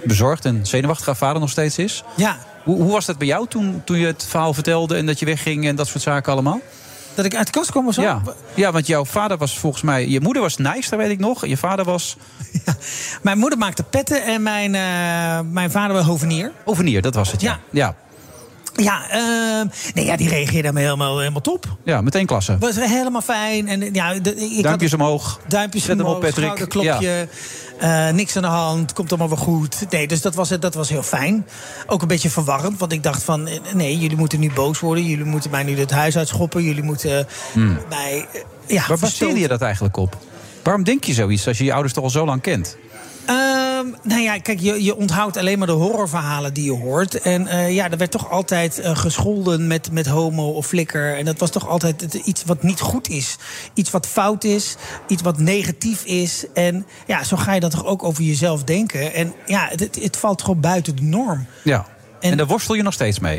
bezorgd en zenuwachtig haar vader nog steeds is. Ja. Hoe, hoe was dat bij jou toen, toen je het verhaal vertelde en dat je wegging en dat soort zaken allemaal? Dat ik uit de kast kwam of zo? Ja. ja, want jouw vader was volgens mij... Je moeder was nice, dat weet ik nog. Je vader was... Ja. Mijn moeder maakte petten en mijn, uh, mijn vader was hovenier. Hovenier, dat was het, ja. Ja, ja, uh, nee, ja die reageerde me helemaal, helemaal top. Ja, meteen klasse. Was helemaal fijn. En, ja, de, ik duimpjes had, omhoog. Duimpjes Zet omhoog, hem op, Patrick. schouderklopje. Ja. Uh, niks aan de hand, komt allemaal weer goed. Nee, dus dat was, dat was heel fijn. Ook een beetje verwarrend, want ik dacht van... nee, jullie moeten nu boos worden. Jullie moeten mij nu het huis uitschoppen. Jullie moeten hmm. mij... Uh, ja, Waar baseerde je dat eigenlijk op? Waarom denk je zoiets als je je ouders toch al zo lang kent? Um, nou ja, kijk, je, je onthoudt alleen maar de horrorverhalen die je hoort. En uh, ja, er werd toch altijd uh, gescholden met, met homo of flikker. En dat was toch altijd het, iets wat niet goed is. Iets wat fout is, iets wat negatief is. En ja, zo ga je dan toch ook over jezelf denken. En ja, het, het valt gewoon buiten de norm. Ja, en, en daar worstel je nog steeds mee?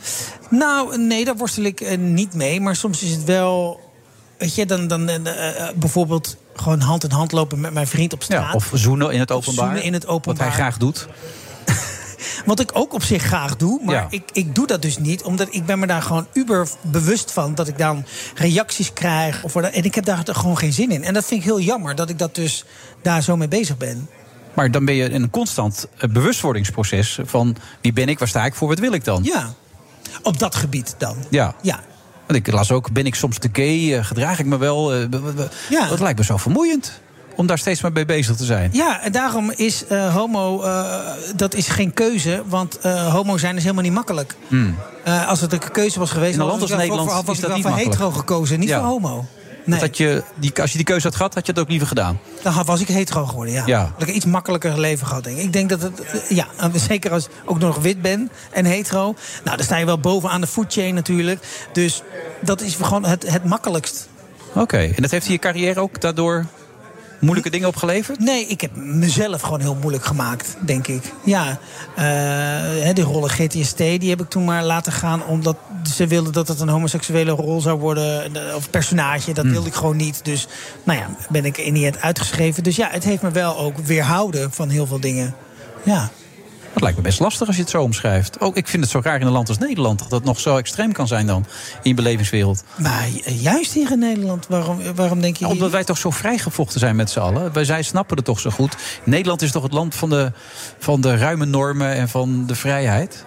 Nou, nee, daar worstel ik uh, niet mee. Maar soms is het wel... Weet je, dan, dan uh, bijvoorbeeld gewoon hand in hand lopen met mijn vriend op straat. Ja, of zoenen in het openbaar. Zoenen in het openbaar. Wat hij graag doet. Wat ik ook op zich graag doe. Maar ja. ik, ik doe dat dus niet. Omdat ik ben me daar gewoon uber bewust van. Dat ik dan reacties krijg. Of, en ik heb daar gewoon geen zin in. En dat vind ik heel jammer. Dat ik dat dus daar zo mee bezig ben. Maar dan ben je in een constant bewustwordingsproces. Van wie ben ik, waar sta ik voor, wat wil ik dan? Ja, op dat gebied dan. Ja. Ja. Want ik las ook, ben ik soms te gay, gedraag ik me wel? Ja. Dat lijkt me zo vermoeiend om daar steeds maar mee bezig te zijn. Ja, en daarom is uh, homo, uh, dat is geen keuze. Want uh, homo zijn is helemaal niet makkelijk. Hmm. Uh, als het een keuze was geweest... In een land als Nederland voor, was is dat ik niet wel voor makkelijk. hetero gekozen, niet ja. voor homo. Nee. Dat je, die, als je die keuze had gehad, had je het ook liever gedaan? Dan was ik hetero geworden, ja. ja. Had ik een iets makkelijker leven gehad, denk ik. Ik denk dat het, ja, zeker als ik ook nog wit ben en hetero. Nou, dan sta je wel bovenaan de food chain natuurlijk. Dus dat is gewoon het, het makkelijkst. Oké, okay. En dat heeft je carrière ook daardoor moeilijke dingen opgeleverd? Nee, ik heb mezelf gewoon heel moeilijk gemaakt, denk ik. Ja, uh, die rol in G T S T, die heb ik toen maar laten gaan... omdat ze wilden dat het een homoseksuele rol zou worden... of personage, dat hmm. wilde ik gewoon niet. Dus, nou ja, ben ik in die end uitgeschreven. Dus ja, het heeft me wel ook weerhouden van heel veel dingen. Ja. Dat lijkt me best lastig als je het zo omschrijft. Ook, ik vind het zo raar in een land als Nederland... dat het nog zo extreem kan zijn dan in je belevingswereld. Maar juist hier in Nederland, waarom, waarom denk je... Ja, omdat wij toch zo vrijgevochten zijn met z'n allen. Wij zij snappen het toch zo goed. Nederland is toch het land van de, van de ruime normen en van de vrijheid?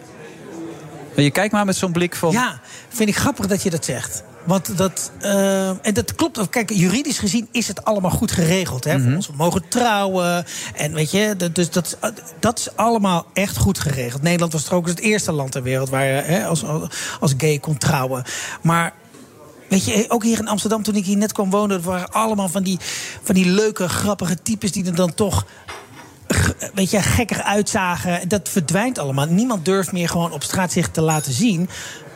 En je kijkt maar met zo'n blik van... Ja, vind ik grappig dat je dat zegt. Want dat, uh, en dat klopt. Kijk, juridisch gezien is het allemaal goed geregeld. Hè? Mm-hmm. We mogen trouwen. En weet je, dat, dus dat, dat is allemaal echt goed geregeld. Nederland was trouwens het eerste land ter wereld waar je hè, als, als gay kon trouwen. Maar weet je, ook hier in Amsterdam, toen ik hier net kwam wonen, waren allemaal van die, van die leuke, grappige types die er dan toch... weet je, gekker uitzagen. Dat verdwijnt allemaal. Niemand durft meer gewoon op straat zich te laten zien...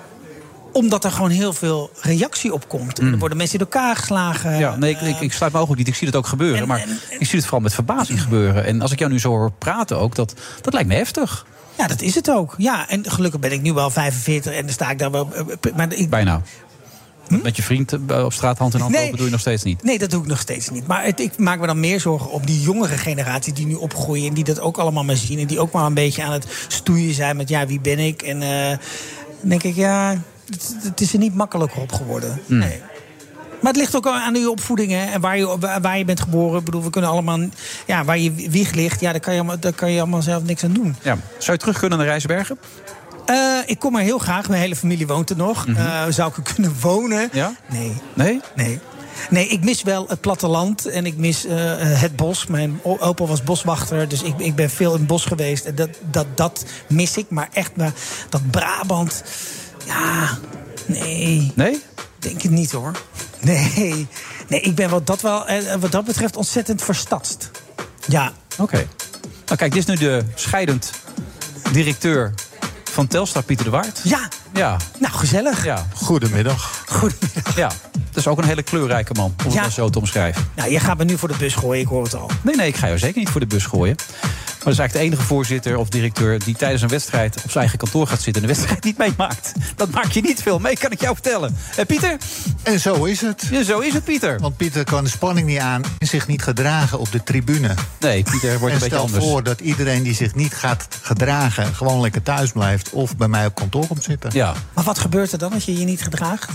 omdat er gewoon heel veel reactie op komt. En er worden mensen in elkaar geslagen. Ja, nee, ik, ik, ik sluit me ook niet. Ik zie het ook gebeuren. En, maar en, en, ik zie het vooral met verbazing gebeuren. En als ik jou nu zo hoor praten ook, dat, dat lijkt me heftig. Ja, dat is het ook. Ja, en gelukkig ben ik nu wel vijfenveertig en dan sta ik daar wel... Maar ik, Bijna. Hm? Met je vriend op straat hand in hand nee, lopen doe je nog steeds niet? Nee, dat doe ik nog steeds niet. Maar het, ik maak me dan meer zorgen op die jongere generatie die nu opgroeien... en die dat ook allemaal maar zien. En die ook maar een beetje aan het stoeien zijn met... ja, wie ben ik? En uh, dan denk ik, ja... Het, het is er niet makkelijker op geworden. Mm. Nee. Maar het ligt ook aan je opvoeding, hè? En waar je, waar je bent geboren. Ik bedoel, we kunnen allemaal... Ja, waar je wieg ligt, ja, daar kan je, daar kan je allemaal zelf niks aan doen. Ja. Zou je terug kunnen naar Rijsbergen? Uh, ik kom er heel graag. Mijn hele familie woont er nog. Mm-hmm. Uh, zou ik er kunnen wonen? Ja? Nee. Nee? Nee. Nee, ik mis wel het platteland en ik mis uh, het bos. Mijn opa was boswachter, dus ik, ik ben veel in het bos geweest. En dat, dat, dat mis ik, maar echt maar dat Brabant... Ja, nee. Nee? Denk het niet, hoor. Nee. Nee, ik ben wat dat, wel, wat dat betreft ontzettend verstadst. Ja. Oké. Okay. Nou kijk, dit is nu de scheidend directeur van Telstar, Pieter de Waard. Ja. Ja. Nou, gezellig. Ja. Goedemiddag. Goedemiddag. Ja. is ook een hele kleurrijke man, om het ja. zo te omschrijven. Nou, je gaat me nu voor de bus gooien, ik hoor het al. Nee, nee, ik ga jou zeker niet voor de bus gooien. Maar dat is eigenlijk de enige voorzitter of directeur die tijdens een wedstrijd op zijn eigen kantoor gaat zitten en de wedstrijd niet meemaakt. Dat maak je niet veel mee, kan ik jou vertellen. En Pieter? En zo is het. Ja, zo is het, Pieter. Want Pieter kan de spanning niet aan en zich niet gedragen op de tribune. Nee, Pieter wordt en een beetje anders. stel voor dat iedereen die zich niet gaat gedragen gewoon lekker thuis blijft of bij mij op kantoor komt zitten. Ja. Maar wat gebeurt er dan als je je niet gedraagt?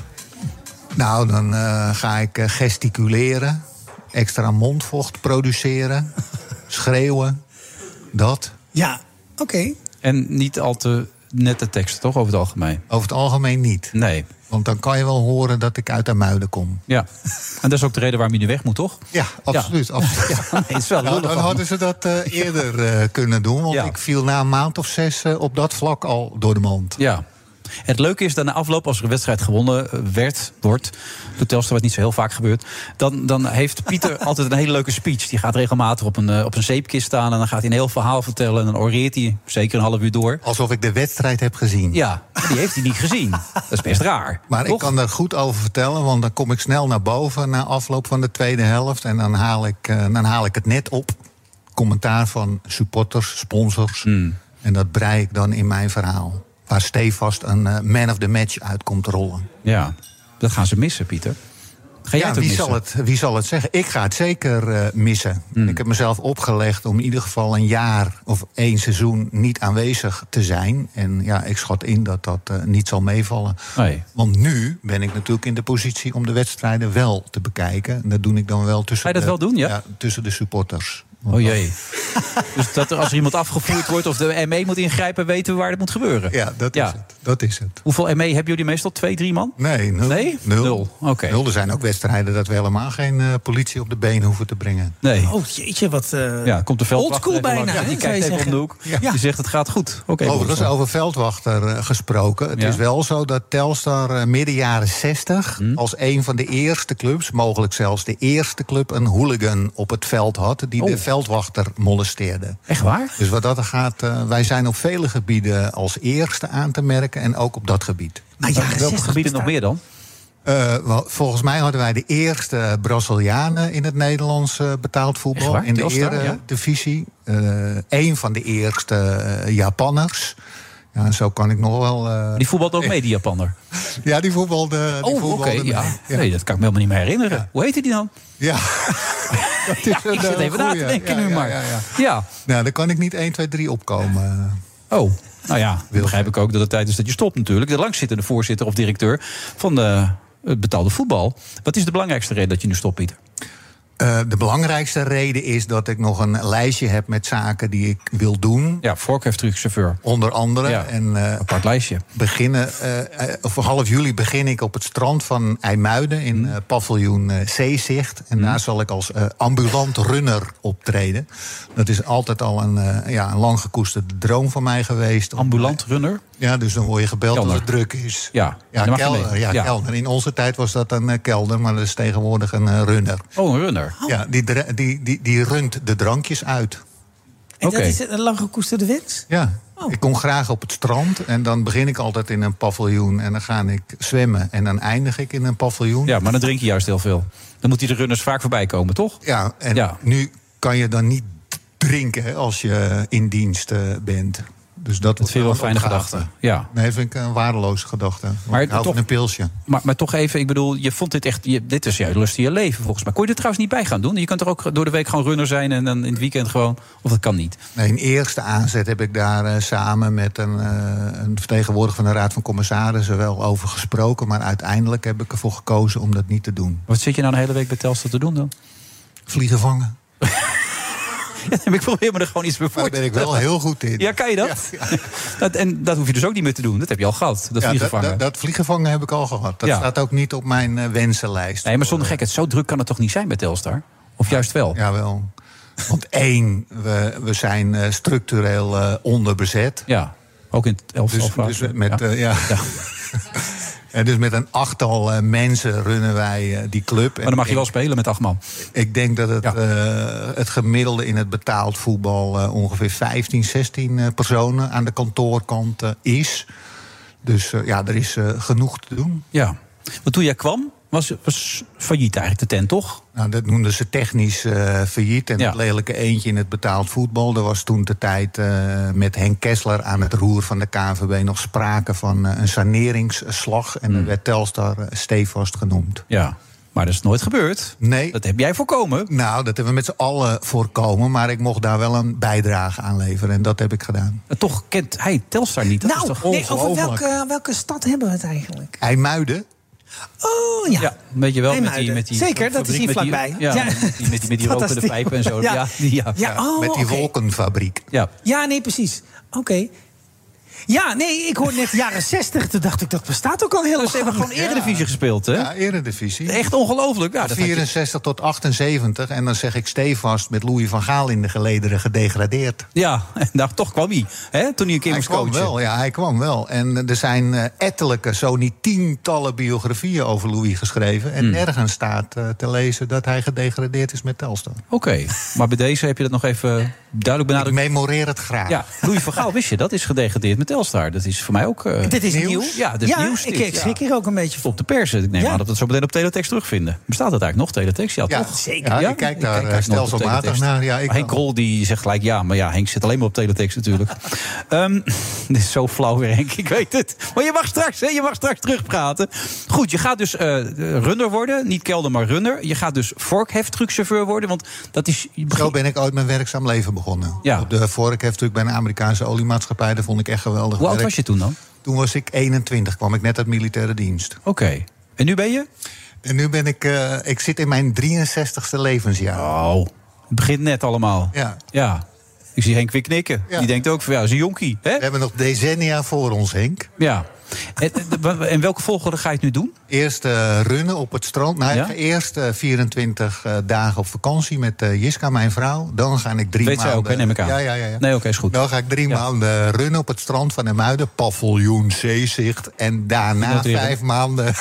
Nou, dan uh, ga ik uh, gesticuleren, extra mondvocht produceren, schreeuwen, dat. Ja, oké. Okay. En niet al te nette teksten, toch, over het algemeen? Over het algemeen niet. Nee. Want dan kan je wel horen dat ik uit Amuiden kom. Ja, en dat is ook de reden waarom je nu weg moet, toch? Ja, absoluut. Ja. absoluut. Ja, nee, het is wel nou, dan hadden ze dat uh, eerder uh, kunnen doen. Want ja. ik viel na een maand of zes uh, op dat vlak al door de mand. Ja. Het leuke is dat na afloop, als er een wedstrijd gewonnen werd, wordt, door Telstar, wat niet zo heel vaak gebeurt, dan, dan heeft Pieter altijd een hele leuke speech. Die gaat regelmatig op een, uh, op een zeepkist staan en dan gaat hij een heel verhaal vertellen en dan oreert hij zeker een half uur door. Alsof ik de wedstrijd heb gezien. Ja, maar die heeft hij niet gezien. Dat is best raar. Maar toch? Ik kan daar goed over vertellen, want dan kom ik snel naar boven na afloop van de tweede helft en dan haal ik, uh, dan haal ik het net op. Commentaar van supporters, sponsors. Hmm. En dat brei ik dan in mijn verhaal. Waar stevast een uh, man of the match uit komt rollen. Ja, dat gaan ze missen, Pieter. Ga jij ja, het ook wie, missen? zal het, wie zal het zeggen? Ik ga het zeker uh, missen. Mm. Ik heb mezelf opgelegd om in ieder geval een jaar of één seizoen niet aanwezig te zijn. En ja, ik schat in dat dat uh, niet zal meevallen. Nee. Want nu ben ik natuurlijk in de positie om de wedstrijden wel te bekijken. En dat doe ik dan wel tussen, Ga je dat de, wel doen, ja? ja, tussen de supporters. Oh jee. Dus dat er als er iemand afgevoerd wordt of de M E moet ingrijpen, weten we waar dat moet gebeuren. Ja, dat is ja. het. Dat is het. Hoeveel M E hebben jullie meestal? Twee, drie man? Nee, nul. Nee? Nul. Nul. Oké. Okay. Nul. Er zijn ook wedstrijden dat we helemaal geen uh, politie op de been hoeven te brengen. Nee. Oh jeetje, wat uh, ja, komt de veldwachter oldschool bijna. Ja, die kijkt even om de hoek. Ja. Die zegt het gaat goed. Okay, Overigens over veldwachter uh, gesproken. Het ja. is wel zo dat Telstar uh, midden jaren zestig... Hmm. als een van de eerste clubs, mogelijk zelfs de eerste club... een hooligan op het veld had die oh. de veldwachter molesteerde. Echt waar? Dus wat dat er gaat, uh, wij zijn op vele gebieden als eerste aan te merken... en ook op dat gebied. Maar ja, welke gebieden nog meer dan? Uh, wel, volgens mij hadden wij de eerste Brazilianen in het Nederlands uh, betaald voetbal. In de eredivisie. Ja? Uh, een van de eerste uh, Japanners. Ja, zo kan ik nog wel... Uh... Die voetbalt ook mee, die Japanner? Ja, die voetbalde, die oh, voetbalde okay, mee. Ja. Ja. Nee, dat kan ik me helemaal niet meer herinneren. Ja. Hoe heette die dan? Ja, dat is ja een, ik zit even na te denken ja, nu maar. Ja, ja, ja. ja. Nou, daar kan ik niet één, twee, drie opkomen. Oh, nou ja, dan begrijp ik ook dat het tijd is dat je stopt natuurlijk. De langzittende voorzitter of directeur van de, het betaalde voetbal. Wat is de belangrijkste reden dat je nu stopt, Pieter? Uh, de belangrijkste reden is dat ik nog een lijstje heb met zaken die ik wil doen. Ja, voorkeurstrucchauffeur. Onder andere. Ja, en, uh, apart lijstje. Beginnen, uh, of half juli begin ik op het strand van IJmuiden in mm. uh, paviljoen uh, Zeezicht. En mm. daar zal ik als uh, ambulant runner optreden. Dat is altijd al een, uh, ja, een lang gekoesterde droom van mij geweest. Ambulant runner? Ja, dus dan word je gebeld kelder. als het druk is. Ja, ja, kelder, ja, ja. kelder. In onze tijd was dat een uh, kelder, maar dat is tegenwoordig een uh, runner. Oh, een runner. Oh. Ja, die, die, die, die runt de drankjes uit. En okay. dat is een lang gekoesterde wens? Ja. Oh. Ik kom graag op het strand en dan begin ik altijd in een paviljoen... en dan ga ik zwemmen en dan eindig ik in een paviljoen. Ja, maar dan drink je juist heel veel. Dan moeten die runners vaak voorbij komen, toch? Ja, en ja. nu kan je dan niet drinken als je in dienst uh, bent. Dus dat vind je wel een fijne gedachte. Ja. Nee, vind ik een waardeloze gedachte. Maar ik hou toch, van een pilsje. Maar, maar toch even, ik bedoel, je vond dit echt... Je, dit is jouw lust in je leven, volgens mij. Kon je er trouwens niet bij gaan doen? Je kunt er ook door de week gewoon runner zijn... en dan in het weekend gewoon... Of dat kan niet? Nee, in eerste aanzet heb ik daar uh, samen met een, uh, een vertegenwoordiger... van de Raad van Commissarissen wel over gesproken. Maar uiteindelijk heb ik ervoor gekozen om dat niet te doen. Wat zit je nou een hele week bij Telstar te doen dan? Vliegen vangen. Ja, ik probeer me er gewoon iets bij voor te stellen. Daar ben ik wel heel goed in. Ja, kan je dat? Ja, ja. dat? En dat hoef je dus ook niet meer te doen. Dat heb je al gehad, dat ja, vliegen vangen. Dat, dat vliegen vangen heb ik al gehad. Dat ja. staat ook niet op mijn uh, wensenlijst. Nee, maar zonder gekheid, zo druk kan het toch niet zijn bij Telstar? Of juist wel? Jawel. Want één, we, we zijn uh, structureel uh, onderbezet. Ja, ook in het elftal. Dus, dus met... Ja. Uh, ja. Ja. En dus met een achttal uh, mensen runnen wij uh, die club. Maar dan mag je wel spelen met acht man. Ik denk dat het, ja. uh, het gemiddelde in het betaald voetbal... Uh, ongeveer vijftien, zestien uh, personen aan de kantoorkant uh, is. Dus uh, ja, er is uh, genoeg te doen. Ja. Want toen jij kwam, was, was failliet eigenlijk, de tent, toch? Nou, dat noemden ze technisch uh, failliet. En Ja. het lelijke eentje in het betaald voetbal. Er was toen de tijd uh, met Henk Kessler aan het roer van de K N V B... nog sprake van uh, een saneringsslag. En er werd Telstar uh, stevast genoemd. Ja. Maar dat is nooit gebeurd. Nee. Dat heb jij voorkomen. Nou, dat hebben we met z'n allen voorkomen. Maar ik mocht daar wel een bijdrage aan leveren. En dat heb ik gedaan. En toch kent hij Telstar niet. Dat nou, is toch nee, over ongelooflijk. welke, welke stad hebben we het eigenlijk? IJmuiden. Oh ja. Ja, weet je wel, met die, IJmuiden. met die Zeker, dat is hier fabriek met die- vlakbij. Ja, Ja. met die, met die, met die rokende Fantastisch. pijpen en zo. Ja. Ja, die, ja. Ja, oh, met die oké. wolkenfabriek. Ja. Ja, nee, precies. Oké. Ja, nee, ik hoorde net jaren zestig. Toen dacht ik, dat bestaat ook al heel Dus ze hebben gewoon Eredivisie gespeeld, hè? Ja, Eredivisie. Echt ongelooflijk. Ja, Van dat had je- vierenzestig tot achtenzeventig. En dan zeg ik stevast met Louis van Gaal in de gelederen gedegradeerd. Ja, en daar toch kwam hij, hè, toen hij een keer Hij was kwam coachen. wel, ja, hij kwam wel. En er zijn uh, ettelijke, zo niet tientallen biografieën over Louis geschreven. En Hmm. nergens staat uh, te lezen dat hij gedegradeerd is met Telstar. Oké, maar bij deze heb je dat nog even duidelijk benadrukt. Ik memoreer het graag. Ja, Louis van Gaal, wist je, dat is gedegradeerd met Telstar. Dat is voor mij ook uh, Dit is Nieuws? nieuw. Ja, dat is ja, nieuws. ik, dit, ik ja. schrik hier ook een beetje van. Op de pers. Ik neem Ja. aan dat we het zo meteen op Teletext terugvinden. Bestaat dat eigenlijk nog, Teletext? Ja, Ja, toch? zeker. Ja, ik kijk daar, uh, nooit op stelselmatig Teletext. naar. Ja, ik Henk wel. Krol die zegt gelijk ja, maar ja, Henk zit alleen maar op Teletext natuurlijk. um, dit is zo flauw weer, Henk, ik weet het. Maar je mag straks, hè, je mag straks terugpraten. Goed, je gaat dus uh, runner worden. Niet kelder, maar runner. Je gaat dus vorkheftruckchauffeur worden, want dat is... Zo ben ik ooit mijn werkzaam leven begonnen. Ja. Op de vorkheftruck bij een Amerikaanse oliemaatschappij. Dat vond ik echt geweldig. Hoe oud werk. was je toen dan? Toen was ik eenentwintig, kwam ik net uit militaire dienst. Oké. Okay. En nu ben je? En nu ben ik, uh, ik zit in mijn drieënzestigste levensjaar. Oh, het begint net allemaal. Ja. Ja. Ik zie Henk weer knikken. Ja. Die denkt ook van ja, dat is een jonkie. Hè? We hebben nog decennia voor ons, Henk. Ja. En, en welke volgorde ga je het nu doen? Eerst uh, runnen op het strand. Nou, Ja? ik ga eerst uh, vierentwintig uh, dagen op vakantie met uh, Jiska, mijn vrouw. Dan ga ik drie Weet maanden... zij ook, hè, neem ik aan. Ja, ja, ja. ja. Nee, oké, okay, is goed. Dan ga ik drie Ja. maanden runnen op het strand van IJmuiden. Paviljoen, zeezicht. En daarna Noteren. vijf maanden...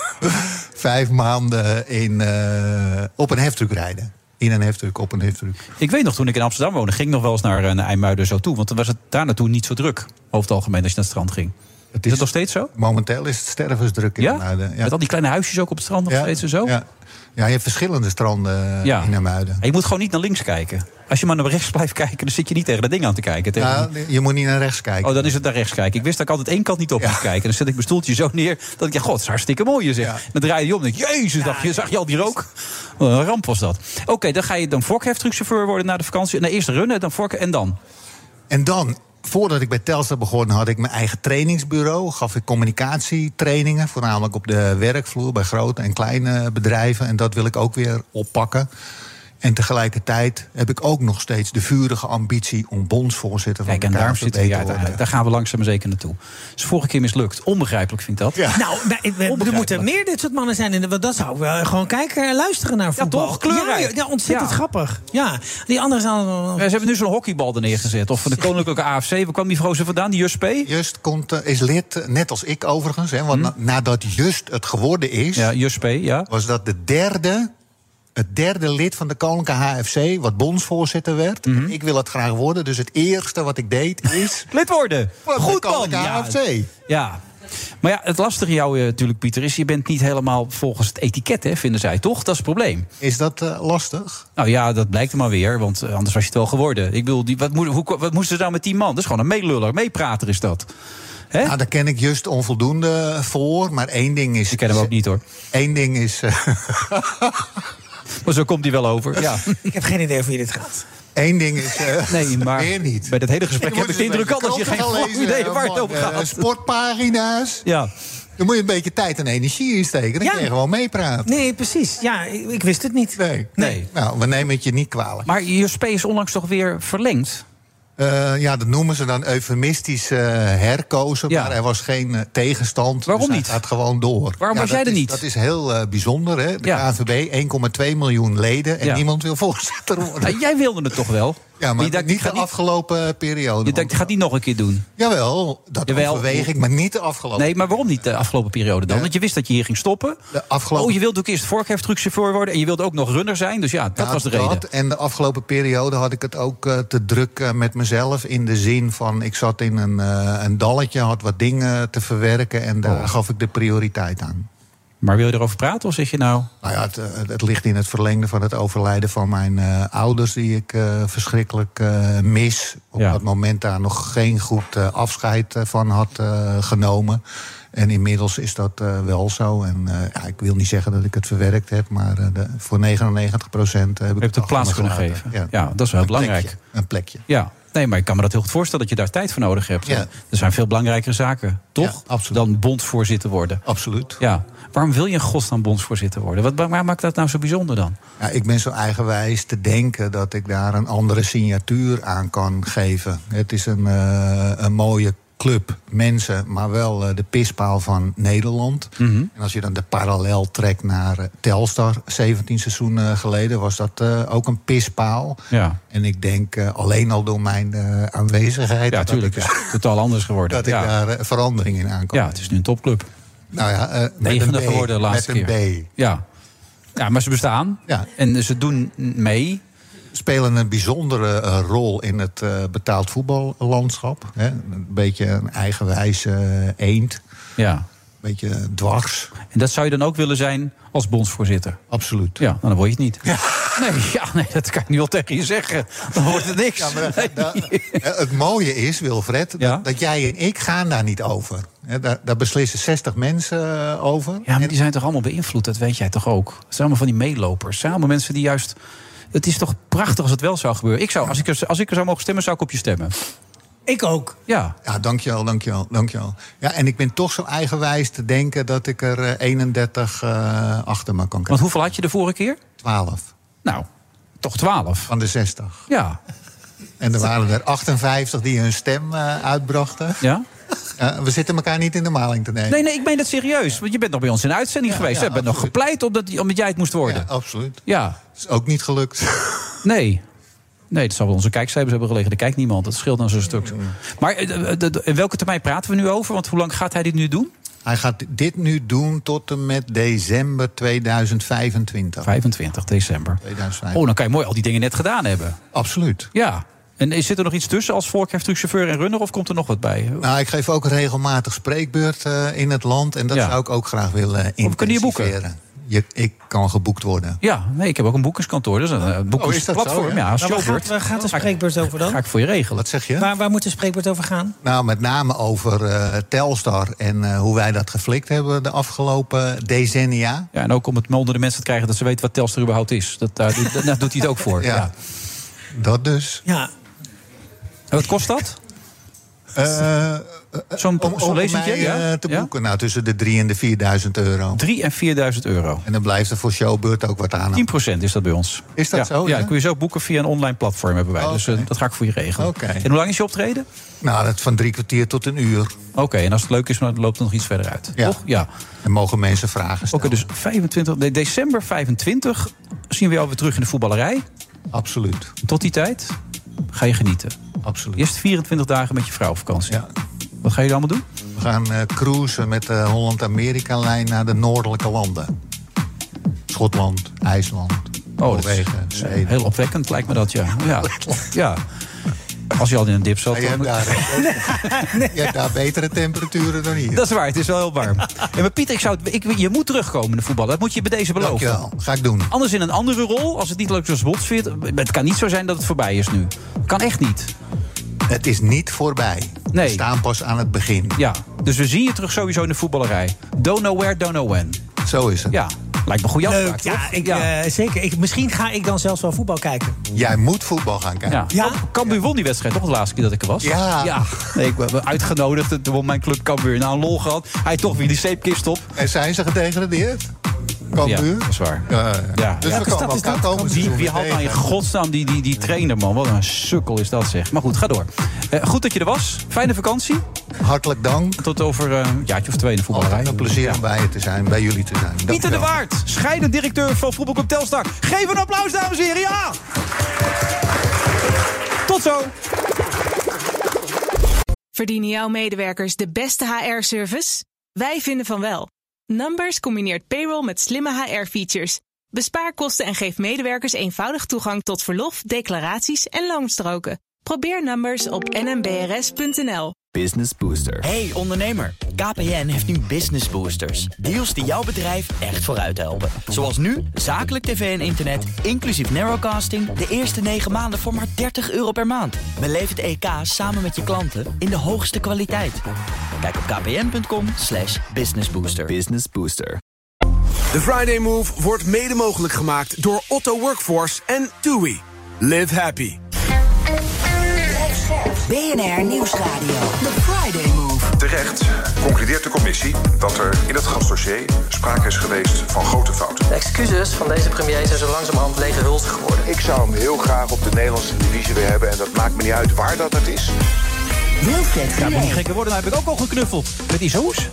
vijf maanden in, uh, op een heftruck rijden. In een heftruck, op een heftruck. Ik weet nog, toen ik in Amsterdam woonde, ging ik nog wel eens naar, naar IJmuiden zo toe. Want dan was het daar naartoe niet zo druk, over het algemeen, als je naar het strand ging. Het is, is het nog steeds zo? Momenteel is het stervensdruk in Ja? IJmuiden. Ja? Met al die kleine huisjes ook op het strand nog Ja, steeds en zo? Ja. Ja, je hebt verschillende stranden Ja. in IJmuiden. En je moet gewoon niet naar links kijken. Als je maar naar rechts blijft kijken, dan zit je niet tegen dat ding aan te kijken. Tegen Ja, je moet niet naar rechts kijken. Oh, dan is het naar rechts kijken. Ik wist dat ik altijd één kant niet op moest kijken. Dan zet ik mijn stoeltje zo neer dat ik dacht, god, dat is hartstikke mooi. Je zegt. Ja. Dan draai je om en denk je, jezus, dacht je, zag je al die rook? Wat een ramp was dat. Oké, okay, dan ga je dan vorkheftruckchauffeur worden na de vakantie. Nou, eerst runnen, dan vorken en dan? En dan, voordat ik bij Telstar begon, had ik mijn eigen trainingsbureau. Gaf ik communicatietrainingen, voornamelijk op de werkvloer bij grote en kleine bedrijven. En dat wil ik ook weer oppakken. En tegelijkertijd heb ik ook nog steeds de vurige ambitie om bondsvoorzitter van Kijk, en de daarom K N V B zitten we hier te worden. uiteindelijk. Daar gaan we langzaam maar zeker naartoe. Dus vorige keer mislukt. Onbegrijpelijk vind ik dat. Ja. Nou, nee, we- er moeten meer dit soort mannen zijn. En dat zou ik wel gewoon kijken en luisteren naar voetbal. toch? Kleurrijk. Ja, ja, ontzettend Ja. grappig. Ja, die anderen zijn... Ja, ze hebben nu zo'n hockeybal er neergezet. Of van de Koninklijke A F C. Waar kwam die gozer vandaan? Die Just P? Just komt, eh, is lid, eh, net als ik overigens. Hè, want na- nadat Just het geworden is, Ja, Just P, ja. was dat de derde, het derde lid van de Koninklijke H F C, wat bondsvoorzitter werd. En ik wil het graag worden, dus het eerste wat ik deed is... Lid worden. Van de Goed man. Koninklijke Ja. H F C. Ja. Maar ja, het lastige jou eh, natuurlijk, Pieter, is je bent niet helemaal volgens het etiket, hè, vinden zij, toch? Dat is het probleem. Is dat uh, lastig? Nou ja, dat blijkt er maar weer, want uh, anders was je het wel geworden. Ik bedoel, die, wat, moet, hoe, wat moesten ze nou met die man? Dat is gewoon een meeluller, meeprater is dat. Hè? Nou, daar ken ik Just onvoldoende voor, maar één ding is... Ik ken hem ook niet, hoor. Eén ding is... Uh, maar zo komt hij wel over, ja. Ik heb geen idee of wie dit gaat. Eén ding is... Uh, nee, maar meer niet. bij dat hele gesprek heb ik de indruk al dat je geen flauw idee waar het over gaat. Uh, sportpagina's. Ja. Dan moet je een beetje tijd en energie insteken. Dan Ja. kun je gewoon meepraten. Nee, precies. Ja, ik, ik wist het niet. Nee. Nee. Nou, we nemen het je niet kwalijk. Maar je Sp is onlangs toch weer verlengd? Uh, ja, dat noemen ze dan eufemistisch uh, herkozen. Ja. Maar er was geen uh, tegenstand. Waarom dus niet? Het gaat gewoon door. Waarom ja, was jij dat er is, niet? Dat is heel uh, bijzonder, hè? De Ja. K N V B, één komma twee miljoen leden. En Ja. niemand wil voorzitter worden. Nou, jij wilde het toch wel? Ja, maar je dacht, niet ik ga de afgelopen periode. Je denkt, ik ga het niet nog een keer doen. Jawel, dat Jawel. overweeg ik, maar niet de afgelopen. Nee, maar waarom niet de afgelopen periode dan? Ja. Want je wist dat je hier ging stoppen. De afgelopen... Oh, je wilde ook eerst vorkheftruckchauffeur worden en je wilde ook nog runner zijn. Dus ja, dat Ja, was de reden. dat. En de afgelopen periode had ik het ook uh, te druk uh, met mezelf. In de zin van, ik zat in een, uh, een dalletje, had wat dingen te verwerken. En daar Oh. gaf ik de prioriteit aan. Maar wil je erover praten of zeg je nou... Nou ja, het, het ligt in het verlengde van het overlijden van mijn uh, ouders... die ik uh, verschrikkelijk uh, mis. Op ja. dat moment daar nog geen goed uh, afscheid uh, van had uh, genomen. En inmiddels is dat uh, wel zo. En uh, ja, ik wil niet zeggen dat ik het verwerkt heb... maar uh, de, voor negenennegentig procent heb ik heb het de plaats kunnen gelaten. geven. Ja, ja, dat is wel een belangrijk. Plekje, een plekje. Ja. Nee, maar ik kan me dat heel goed voorstellen dat je daar tijd voor nodig hebt. Ja. Er zijn veel belangrijkere zaken, toch? Ja, dan bondsvoorzitter worden. Absoluut. Ja. Waarom wil je in godsnaam bondsvoorzitter worden? Wat, waar maakt dat nou zo bijzonder dan? Ja, ik ben zo eigenwijs te denken dat ik daar een andere signatuur aan kan geven. Het is een, uh, een mooie club, mensen, maar wel uh, de pispaal van Nederland. Mm-hmm. En als je dan de parallel trekt naar uh, Telstar, zeventien seizoenen geleden... was dat uh, ook een pispaal. Ja. En ik denk uh, alleen al door mijn uh, aanwezigheid... Ja, natuurlijk. Het is totaal anders geworden. Dat ja. ik daar uh, verandering in aankom. Ja, het is nu een topclub. Nou ja, uh, negende geworden de laatste met een keer. B. Ja. ja, maar ze bestaan. Ja. En ze doen mee... spelen een bijzondere uh, rol in het uh, betaald voetballandschap. Hè? Een beetje een eigenwijze uh, eend. Ja. Een beetje dwars. En dat zou je dan ook willen zijn als bondsvoorzitter? Absoluut. Ja, dan word je het niet. Ja. Nee, ja, nee, dat kan ik niet wel tegen je zeggen. Dan wordt het niks. Ja, maar dat, dat, het mooie is, Wilfred, ja? dat, dat jij en ik gaan daar niet over. He, daar, daar beslissen zestig mensen uh, over. Ja, maar die zijn toch allemaal beïnvloed, dat weet jij toch ook? Het zijn allemaal van die meelopers. Het zijn allemaal mensen die juist... Het is toch prachtig als het wel zou gebeuren. Ik zou, als, ik er, als ik er zou mogen stemmen, zou ik op je stemmen. Ik ook. Ja. Ja, dankjewel, dankjewel, dankjewel. Ja, en ik ben toch zo eigenwijs te denken dat ik er uh, eenendertig uh, achter me kan krijgen. Want hoeveel had je de vorige keer? twaalf. Nou, toch twaalf. Van de zestig. Ja. En er waren er achtenvijftig die hun stem uh, uitbrachten. Ja? Uh, we zitten elkaar niet in de maling te nemen. Nee, nee, ik meen dat serieus. Want je bent nog bij ons in de uitzending ja, geweest. Ja, je bent nog gepleit omdat, omdat jij het moest worden. Ja, absoluut. Ja. Dat is ook niet gelukt. Nee. Nee, dat zal wel onze kijkcijfers hebben gelegen. Er kijkt niemand. Dat scheelt nou zo'n stuk. Maar in welke termijn praten we nu over? Want hoe lang gaat hij dit nu doen? Hij gaat dit nu doen tot en met december tweeduizend vijfentwintig. vijfentwintig december. tweeduizend vijfentwintig. Oh, dan kan je mooi al die dingen net gedaan hebben. Absoluut. Ja. En zit er nog iets tussen als voorkeftruckchauffeur en runner? Of komt er nog wat bij? Nou, ik geef ook regelmatig spreekbeurt uh, in het land. En dat ja. zou ik ook graag willen intensiveren. Of kunnen je boeken? Je, ik kan geboekt worden. Ja, nee, ik heb ook een boekingskantoor. Dus een boekingsplatform. Oh, ja, ja, waar gaat, waar gaat de spreekbeurt over dan? Ga ik voor je regelen. Wat zeg je? Waar, waar moet de spreekbeurt over gaan? Nou, met name over uh, Telstar en uh, hoe wij dat geflikt hebben de afgelopen decennia. Ja, en ook om het onder de mensen te krijgen dat ze weten wat Telstar überhaupt is. Dat, uh, dat, dat doet hij het ook voor. Ja. ja. Dat dus. Ja. En wat kost dat? Uh, Zo'n om zo mij uh, ja? te boeken. Ja? Nou, tussen de drie en de vierduizend euro. Drie en vierduizend euro. En dan blijft er voor showbeurt ook wat aan. Tien procent is dat bij ons. Is dat ja, zo? Ja, Ja, dan kun je zo boeken via een online platform hebben wij. Okay. Dus uh, dat ga ik voor je regelen. Okay. En hoe lang is je optreden? Nou, dat van drie kwartier tot een uur. Oké, okay, en als het leuk is, dan loopt het nog iets verder uit. Ja. Toch? Ja. En mogen mensen vragen stellen. Oké, okay, dus vijfentwintig, nee, december vijfentwintig zien we jou weer terug in de voetballerij. Absoluut. Tot die tijd ga je genieten. Absoluut. Eerst vierentwintig dagen met je vrouw op vakantie. Ja. Wat ga je allemaal doen? We gaan uh, cruisen met de Holland-Amerika-lijn naar de noordelijke landen. Schotland, IJsland, oh, Noorwegen, Zweden. Heel opwekkend lijkt me dat, ja. ja. ja. Als je al in een dip zat... Ja, je, hebt daar, nee. je hebt daar betere temperaturen dan hier. Dat is waar, het is wel heel warm. Ja, maar Pieter, ik zou het, ik, je moet terugkomen in de voetbal. Dat moet je bij deze beloven. Dankjewel, ga ik doen. Anders in een andere rol, als het niet leuk is als Bots vindt. Het kan niet zo zijn dat het voorbij is nu. Kan echt niet. Het is niet voorbij. Nee. We staan pas aan het begin. Ja, dus we zien je terug sowieso in de voetballerij. Don't know where, don't know when. Zo is het. Ja, lijkt me een goede afspraak, Leuk, ja, toch? ik, ja. Uh, zeker. Ik, misschien ga ik dan zelfs wel voetbal kijken. Jij moet voetbal gaan kijken. Ja. Ja? Cambuur won die wedstrijd, toch de laatste keer dat ik er was? Ja. ja. Nee, ik ben uitgenodigd, toen won mijn club Cambuur. Nou, een lol gehad. Hij toch weer die zeepkist op. En zijn ze gedegradeerd? Cambuur? Ja, dat is waar. Ja, ja. Ja. Dus ja, we komen elkaar komen. Wie, wie had nou in godsnaam die, die, die trainer, man? Wat een sukkel is dat, zeg. Maar goed, ga door. Uh, goed dat je er was. Fijne vakantie. Hartelijk dank. Tot over uh, een jaartje of twee in de voetballerij. Altijd een plezier om bij je te zijn, bij jullie te zijn. Dank Pieter de Waard, scheidend directeur van voetbalclub Telstar. Geef een applaus, dames en heren. Ja! Tot zo. Verdienen jouw medewerkers de beste H R-service? Wij vinden van wel. Numbers combineert payroll met slimme H R-features. Bespaar kosten en geef medewerkers eenvoudig toegang tot verlof, declaraties en loonstroken. Probeer Numbers op n m b r s punt n l. Business Booster. Hey ondernemer, K P N heeft nu Business Boosters. Deals die jouw bedrijf echt vooruit helpen. Zoals nu, zakelijk tv en internet, inclusief narrowcasting... de eerste negen maanden voor maar dertig euro per maand. Beleef het E K samen met je klanten in de hoogste kwaliteit. Kijk op kpn.com slash businessbooster. Business Booster. De Friday Move wordt mede mogelijk gemaakt door Otto Workforce en TUI. Live happy. B N R Nieuwsradio. The Friday Move. Terecht concludeert de commissie dat er in het gasdossier sprake is geweest van grote fouten. De excuses van deze premier zijn zo langzamerhand lege hulzen geworden. Ik zou hem heel graag op de Nederlandse televisie weer hebben en dat maakt me niet uit waar dat het is. Wilfred Genee. Ja, moet niet gekker worden, dan heb ik ook al geknuffeld met Isa Hoes.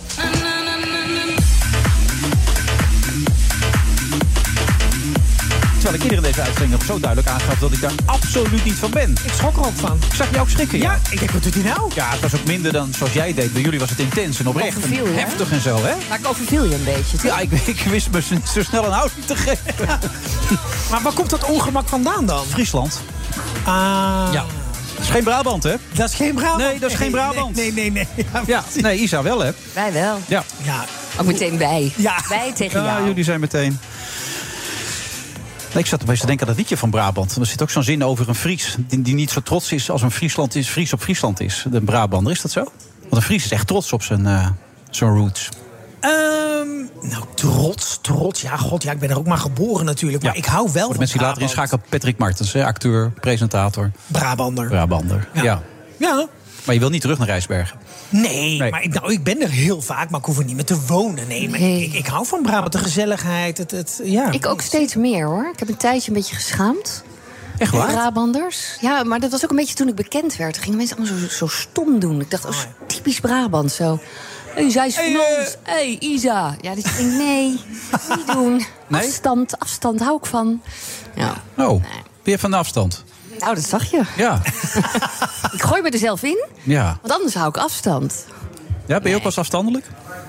Terwijl ik eerder in deze uitzending nog zo duidelijk aangaf dat ik daar absoluut niet van ben. Ik schrok er ook van. Ik zag je ook schrikken, ja. Ja, ik denk, wat doet hij nou? Ja, het was ook minder dan zoals jij deed. Bij jullie was het intens en oprecht Overviel, en hè? heftig en zo, hè? Maar ik overviel je een beetje, toch? Ja, ik, ik wist me zo, zo snel een houding te geven. Maar waar komt dat ongemak vandaan dan? Friesland. Ah. Ja. Dat is geen Brabant, hè? Dat is geen Brabant? Nee, dat is geen Brabant. Nee, nee, nee. nee. Ja, ja, nee, Isa wel, hè? Wij wel. Ja. Ja. Ook meteen wij. Ja. Wij tegen Ja, jou. jullie zijn meteen... Nee, ik zat opeens te denken aan dat liedje van Brabant. Er zit ook zo'n zin over een Fries die, die niet zo trots is als een Friesland is, Fries op Friesland is. De Brabander, is dat zo? Want een Fries is echt trots op zijn, uh, zijn roots. Um, nou, trots, trots. Ja, god, ja, ik ben er ook maar geboren natuurlijk. Maar Ja. ik hou wel Voor van de mensen die later Brabant. inschakelen, Patrick Martens, hè, acteur, presentator. Brabander. Brabander, ja. Ja. Ja. Maar je wil niet terug naar Rijsbergen. Nee, Nee. maar ik, nou, ik ben er heel vaak, maar ik hoef er niet meer te wonen. Nee, maar Nee. Ik, ik hou van Brabant, de gezelligheid. Het, het, ja. Ik ook steeds meer, hoor. Ik heb een tijdje een beetje geschaamd. Echt waar? Brabanders. Ja, maar dat was ook een beetje toen ik bekend werd. Gingen mensen allemaal zo, zo stom doen. Ik dacht, oh, typisch Brabant zo. Hé, hey, zij is van Hey, ons. Hé, hey, Isa. Ja, dus ik denk, nee, niet doen. Nee? Afstand, afstand hou ik van. Ja. Oh, weer van de afstand. Nou, dat zag je. Ja, Ik gooi me er zelf in, ja. want anders hou ik afstand. Ja, ben je ook wel eens afstandelijk?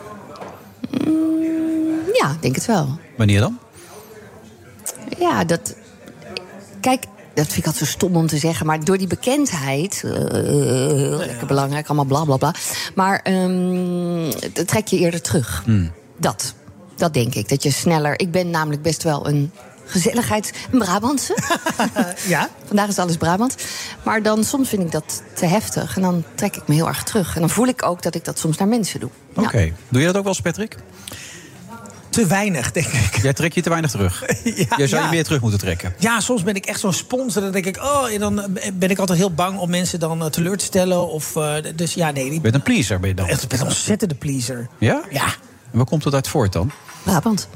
Ja, ik denk het wel. Wanneer dan? Ja, dat... Kijk, dat vind ik altijd zo stom om te zeggen. Maar door die bekendheid... Uh, lekker belangrijk, allemaal bla, bla, bla. Maar um, dat trek je eerder terug. Hmm. Dat. Dat denk ik. Dat je sneller... Ik ben namelijk best wel een gezelligheid... Een Brabantse. Ja? Vandaag is alles Brabant. Maar dan soms vind ik dat te heftig. En dan trek ik me heel erg terug. En dan voel ik ook dat ik dat soms naar mensen doe. Oké. Ja. Doe je dat ook wel eens, Patrick? Te weinig, denk ik. Jij trekt je te weinig terug. Ja, Jij zou ja. je meer terug moeten trekken. Ja, soms ben ik echt zo'n sponsor. Dan denk ik, oh, en dan ben ik altijd heel bang om mensen dan uh, teleur te stellen. Of, uh, dus ja, nee. Die... Je bent een pleaser, ben je dan? Ik ben een ontzettende pleaser. Ja? Ja. En waar komt dat uit voort dan? Brabant.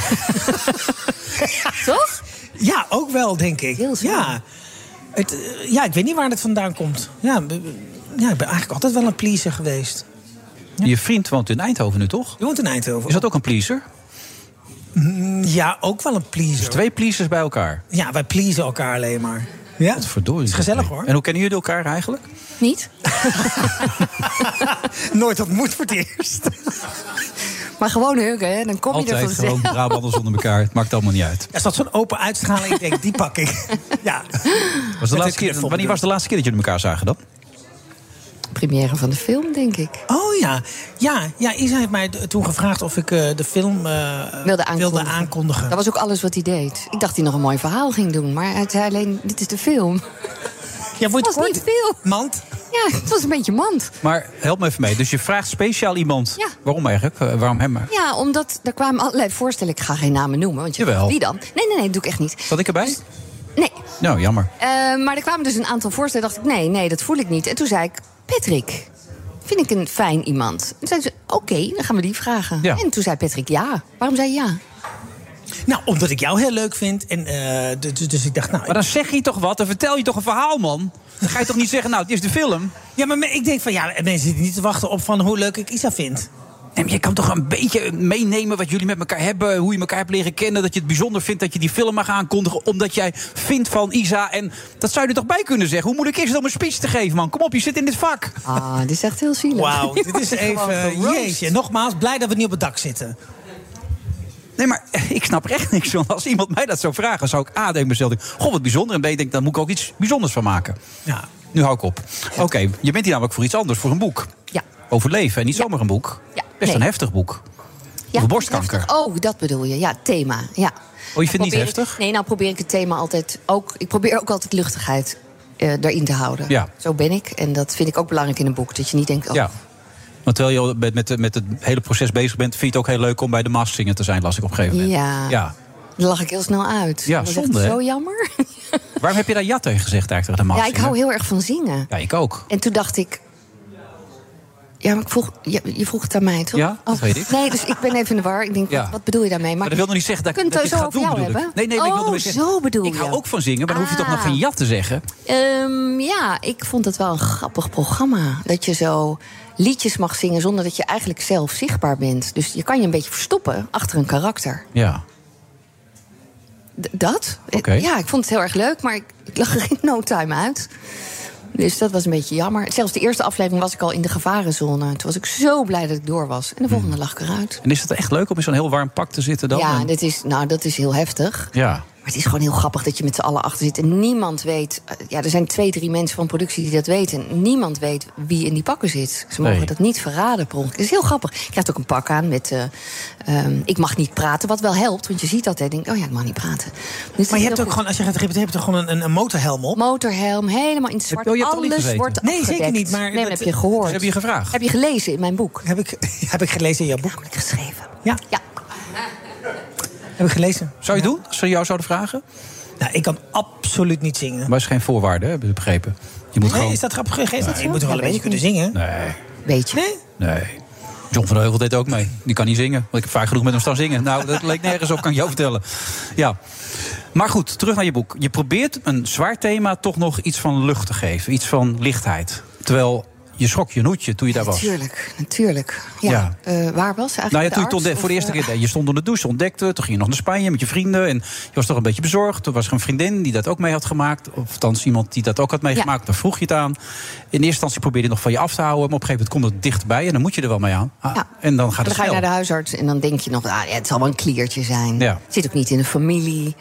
Toch? Ja, ook wel, denk ik. Heel zwaar. Ja. Het, uh, ja, ik weet niet waar het vandaan komt. Ja, b- ja, ik ben eigenlijk altijd wel een pleaser geweest. Je vriend woont in Eindhoven nu, toch? Je woont in Eindhoven. Is dat ook een pleaser? Mm, ja, ook wel een pleaser. Dus twee pleasers bij elkaar? Ja, wij pleasen elkaar alleen maar. Ja, Wat verdorie. is gezellig, hoor. En hoe kennen jullie elkaar eigenlijk? Niet? Nooit ontmoet voor het eerst. Maar gewoon heugen, hè? Dan kom je er Altijd vanzelf. gewoon Brabanders onder elkaar. Het maakt allemaal niet uit. Er staat zo'n open uitstraling. Ik denk, die pak ik. Ja. Was de Met laatste een keer, knuffel wanneer was de laatste keer dat jullie elkaar zagen dan? Première van de film, denk ik. Oh ja. Ja, ja, Isa heeft mij d- toen gevraagd of ik uh, de film uh, Wilde aankondigen. wilde aankondigen. Dat was ook alles wat hij deed. Ik dacht dat hij nog een mooi verhaal ging doen. Maar hij zei alleen, dit is de film. Ja, Het was niet veel. Mand? Ja, het was een beetje mand. Maar help me even mee. Dus je vraagt speciaal iemand. Ja. Waarom eigenlijk? Uh, waarom hem maar? Ja, omdat er kwamen allerlei voorstellen. Ik ga geen namen noemen. Want je Jawel. Wie dan? Nee, nee, nee, dat doe ik echt niet. Zat ik erbij? Nee. Nou, jammer. Uh, maar er kwamen dus een aantal voorstellen. Dacht ik, nee, nee, dat voel ik niet. En toen zei ik, Patrick, vind ik een fijn iemand. En toen zei ze, oké, okay, dan gaan we die vragen. Ja. En toen zei Patrick, ja. Waarom zei je ja? Nou, omdat ik jou heel leuk vind. En, uh, dus, dus ik dacht, nou... Maar dan zeg je toch wat, dan vertel je toch een verhaal, man. Dan ga je toch niet zeggen, nou, het is de film. Ja, maar ik denk van, ja, mensen zitten niet te wachten op van hoe leuk ik Isa vind. Nee, maar je kan toch een beetje meenemen wat jullie met elkaar hebben. Hoe je elkaar hebt leren kennen. Dat je het bijzonder vindt dat je die film mag aankondigen. Omdat jij vindt van Isa. En dat zou je er toch bij kunnen zeggen. Hoe moeilijk is het om een speech te geven, man? Kom op, je zit in dit vak. Ah, dit is echt heel zielig. Wauw, dit is Gewoon even... geroost. Jeetje, nogmaals, blij dat we niet op het dak zitten. Nee, maar ik snap er echt niks van. Als iemand mij dat zou vragen, zou ik A, denk mezelf, goh, wat bijzonder. En B, denk, daar moet ik ook iets bijzonders van maken. Ja. Nu hou ik op. Oké, okay, je bent hier namelijk voor iets anders, voor een boek. Ja. Over leven en niet ja. zomaar een boek. Ja. Best nee. een heftig boek. Ja, over borstkanker. Heftig. Oh, dat bedoel je. Ja, thema. Ja. Oh, je vindt het niet ik, heftig? Nee, nou probeer ik het thema altijd ook... Ik probeer ook altijd luchtigheid uh, erin te houden. Ja. Zo ben ik. En dat vind ik ook belangrijk in een boek. Dat je niet denkt... Oh. Ja. Want terwijl je met, met, met het hele proces bezig bent... vind je het ook heel leuk om bij de Masked Singer te zijn, las ik op een gegeven moment. Ja. ja. Dan lag ik heel snel uit. Ja, dat zonde, is hè? Zo jammer. Waarom heb je daar ja tegen gezegd eigenlijk tegen de Masked Ja, ik hou heel erg van zingen. Ja, ik ook. En toen dacht ik... Ja, maar ik vroeg, je, je vroeg het aan mij, toch? Ja, dat oh. weet ik. Nee, dus ik ben even in de war. Ik denk, ja. wat, wat bedoel je daarmee? Maar, maar dat wil nog niet zeggen dat, kunt dat het je zo het gaat over doen, jou bedoel ik. hebben? Nee, nee, oh, ik wilde zeggen, zo bedoel je. Ik hou ook van zingen, maar dan hoef je ah. toch nog geen ja te zeggen? Um, ja, ik vond het wel een grappig programma. Dat je zo liedjes mag zingen zonder dat je eigenlijk zelf zichtbaar bent. Dus je kan je een beetje verstoppen achter een karakter. Ja. D- dat? Okay. Ja, ik vond het heel erg leuk, maar ik, ik lag er in no time uit. Dus dat was een beetje jammer. Zelfs de eerste aflevering was ik al in de gevarenzone. Toen was ik zo blij dat ik door was. En de volgende lag ik eruit. En is het echt leuk om in zo'n heel warm pak te zitten dan? Ja, en... dit is, nou, dat is heel heftig. Ja. Maar het is gewoon heel grappig dat je met z'n allen achter zit. En niemand weet... Ja, er zijn twee, drie mensen van productie die dat weten. En niemand weet wie in die pakken zit. Ze mogen nee. dat niet verraden. Het is heel grappig. Je krijgt ook een pak aan met... Uh, um, ik mag niet praten, wat wel helpt. Want je ziet dat en denkt, oh ja, ik mag niet praten. Dus maar je hebt ook goed. gewoon, als je gaat repeteren, heb je toch gewoon een, een motorhelm op? Motorhelm, helemaal in het zwart. Heb je, alles wordt Nee, afgedekt. zeker niet. Maar nee, dat heb je gehoord. Heb je gevraagd? Heb je gelezen in mijn boek? Heb ik, heb ik gelezen in jouw boek? Heb ik geschreven. Ja. Ja. Heb ik gelezen. Zou je ja. doen, als ze jou zouden vragen? Nou, ik kan absoluut niet zingen. Maar is geen voorwaarde, hè? Heb je begrepen? Je moet nee, gewoon... is dat grappig? Is dat nee, je moet toch wel een beetje kunnen zingen? Nee. Beetje? Nee? Nee. John van Heuvel deed ook mee. Die kan niet zingen. Want ik heb vaak genoeg met hem staan zingen. Nou, dat leek nergens op, kan ik jou vertellen. Ja. Maar goed, terug naar je boek. Je probeert een zwaar thema toch nog iets van lucht te geven. Iets van lichtheid. Terwijl... Je schrok je een hoedje toen je daar was. Natuurlijk, natuurlijk. Ja. Ja. Uh, waar was eigenlijk nou ja, toen de je ontdek, arts, voor de eerste of, keer, je stond onder de douche, ontdekte. Toen ging je nog naar Spanje met je vrienden. En je was toch een beetje bezorgd. Toen was er een vriendin die dat ook mee had gemaakt. Of althans iemand die dat ook had meegemaakt. Ja. Daar vroeg je het aan. In eerste instantie probeerde je het nog van je af te houden. Maar op een gegeven moment komt het dichtbij. En dan moet je er wel mee aan. Ah, ja. En dan gaat en dan het ga je snel. naar de huisarts. En dan denk je nog, ah, ja, het zal wel een kliertje zijn. Ja. Het zit ook niet in de familie.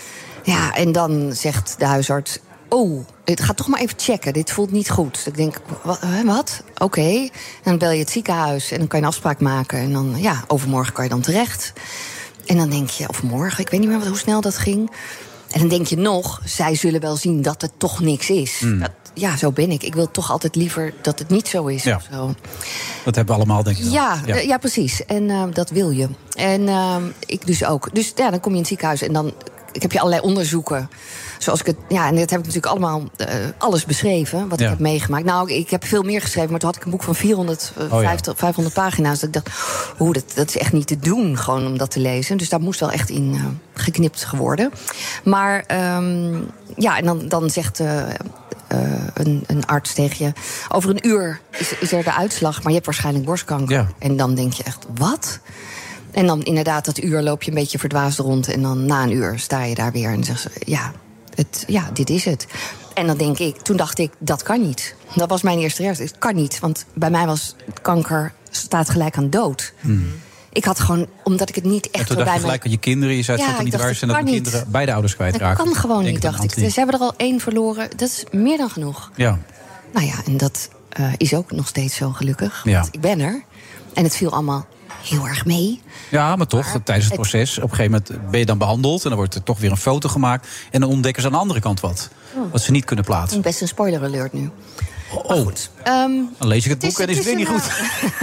Ja, en dan zegt de huisarts... Oh, het gaat toch maar even checken. Dit voelt niet goed. Ik denk, wat? wat? Oké. Okay. Dan bel je het ziekenhuis en dan kan je een afspraak maken. En dan, ja, overmorgen kan je dan terecht. En dan denk je, of morgen, ik weet niet meer hoe snel dat ging. En dan denk je nog, zij zullen wel zien dat het toch niks is. Mm. Dat, ja, zo ben ik. Ik wil toch altijd liever dat het niet zo is. Ja. Of zo. Dat hebben we allemaal, denk ik. Ja, ja. Uh, ja, precies. En uh, dat wil je. En uh, ik dus ook. Dus ja, dan kom je in het ziekenhuis en dan... Ik heb je allerlei onderzoeken. Zoals ik het. Ja, en dat heb ik natuurlijk allemaal uh, alles beschreven. Wat ja. ik heb meegemaakt. Nou, ik heb veel meer geschreven. Maar toen had ik een boek van vierhonderdvijftig, oh ja. vijfhonderd pagina's. Dat ik dacht, oeh, dat, dat is echt niet te doen. Gewoon om dat te lezen. Dus daar moest wel echt in uh, geknipt geworden. Maar um, ja, en dan, dan zegt. Uh, Uh, een, een arts tegen je... over een uur is, is er de uitslag, maar je hebt waarschijnlijk borstkanker. Ja. En dan denk je echt, wat? En dan inderdaad, dat uur loop je een beetje verdwaasd rond... en dan na een uur sta je daar weer en zeg ze... ja, het, ja, dit is het. En dan denk ik, toen dacht ik, dat kan niet. Dat was mijn eerste reactie. Het kan niet, want bij mij was kanker staat gelijk aan dood. Hmm. Ik had gewoon, omdat ik het niet echt... En toen dacht je gelijk aan je kinderen. Je zei het ja, toch niet waar zijn dat de kinderen beide ouders kwijtraken. Dat kan gewoon niet, dacht ik. Ze hebben er al één verloren. Dat is meer dan genoeg. Ja. Nou ja, en dat uh, is ook nog steeds zo gelukkig. Ja. Want ik ben er. En het viel allemaal heel erg mee. Ja, maar toch, maar tijdens het proces... op een gegeven moment ben je dan behandeld... en dan wordt er toch weer een foto gemaakt... en dan ontdekken ze aan de andere kant wat. Oh. Wat ze niet kunnen plaatsen. Ik best een spoiler alert nu. Oh, goed. Um, dan lees ik het, het boek is, en is het weer niet goed.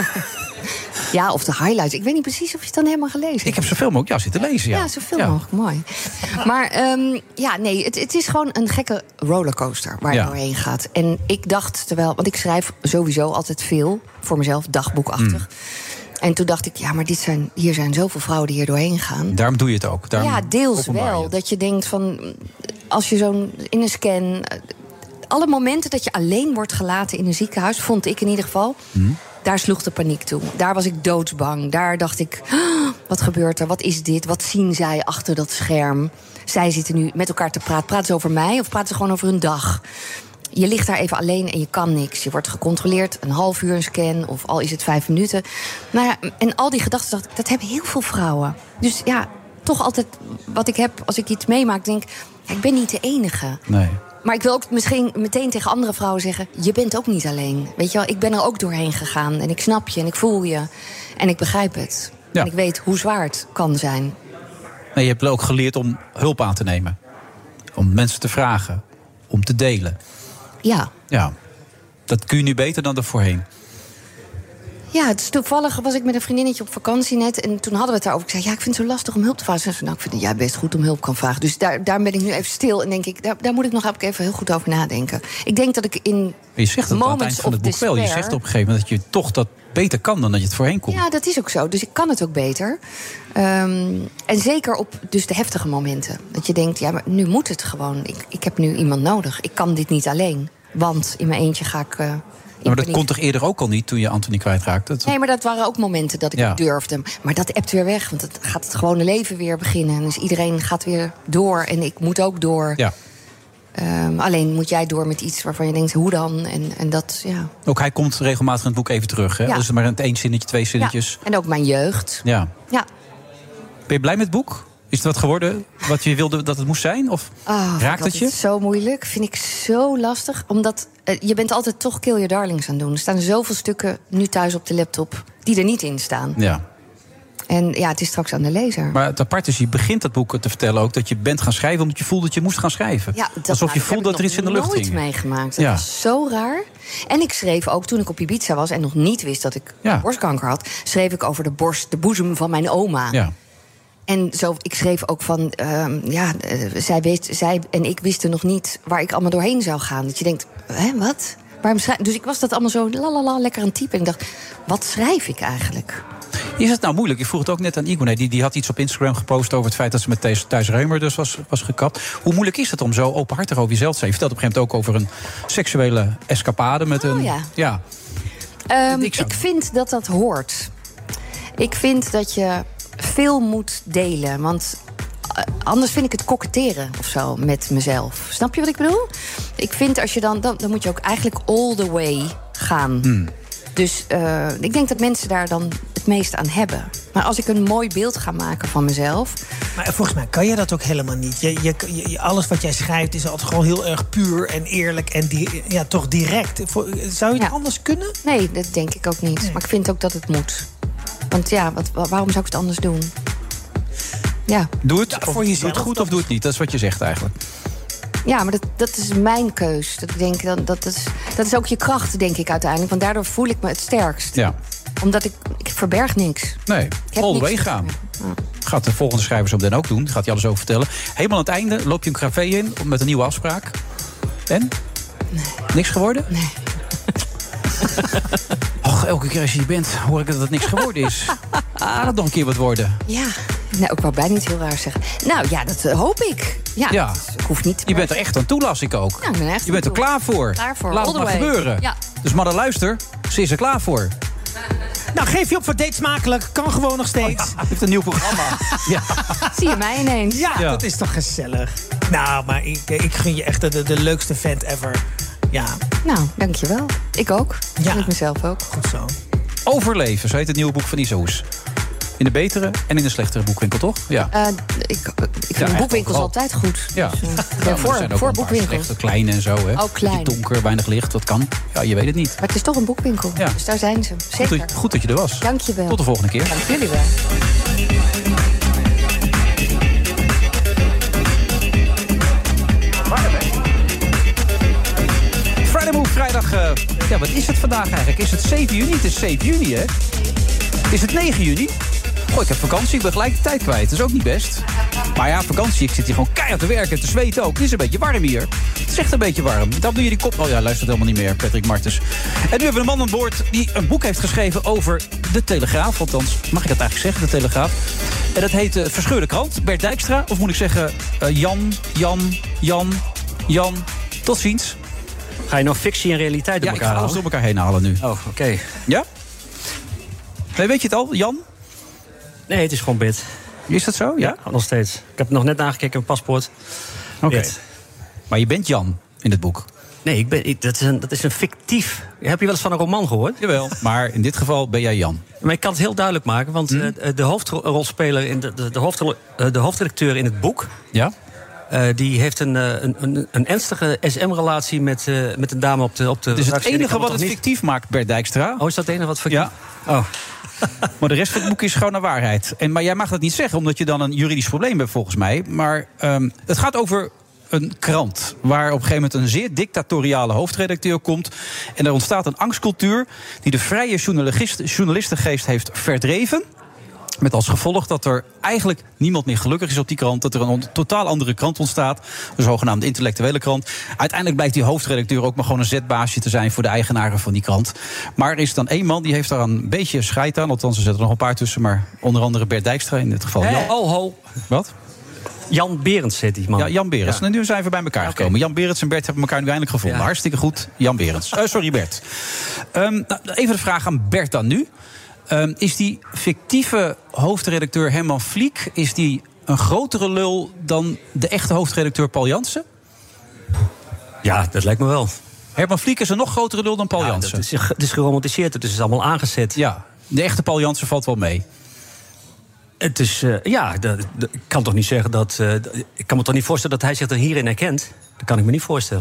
Ja, of de highlights. Ik weet niet precies of je het dan helemaal gelezen hebt. Ik heb zoveel mogelijk ja, zitten lezen, ja. Ja, zoveel ja. mogelijk. Mooi. Maar um, ja, nee, het, het is gewoon een gekke rollercoaster waar je ja. doorheen gaat. En ik dacht, terwijl... Want ik schrijf sowieso altijd veel voor mezelf, dagboekachtig. Mm. En toen dacht ik, ja, maar dit zijn, hier zijn zoveel vrouwen die hier doorheen gaan. Daarom doe je het ook. Daarom ja, deels wel. Je. Dat je denkt van, als je zo'n in een scan... Alle momenten dat je alleen wordt gelaten in een ziekenhuis... vond ik in ieder geval... Mm. Daar sloeg de paniek toe. Daar was ik doodsbang. Daar dacht ik, oh, wat gebeurt er? Wat is dit? Wat zien zij achter dat scherm? Zij zitten nu met elkaar te praten. Praten ze over mij of praten ze gewoon over hun dag? Je ligt daar even alleen en je kan niks. Je wordt gecontroleerd, een half uur een scan... of al is het vijf minuten. Nou ja, en al die gedachten, dacht ik, dat hebben heel veel vrouwen. Dus ja, toch altijd wat ik heb als ik iets meemaak... denk ja, ik ben niet de enige. Nee. Maar ik wil ook misschien meteen tegen andere vrouwen zeggen... je bent ook niet alleen. Weet je wel, ik ben er ook doorheen gegaan. En ik snap je en ik voel je. En ik begrijp het. Ja. En ik weet hoe zwaar het kan zijn. Nee, je hebt ook geleerd om hulp aan te nemen. Om mensen te vragen. Om te delen. Ja. Ja. Dat kun je nu beter dan voorheen. Ja, het is toevallig was ik met een vriendinnetje op vakantie net... en toen hadden we het daarover. Ik zei, ja, ik vind het zo lastig om hulp te vragen. Ze zei, nou, ik vind dat jij best goed om hulp kan vragen. Dus daar, daar ben ik nu even stil en denk ik... daar, daar moet ik nog even heel goed over nadenken. Ik denk dat ik in je zegt het aan het eind van het boek wel. Je zegt op een gegeven moment dat je toch dat beter kan... dan dat je het voorheen kon. Ja, dat is ook zo. Dus ik kan het ook beter. Um, en zeker op dus de heftige momenten. Dat je denkt, ja, maar nu moet het gewoon. Ik, ik heb nu iemand nodig. Ik kan dit niet alleen. Want in mijn eentje ga ik... Uh, maar dat kon toch eerder ook al niet toen je Anthony kwijtraakte? Dat... Nee, maar dat waren ook momenten dat ik ja. durfde. Maar dat ebt weer weg, want het gaat het gewone leven weer beginnen. Dus iedereen gaat weer door en ik moet ook door. Ja. Um, alleen moet jij door met iets waarvan je denkt, hoe dan? En, en dat, ja. Ook hij komt regelmatig in het boek even terug. Hè? Ja. Dus maar een één zinnetje, twee zinnetjes. Ja. En ook mijn jeugd. Ja. ja. Ben je blij met het boek? Is het wat geworden wat je wilde dat het moest zijn? Of oh, raakt het je? Het zo moeilijk. Vind ik zo lastig. Omdat uh, je bent altijd toch Kill Your Darlings aan het doen. Er staan zoveel stukken nu thuis op de laptop die er niet in staan. Ja. En ja, het is straks aan de lezer. Maar het apart is, je begint dat boek te vertellen ook... dat je bent gaan schrijven omdat je voelde dat je moest gaan schrijven. Ja, dat, alsof nou, je voelde dat, dat er iets in de lucht ging. Ik heb nooit meegemaakt. Dat ja. was zo raar. En ik schreef ook, toen ik op Ibiza was... en nog niet wist dat ik ja. borstkanker had... schreef ik over de borst, de boezem van mijn oma. Ja. En zo, ik schreef ook van, uh, ja, uh, zij, wist, zij en ik wisten nog niet waar ik allemaal doorheen zou gaan. Dat je denkt, hè, wat? Waarom schrijf... Dus ik was dat allemaal zo lalala, lekker aan het typen. En ik dacht, wat schrijf ik eigenlijk? Is het nou moeilijk? Ik vroeg het ook net aan Igor. Die, die had iets op Instagram gepost over het feit dat ze met Thijs, Thijs Reumer dus was, was gekapt. Hoe moeilijk is het om zo openhartig over jezelf te zijn? Je vertelt op een gegeven moment ook over een seksuele escapade met oh, een... Ja. ja. Um, ik, zou... ik vind dat dat hoort. Ik vind dat je veel moet delen. Want anders vind ik het koketteren of zo met mezelf. Snap je wat ik bedoel? Ik vind als je dan... Dan, dan moet je ook eigenlijk all the way gaan. Hmm. Dus uh, ik denk dat mensen daar dan het meest aan hebben. Maar als ik een mooi beeld ga maken van mezelf... Maar volgens mij kan je dat ook helemaal niet. Je, je, je, alles wat jij schrijft is altijd gewoon heel erg puur en eerlijk... en die, ja, toch direct. Zou je het ja. anders kunnen? Nee, dat denk ik ook niet. Nee. Maar ik vind ook dat het moet. Want ja, wat, waarom zou ik het anders doen? Ja. Doe het, ja, voor jezelf, doe het goed of doe het niet? Dat is wat je zegt eigenlijk. Ja, maar dat, dat is mijn keus. Dat, ik denk, dat, dat, is, dat is ook je kracht, denk ik, uiteindelijk. Want daardoor voel ik me het sterkst. Ja. Omdat ik, ik verberg niks. Nee, all the way gaan. Ja. Gaat de volgende schrijver zo meteen ook doen. Gaat hij alles over vertellen. Helemaal aan het einde loop je een café in met een nieuwe afspraak. En? Nee. Niks geworden? Nee. Och, elke keer als je hier bent, hoor ik dat het niks geworden is. Gaat het nog een keer wat worden? Ja, nou, ik wou bijna niet heel raar zeggen. Nou ja, dat uh, hoop ik. Ja, ja. Dat hoeft niet. Je bent er echt aan toe, las ik ook. Ja, ik ben echt je bent er klaar voor. Klaar voor. Laat het maar gebeuren. Ja. Dus mannen, luister. Ze is er klaar voor. Nou, geef je op voor Date Smakelijk. Kan gewoon nog steeds. Oh ja, heeft een nieuw programma. Ja. Zie je mij ineens. Ja, ja, dat is toch gezellig. Nou, maar ik, ik gun je echt de, de leukste vent ever. Ja. Nou, dankjewel. Ik ook. Ja. En ik mezelf ook. Goed zo. Overleven, zo heet het nieuwe boek van Isa Hoes. In de betere en in de slechtere boekwinkel, toch? Ja. Uh, ik ik vind ja, boekwinkels altijd goed. Ja. Dus, uh, ja, voor zijn ook voor boekwinkels. Slechte, kleine en zo, hè? Ook klein. Donker, weinig licht, dat kan. Ja, je weet het niet. Maar het is toch een boekwinkel. Ja. Dus daar zijn ze. Zeker. Goed, goed dat je er was. Dank je wel. Tot de volgende keer. Dank jullie wel. Friday Move, vrijdag... Uh, ja, wat is het vandaag eigenlijk? Is het zeven juni? Het is zeven juni, hè? Is het negen juni? Goh, ik heb vakantie, ik ben gelijk de tijd kwijt. Dat is ook niet best. Maar ja, vakantie, ik zit hier gewoon keihard te werken en te zweten ook. Het is een beetje warm hier. Het is echt een beetje warm. Dan doe je die kop... Oh ja, luistert helemaal niet meer, Patrick Martens. En nu hebben we een man aan boord die een boek heeft geschreven over de Telegraaf. Althans, mag ik dat eigenlijk zeggen, de Telegraaf. En dat heet uh, Verscheurde Krant. Bert Dijkstra, of moet ik zeggen uh, Jan, Jan, Jan, Jan. Tot ziens. Ga je nog fictie en realiteit door ja, elkaar halen? Ja, ik ga alles door elkaar heen halen nu. Oh, oké. Okay. Ja? Nee, weet je het al, Jan? Nee, het is gewoon Bert. Is dat zo? Ja? Ja, nog steeds. Ik heb nog net nagekeken, mijn paspoort. Oké. Okay. Maar je bent Jan in het boek? Nee, ik ben, ik, dat, is een, dat is een fictief... Heb je wel eens van een roman gehoord? Jawel, maar in dit geval ben jij Jan. Maar ik kan het heel duidelijk maken, want hm? uh, de hoofdrolspeler... In de, de, de, hoofdrol, uh, de hoofdredacteur in het boek... Ja? Uh, die heeft een, uh, een, een, een ernstige S M-relatie met, uh, met een dame op de op de. Dus het enige wat het niet... fictief maakt, Bert Dijkstra. Oh, is dat het enige wat fictief? Ja. Oh. Maar de rest van het boek is gewoon naar waarheid. En, maar jij mag dat niet zeggen, omdat je dan een juridisch probleem hebt, volgens mij. Maar um, het gaat over een krant waar op een gegeven moment een zeer dictatoriale hoofdredacteur komt. En er ontstaat een angstcultuur die de vrije journalistengeest heeft verdreven. Met als gevolg dat er eigenlijk niemand meer gelukkig is op die krant. Dat er een totaal andere krant ontstaat. Een zogenaamde intellectuele krant. Uiteindelijk blijkt die hoofdredacteur ook maar gewoon een zetbaasje te zijn voor de eigenaren van die krant. Maar er is dan één man die heeft daar een beetje scheid aan. Althans, er zitten er nog een paar tussen. Maar onder andere Bert Dijkstra in dit geval. Hey, oh, ho. Wat? Jan Berends zit die man. Ja, Jan Berends. Ja. En nu zijn we bij elkaar okay. gekomen. Jan Berends en Bert hebben elkaar nu eindelijk gevonden. Ja. Hartstikke goed, Jan Berends. Uh, sorry, Bert. Um, nou, even de vraag aan Bert dan nu. Um, is die fictieve hoofdredacteur Herman Fliek... is die een grotere lul dan de echte hoofdredacteur Paul Jansen? Ja, dat lijkt me wel. Herman Fliek is een nog grotere lul dan Paul ja, Jansen. Het is, het is geromantiseerd, het is allemaal aangezet. Ja, de echte Paul Jansen valt wel mee. Het is, uh, ja, de, de, ik kan toch niet zeggen dat... Uh, ik kan me toch niet voorstellen dat hij zich er hierin herkent. Dat kan ik me niet voorstellen.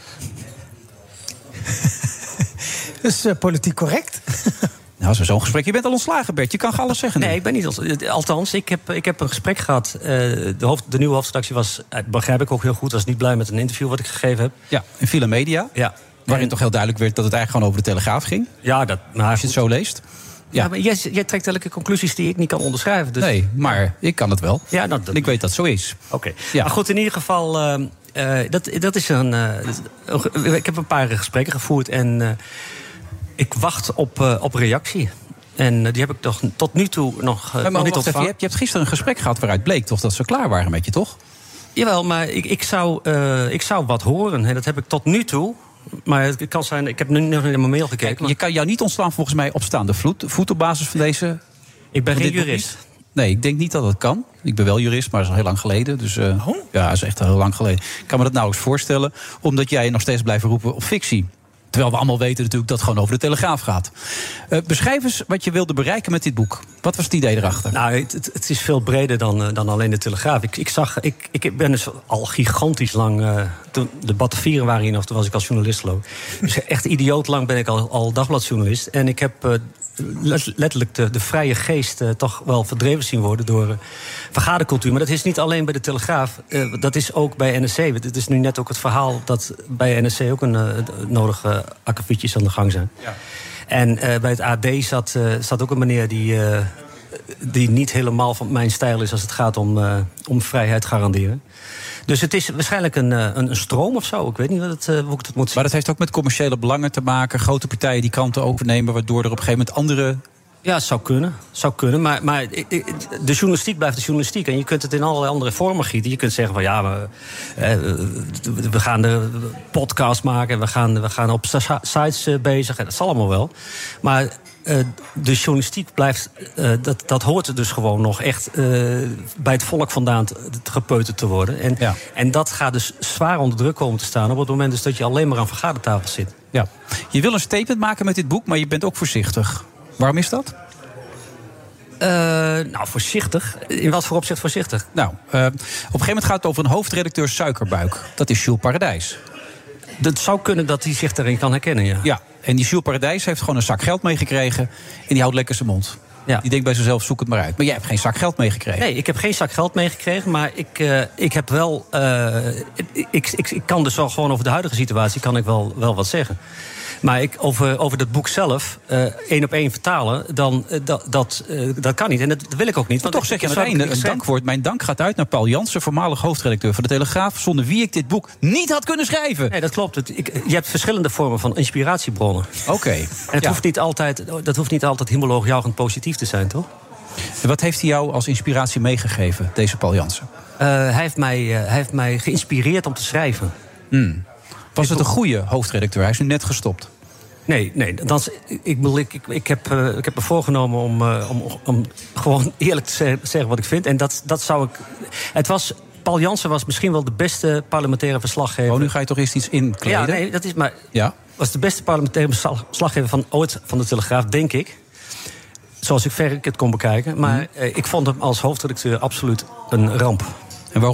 Dat is uh, politiek correct. Nou, zo zo'n gesprek. Je bent al ontslagen, Bert. Je kan alles zeggen. Nee, ik ben niet ontslagen. Althans, ik heb, ik heb een gesprek gehad. Uh, de, hoofd, de nieuwe hoofdredactie was, begrijp ik ook heel goed... was niet blij met een interview wat ik gegeven heb. Ja, in Villa Media. Ja. Waarin en, toch heel duidelijk werd dat het eigenlijk gewoon over de Telegraaf ging. Ja, dat, maar als je het zo leest. Ja, ja maar jij, jij trekt elke conclusies die ik niet kan onderschrijven. Dus... Nee, maar ik kan het wel. Ja, nou, dat... Ik weet dat het zo is. Oké. Okay. Ja. Maar goed, in ieder geval... Uh, uh, dat, dat is een... Uh, ik heb een paar gesprekken gevoerd en... Uh, ik wacht op, uh, op reactie. En uh, die heb ik toch tot nu toe nog, uh, maar, nog niet ontvangen. Je hebt, je hebt gisteren een gesprek gehad waaruit bleek toch dat ze klaar waren met je, toch? Jawel, maar ik, ik, zou, uh, ik zou wat horen. En dat heb ik tot nu toe. Maar het kan zijn, ik heb nu nog niet naar mijn mail gekeken. Kijk, maar... Je kan jou niet ontslaan volgens mij op staande voet op basis van deze... Ik ben geen jurist. Nee, ik denk niet dat het kan. Ik ben wel jurist, maar dat is al heel lang geleden. Dus uh, oh? Ja, dat is echt heel lang geleden. Ik kan me dat nauwelijks voorstellen. Omdat jij nog steeds blijft roepen op fictie. Terwijl we allemaal weten natuurlijk dat het gewoon over de Telegraaf gaat. Uh, beschrijf eens wat je wilde bereiken met dit boek. Wat was het idee erachter? Nou, het, het is veel breder dan, uh, dan alleen de Telegraaf. Ik, ik, zag, ik, ik ben dus al gigantisch lang... Uh, toen de Batavieren waren hier nog, toen was ik als journalist geloof. Dus echt idioot lang ben ik al, al dagbladjournalist. En ik heb... Uh, letterlijk de, de vrije geest uh, toch wel verdreven zien worden door uh, vergadercultuur. Maar dat is niet alleen bij de Telegraaf. Uh, dat is ook bij N R C. Het is nu net ook het verhaal dat bij N R C ook een uh, nodige uh, akkefietjes aan de gang zijn. Ja. En uh, bij het A D zat, uh, zat ook een meneer die, uh, die niet helemaal van mijn stijl is als het gaat om, uh, om vrijheid garanderen. Dus het is waarschijnlijk een, een, een stroom of zo. Ik weet niet wat het, uh, hoe ik het moet zien. Maar dat heeft ook met commerciële belangen te maken. Grote partijen die kranten overnemen, waardoor er op een gegeven moment andere... Ja, het zou kunnen. Zou kunnen. Maar, maar de journalistiek blijft de journalistiek. En je kunt het in allerlei andere vormen gieten. Je kunt zeggen van ja, we, we gaan de podcast maken. We gaan, we gaan op sites bezig. En dat zal allemaal wel. Maar uh, de journalistiek blijft... Uh, dat, dat hoort er dus gewoon nog echt uh, bij het volk vandaan te, te gepeuterd te worden. En, ja. en dat gaat dus zwaar onder druk komen te staan... op het moment dus dat je alleen maar aan vergadertafel zit. Ja. Je wil een statement maken met dit boek, maar je bent ook voorzichtig. Waarom is dat? Uh, nou, voorzichtig. In wat voor opzicht voorzichtig? Nou, uh, op een gegeven moment gaat het over een hoofdredacteur suikerbuik. Dat is Jules Paradijs. Het zou kunnen dat hij zich daarin kan herkennen, ja. Ja, en die Jules Paradijs heeft gewoon een zak geld meegekregen... en die houdt lekker zijn mond. Ja. Die denkt bij zichzelf, zoek het maar uit. Maar jij hebt geen zak geld meegekregen. Nee, ik heb geen zak geld meegekregen, maar ik, uh, ik heb wel... Uh, ik, ik, ik, ik kan dus wel gewoon over de huidige situatie kan ik wel, wel wat zeggen. Maar ik, over, over dat boek zelf, uh, één op één vertalen, dan, uh, dat, dat, uh, dat kan niet. En dat, dat wil ik ook niet. Want toch zeg je aan het einde een dankwoord. Mijn dank gaat uit naar Paul Jansen, voormalig hoofdredacteur van de Telegraaf, zonder wie ik dit boek niet had kunnen schrijven. Nee, dat klopt. Het, ik, je hebt verschillende vormen van inspiratiebronnen. Oké. Okay. En het ja. hoeft niet altijd, dat hoeft niet altijd hemoloogjaugend positief te zijn, toch? En wat heeft hij jou als inspiratie meegegeven, deze Paul Jansen? Uh, hij, heeft mij, uh, hij heeft mij geïnspireerd om te schrijven. Hmm. Was het een goede hoofdredacteur? Hij is nu net gestopt. Nee, nee. Dat is, ik, ik, ik, ik, heb, uh, ik heb me voorgenomen om, uh, om, om gewoon eerlijk te zeggen, zeggen wat ik vind. En dat, dat zou ik... Het was... Paul Jansen was misschien wel de beste parlementaire verslaggever. Oh, nu ga je toch eerst iets inkleden? Ja, nee, dat is maar... Ja. Was de beste parlementaire verslaggever van ooit van de Telegraaf, denk ik. Zoals ik ver ik het kon bekijken. Maar mm. uh, ik vond hem als hoofdredacteur absoluut een ramp. En waarom?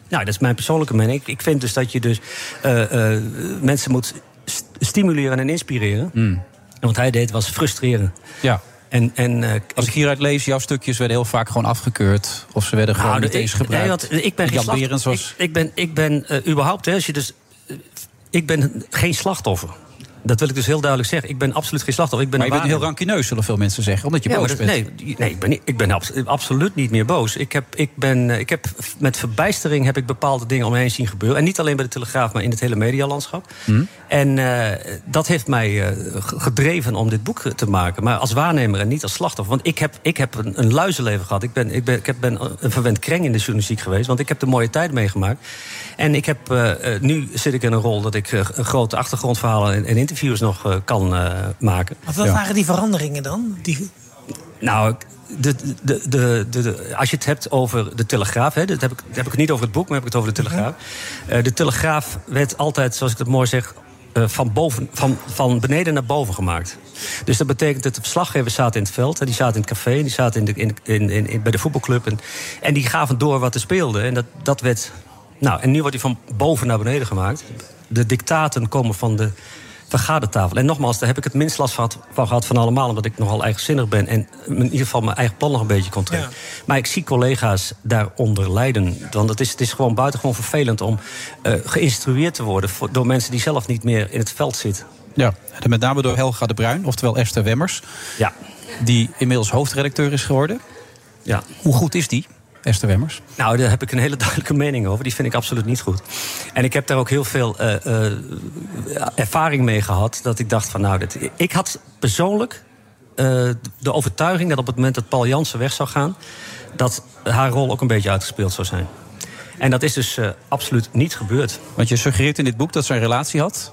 Nou, dat is mijn persoonlijke mening. Ik, ik vind dus dat je dus uh, uh, mensen moet st- stimuleren en inspireren. Mm. En wat hij deed was frustreren. Ja. En, en, uh, Als ik hieruit lees, jouw stukjes werden heel vaak gewoon afgekeurd. Of ze werden gewoon nou, niet ik, eens gebruikt. Nee, want ik ben geen Jan Berends slachtoffer. was... Ik, ik ben, ik ben uh, überhaupt, hè, als je dus, uh, ik ben geen slachtoffer. Dat wil ik dus heel duidelijk zeggen. Ik ben absoluut geen slachtoffer. Ik ben maar je een bent heel rankineus, zullen veel mensen zeggen. Omdat je ja, boos dat, bent. Nee, nee ik ben, niet, ik ben abs- absoluut niet meer boos. Ik heb, ik, ben, ik heb met verbijstering heb ik bepaalde dingen om me heen zien gebeuren. En niet alleen bij de Telegraaf, maar in het hele medialandschap. Hmm. En uh, dat heeft mij uh, gedreven om dit boek te maken. Maar als waarnemer en niet als slachtoffer. Want ik heb, ik heb een, een luizenleven gehad. Ik ben, ik, ben, ik ben een verwend kreng in de journalistiek geweest. Want ik heb de mooie tijd meegemaakt. En ik heb, uh, nu zit ik in een rol dat ik uh, grote achtergrondverhalen en, en interviews nog uh, kan uh, maken. Wat ja. waren die veranderingen dan? Die... Nou, de, de, de, de, de, als je het hebt over de Telegraaf... Hè, dat heb ik, dat heb ik het niet over het boek, maar heb ik het over de Telegraaf. Uh, de Telegraaf werd altijd, zoals ik het mooi zeg... Uh, van, boven, van, van beneden naar boven gemaakt. Dus dat betekent dat de verslaggevers zaten in het veld... en die zaten in het café, die zaten in de, in, in, in, in, bij de voetbalclub... En, en die gaven door wat er speelde. En dat, dat werd... Nou, en nu wordt hij van boven naar beneden gemaakt. De dictaten komen van de vergadertafel. En nogmaals, daar heb ik het minst last van gehad van allemaal... omdat ik nogal eigenzinnig ben en in ieder geval mijn eigen plan nog een beetje kon trekken. Ja. Maar ik zie collega's daaronder lijden. Want het is, het is gewoon buitengewoon vervelend om uh, geïnstrueerd te worden... Voor, door mensen die zelf niet meer in het veld zitten. Ja, en met name door Helga de Bruin, oftewel Esther Wemmers... Ja. Die inmiddels hoofdredacteur is geworden. Ja. Hoe goed is die? Esther Wemmers? Nou, daar heb ik een hele duidelijke mening over. Die vind ik absoluut niet goed. En ik heb daar ook heel veel uh, uh, ervaring mee gehad. Dat ik dacht van, nou, dit, ik had persoonlijk uh, de overtuiging... dat op het moment dat Paul Jansen weg zou gaan... dat haar rol ook een beetje uitgespeeld zou zijn. En dat is dus uh, absoluut niet gebeurd. Want je suggereert in dit boek dat ze een relatie had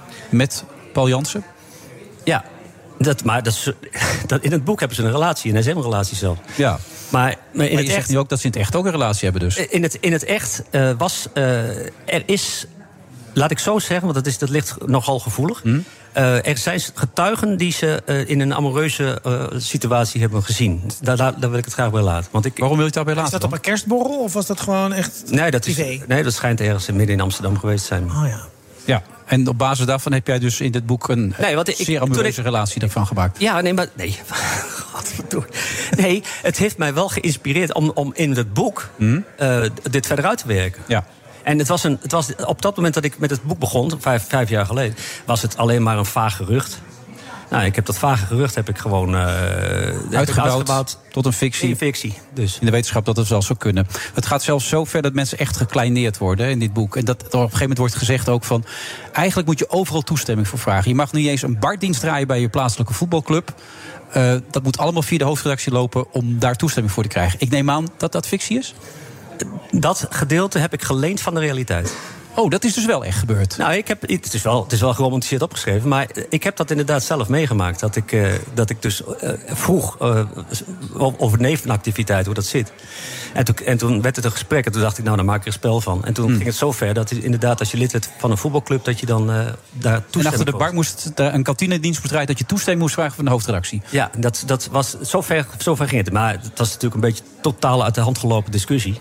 met Paul Jansen? Ja, dat, maar dat, dat, in het boek hebben ze een relatie, een S M-relatie zelf. Ja. Maar, maar, in maar het je zegt echt, nu ook dat ze in het echt ook een relatie hebben dus. In het, in het echt uh, was... Uh, er is, laat ik zo zeggen, want dat, is, dat ligt nogal gevoelig... Hmm. Uh, er zijn getuigen die ze uh, in een amoureuze uh, situatie hebben gezien. Daar, daar, daar wil ik het graag bij laten. Want ik, Waarom wil je het daarbij laten? Is dat op een kerstborrel of was dat gewoon echt nee, dat privé? Is, nee, dat schijnt ergens midden in Amsterdam geweest te zijn. Oh ja. Ja, en op basis daarvan heb jij dus in dit boek een nee, ik, zeer amoureuze ik, relatie daarvan gemaakt. Ja, nee, maar nee. nee, het heeft mij wel geïnspireerd om, om in het boek hmm? uh, dit verder uit te werken. Ja. En het was een, het was, op dat moment dat ik met het boek begon, vijf, vijf jaar geleden... was het alleen maar een vaag gerucht. Nou, ik heb dat vage gerucht heb ik gewoon uh, uitgebouwd, uitgebouwd tot een fictie. In fictie, dus. In de wetenschap dat het wel zou kunnen. Het gaat zelfs zo ver dat mensen echt gekleineerd worden in dit boek. En dat er op een gegeven moment wordt gezegd ook van... eigenlijk moet je overal toestemming voor vragen. Je mag niet eens een bardienst draaien bij je plaatselijke voetbalclub. Uh, dat moet allemaal via de hoofdredactie lopen om daar toestemming voor te krijgen. Ik neem aan dat dat fictie is? Dat gedeelte heb ik geleend van de realiteit. Oh, dat is dus wel echt gebeurd? Nou, ik heb, het, is wel, het is wel geromantiseerd opgeschreven... maar ik heb dat inderdaad zelf meegemaakt. Dat ik, uh, dat ik dus uh, vroeg uh, over nevenactiviteit, hoe dat zit. En toen, en toen werd het een gesprek en toen dacht ik, nou, dan maak ik er een spel van. En toen hmm. ging het zo ver dat inderdaad, als je lid werd van een voetbalclub... dat je dan uh, daar toestemming... En achter de bar moest een kantinedienst bedraaien... dat je toestemming moest vragen van de hoofdredactie. Ja, dat, dat was, zo, ver, zo ver ging het. Maar het was natuurlijk een beetje totaal uit de hand gelopen discussie.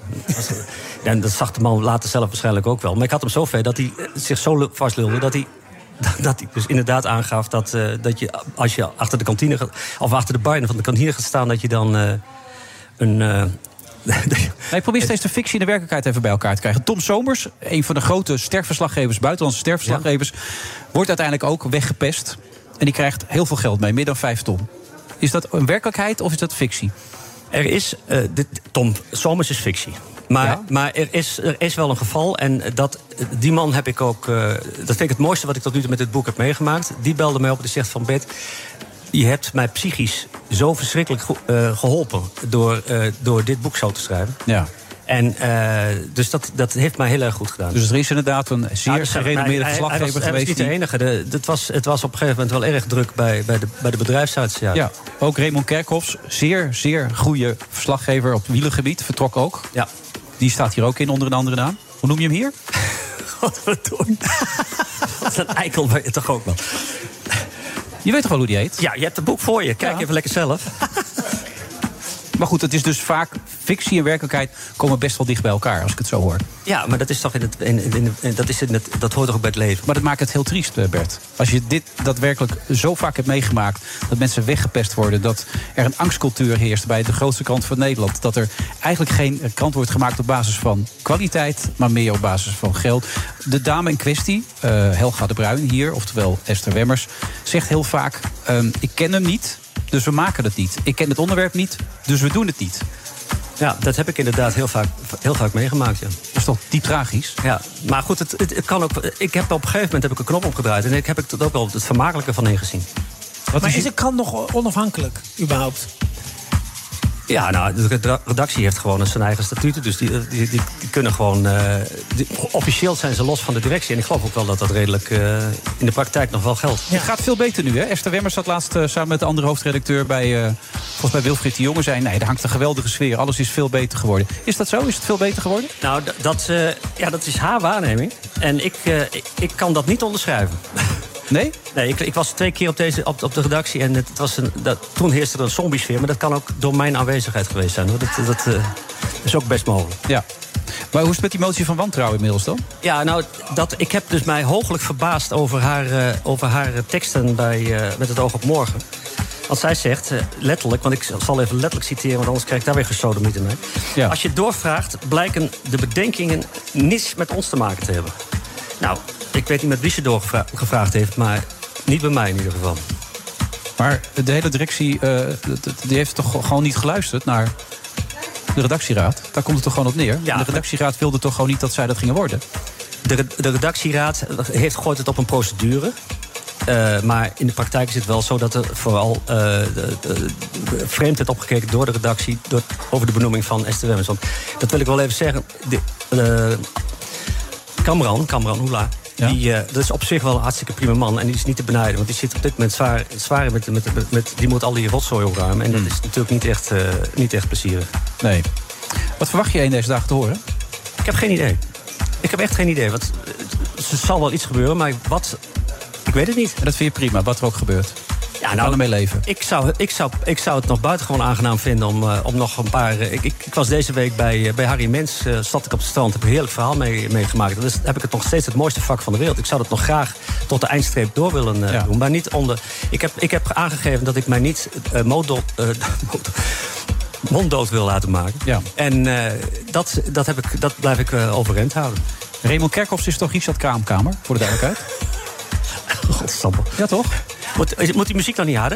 En dat zag de man later zelf waarschijnlijk ook wel. Maar ik had hem zo ver dat hij zich zo vastlulde... dat hij, dat hij dus inderdaad aangaf dat, uh, dat je, als je achter de kantine... of achter de bar van de kantine gaat staan... dat je dan uh, een... Uh, nee, probeer steeds de fictie en de werkelijkheid even bij elkaar te krijgen. Tom Somers, een van de grote sterverslaggevers... buitenlandse sterverslaggevers... Ja. wordt uiteindelijk ook weggepest. En die krijgt heel veel geld mee, meer dan vijf ton. Is dat een werkelijkheid of is dat fictie? Er is... Uh, dit, Tom Somers is fictie. Maar, ja? maar er, is, er is wel een geval. En dat, die man heb ik ook... Uh, dat vind ik het mooiste wat ik tot nu toe met dit boek heb meegemaakt. Die belde mij op en die zegt van... Bert, je hebt mij psychisch zo verschrikkelijk uh, geholpen... Door, uh, door dit boek zo te schrijven. Ja. En uh, dus dat, dat heeft mij heel erg goed gedaan. Dus er is inderdaad een zeer nou, gerenommeerde verslaggever geweest. Hij was niet de enige. De, het, was, het was op een gegeven moment wel erg druk bij, bij de, bij de bedrijfsarts. Ja. ja, ook Raymond Kerkhoffs, zeer, zeer goede verslaggever op wielergebied, vertrok ook. Ja. Die staat hier ook in onder een andere naam. Hoe noem je hem hier? Godverdomme. Wat een eikel ben je toch ook wel. Je weet toch wel hoe die heet? Ja, je hebt het boek voor je. Kijk ja. even lekker zelf. Maar goed, het is dus vaak... fictie en werkelijkheid komen best wel dicht bij elkaar, als ik het zo hoor. Ja, maar dat is toch in het, in, in, in, dat, is in het, dat hoort toch ook bij het leven. Maar dat maakt het heel triest, Bert. Als je dit daadwerkelijk zo vaak hebt meegemaakt... dat mensen weggepest worden, dat er een angstcultuur heerst... bij de grootste krant van Nederland. Dat er eigenlijk geen krant wordt gemaakt op basis van kwaliteit... maar meer op basis van geld. De dame in kwestie, uh, Helga de Bruin hier, oftewel Esther Wemmers... zegt heel vaak, um, ik ken hem niet, dus we maken het niet. Ik ken het onderwerp niet, dus we doen het niet. Ja, dat heb ik inderdaad heel vaak, heel vaak meegemaakt, ja. Dat is toch diep tragisch? Ja, maar goed, het, het, het kan ook... Ik heb op een gegeven moment heb ik een knop opgedraaid... en ik heb er ook wel het vermakelijke van ingezien. Wat maar is, is een krant nog onafhankelijk, überhaupt? Ja, nou, de redactie heeft gewoon zijn eigen statuten. Dus die, die, die, die kunnen gewoon... Uh, die, officieel zijn ze los van de directie. En ik geloof ook wel dat dat redelijk uh, in de praktijk nog wel geldt. Ja. Het gaat veel beter nu, hè? Esther Wemmers zat laatst uh, samen met de andere hoofdredacteur... bij, uh, volgens mij Wilfried de Jonge, zei... nee, er hangt een geweldige sfeer. Alles is veel beter geworden. Is dat zo? Is het veel beter geworden? Nou, d- dat, uh, ja, dat is haar waarneming. En ik, uh, ik, ik kan dat niet onderschrijven. Nee? Nee, ik, ik was twee keer op, deze, op, op de redactie en het was een, dat, toen heerste er een zombiesfeer. Maar dat kan ook door mijn aanwezigheid geweest zijn, hoor. Dat, dat uh, is ook best mogelijk. Ja. Maar hoe is het met die motie van wantrouwen inmiddels dan? Ja, nou, dat, ik heb dus mij hooglijk verbaasd over haar, uh, over haar teksten bij, uh, met het oog op morgen. Want zij zegt, uh, letterlijk, want ik zal even letterlijk citeren... want anders krijg ik daar weer gesodemieten mee. Ja. Als je doorvraagt, blijken de bedenkingen niets met ons te maken te hebben. Nou, ik weet niet met wie ze doorgevraagd heeft... maar niet bij mij in ieder geval. Maar de hele directie uh, die heeft toch gewoon niet geluisterd naar de redactieraad? Daar komt het toch gewoon op neer? Ja, de redactieraad wilde toch gewoon niet dat zij dat gingen worden? De, de redactieraad heeft gegooid het op een procedure... Uh, maar in de praktijk is het wel zo dat er vooral uh, de, de, de vreemd werd opgekeken door de redactie... Door, over de benoeming van Esther Wemmers. Want dat wil ik wel even zeggen... De, uh, Kamran, Kamran Oela, ja. die, uh, dat is op zich wel een hartstikke prima man. En die is niet te benijden, want die zit op dit moment zwaar, zwaar met, met, met, met... die moet al die rotzooi opruimen. En dat is natuurlijk niet echt, uh, niet echt plezierig. Nee. Wat verwacht je in deze dagen te horen? Ik heb geen idee. Ik heb echt geen idee. Want, er zal wel iets gebeuren, maar wat... Ik weet het niet. En dat vind je prima, wat er ook gebeurt? Ja, nou, kan ermee leven. Ik zou, ik, zou, ik zou het nog buitengewoon aangenaam vinden om, uh, om nog een paar... Uh, ik, ik was deze week bij, uh, bij Harry Mens, uh, zat ik op het strand, heb een heerlijk verhaal mee, meegemaakt. Dus heb ik het nog steeds het mooiste vak van de wereld. Ik zou dat nog graag tot de eindstreep door willen uh, ja. doen. Maar niet onder... Ik heb, ik heb aangegeven dat ik mij niet uh, modo, uh, monddood wil laten maken. Ja. En uh, dat, dat, heb ik, dat blijf ik uh, overeind houden. Raymond Kerkhoffs is toch Richard Kraamkamer, voor de duidelijkheid? Godsamme. Ja, toch? Moet, moet die muziek dan niet harder?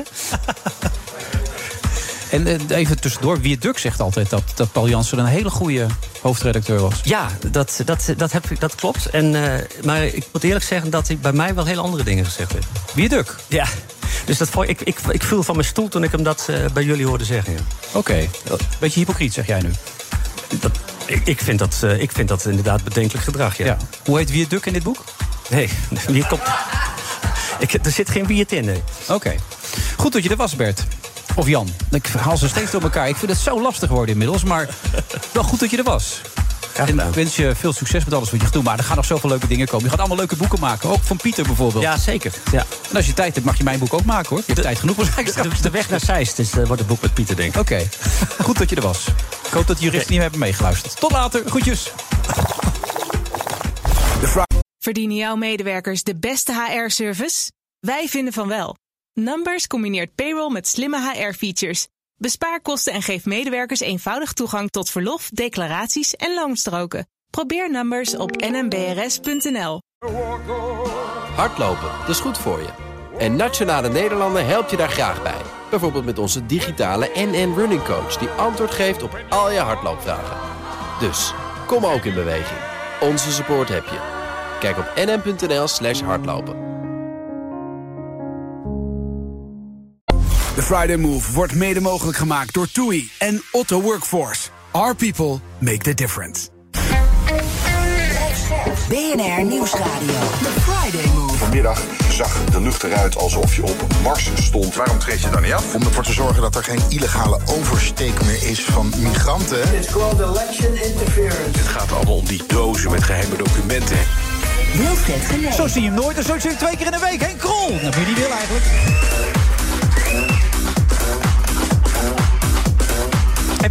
En uh, even tussendoor, Wierduk zegt altijd dat, dat Paul Jansen een hele goede hoofdredacteur was. Ja, dat, dat, dat, heb, dat klopt. En, uh, maar ik moet eerlijk zeggen dat hij bij mij wel heel andere dingen gezegd heeft. Wierduk? Ja. Dus dat, ik, ik, ik viel van mijn stoel toen ik hem dat uh, bij jullie hoorde zeggen. Ja. Oké. Okay. Beetje hypocriet, zeg jij nu. Dat, ik, ik, vind dat, uh, ik vind dat inderdaad bedenkelijk gedrag, ja. ja. Hoe heet Wierduk in dit boek? Nee, wie komt... Ik, er zit geen wierd in, nee. Oké. Okay. Goed dat je er was, Bert. Of Jan. Ik haal ze steeds door elkaar. Ik vind het zo lastig worden inmiddels, maar wel goed dat je er was. En ik wens je veel succes met alles wat je gaat doen. Maar er gaan nog zoveel leuke dingen komen. Je gaat allemaal leuke boeken maken. Ook van Pieter bijvoorbeeld. Ja, zeker. Ja. En als je tijd hebt, mag je mijn boek ook maken, hoor. Je hebt de, tijd genoeg. De, de weg naar Zeist is, uh, wordt het boek met Pieter, denk ik. Oké. Okay. Goed dat je er was. Ik hoop dat de juristen niet hebben meegeluisterd. Tot later. Groetjes. Verdienen jouw medewerkers de beste H R-service? Wij vinden van wel. Numbers combineert payroll met slimme H R-features. Bespaar kosten en geef medewerkers eenvoudig toegang tot verlof, declaraties en loonstroken. Probeer Numbers op n m b r s punt n l. Hardlopen, dat is goed voor je. En Nationale Nederlanden helpt je daar graag bij. Bijvoorbeeld met onze digitale N N Running Coach... die antwoord geeft op al je hardloopvragen. Dus, kom ook in beweging. Onze support heb je. Kijk op n n punt n l slash hardlopen. De Friday Move wordt mede mogelijk gemaakt door TUI en Otto Workforce. Our people make the difference. B N R Nieuwsradio. The Friday Move. Vanmiddag zag de lucht eruit alsof je op Mars stond. Waarom treed je dan niet af? Om ervoor te zorgen dat er geen illegale oversteek meer is van migranten. It's called election interference. Het gaat allemaal om die dozen met geheime documenten. Wilfred Genee. Zo zie je hem nooit en zo zie je hem twee keer in de week. Henk Krol. Dat moet je niet willen eigenlijk.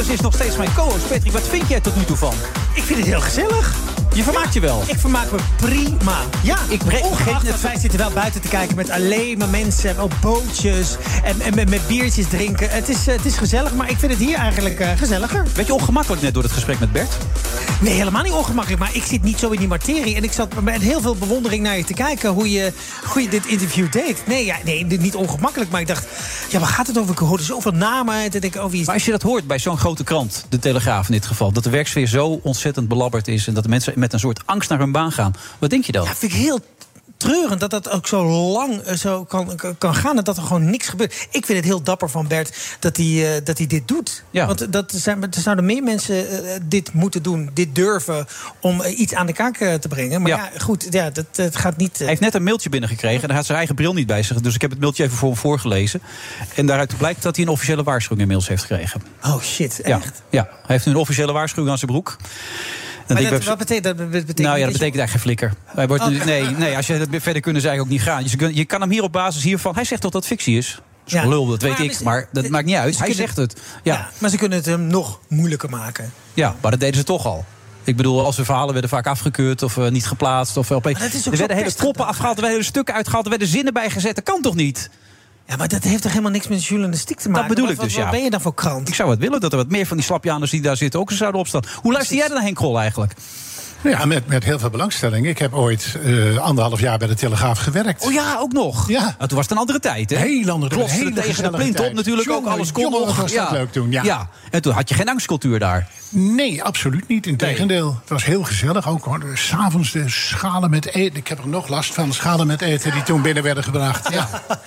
Wouters is nog steeds mijn co-host. Patrick, wat vind jij tot nu toe van? Ik vind het heel gezellig. Je vermaakt je wel? Ik vermaak me prima. Ja, ik vergeet net. Wij zitten wel buiten te kijken met alleen maar mensen op bootjes en, en met, met biertjes drinken. Het is, het is gezellig, maar ik vind het hier eigenlijk uh, gezelliger. Weet je ongemakkelijk net door het gesprek met Bert? Nee, helemaal niet ongemakkelijk. Maar ik zit niet zo in die materie. En ik zat met heel veel bewondering naar je te kijken hoe je, hoe je dit interview deed. Nee, ja, nee, niet ongemakkelijk. Maar ik dacht, ja, waar gaat het over? Ik hoorde zoveel namen. Dat ik over iets... Maar als je dat hoort bij zo'n grote krant, de Telegraaf in dit geval, dat de werksfeer zo ontzettend belabberd is en dat de mensen met een soort angst naar hun baan gaan. Wat denk je dan? Ja, vind ik heel treurend dat dat ook zo lang uh, zo kan, kan gaan en dat er gewoon niks gebeurt. Ik vind het heel dapper van Bert dat hij, uh, dat hij dit doet. Ja. Want dat zijn, er zouden meer mensen uh, dit moeten doen, dit durven om uh, iets aan de kaak uh, te brengen. Maar ja, ja goed, ja, dat, het gaat niet... Uh... Hij heeft net een mailtje binnengekregen en hij had zijn eigen bril niet bij zich. Dus ik heb het mailtje even voor hem voorgelezen. En daaruit blijkt dat hij een officiële waarschuwing inmiddels heeft gekregen. Oh shit, echt? Ja, ja. Hij heeft nu een officiële waarschuwing aan zijn broek. Maar dat, wat betekent dat? Betekent nou ja, dat betekent eigenlijk geen flikker. Hij wordt nu, nee, nee, als je dat verder kunnen, zei ik ook niet gaan. Je, je kan hem hier op basis hiervan... Hij zegt toch dat het fictie is? Dat is ja. lul, dat weet maar, ik. Maar dat maakt niet uit. Hij kunnen, zegt het. Ja. Ja, maar ze kunnen het hem nog moeilijker maken. Ja, maar dat deden ze toch al. Ik bedoel, als de verhalen werden vaak afgekeurd of uh, niet geplaatst. Of, op, er werden hele proppen afgehaald, er werden hele stukken uitgehaald, er werden zinnen bijgezet. Dat kan toch niet? Ja, maar dat heeft toch helemaal niks met journalistiek te maken? Dat bedoel wat, ik dus, wat, ja. Wat ben je dan voor krant? Ik zou het willen dat er wat meer van die slapjaners die daar zitten ook eens zouden opstaan. Hoe luister jij dan naar Henk Krol eigenlijk? Ja, met, met heel veel belangstelling. Ik heb ooit uh, anderhalf jaar bij de Telegraaf gewerkt. Oh ja, ook nog? Ja. Nou, toen was het een andere tijd, hè? Heel andere tijd. Klotste tegen de plint op natuurlijk jongen, ook. Alles kon jongen, nog. was dat ja. leuk toen, ja. ja. En toen had je geen angstcultuur daar. Nee, absoluut niet. Integendeel. Nee. Het was heel gezellig. Ook s'avonds de schalen met eten. Ik heb er nog last van, schalen met eten die toen binnen werden gebracht. Ja,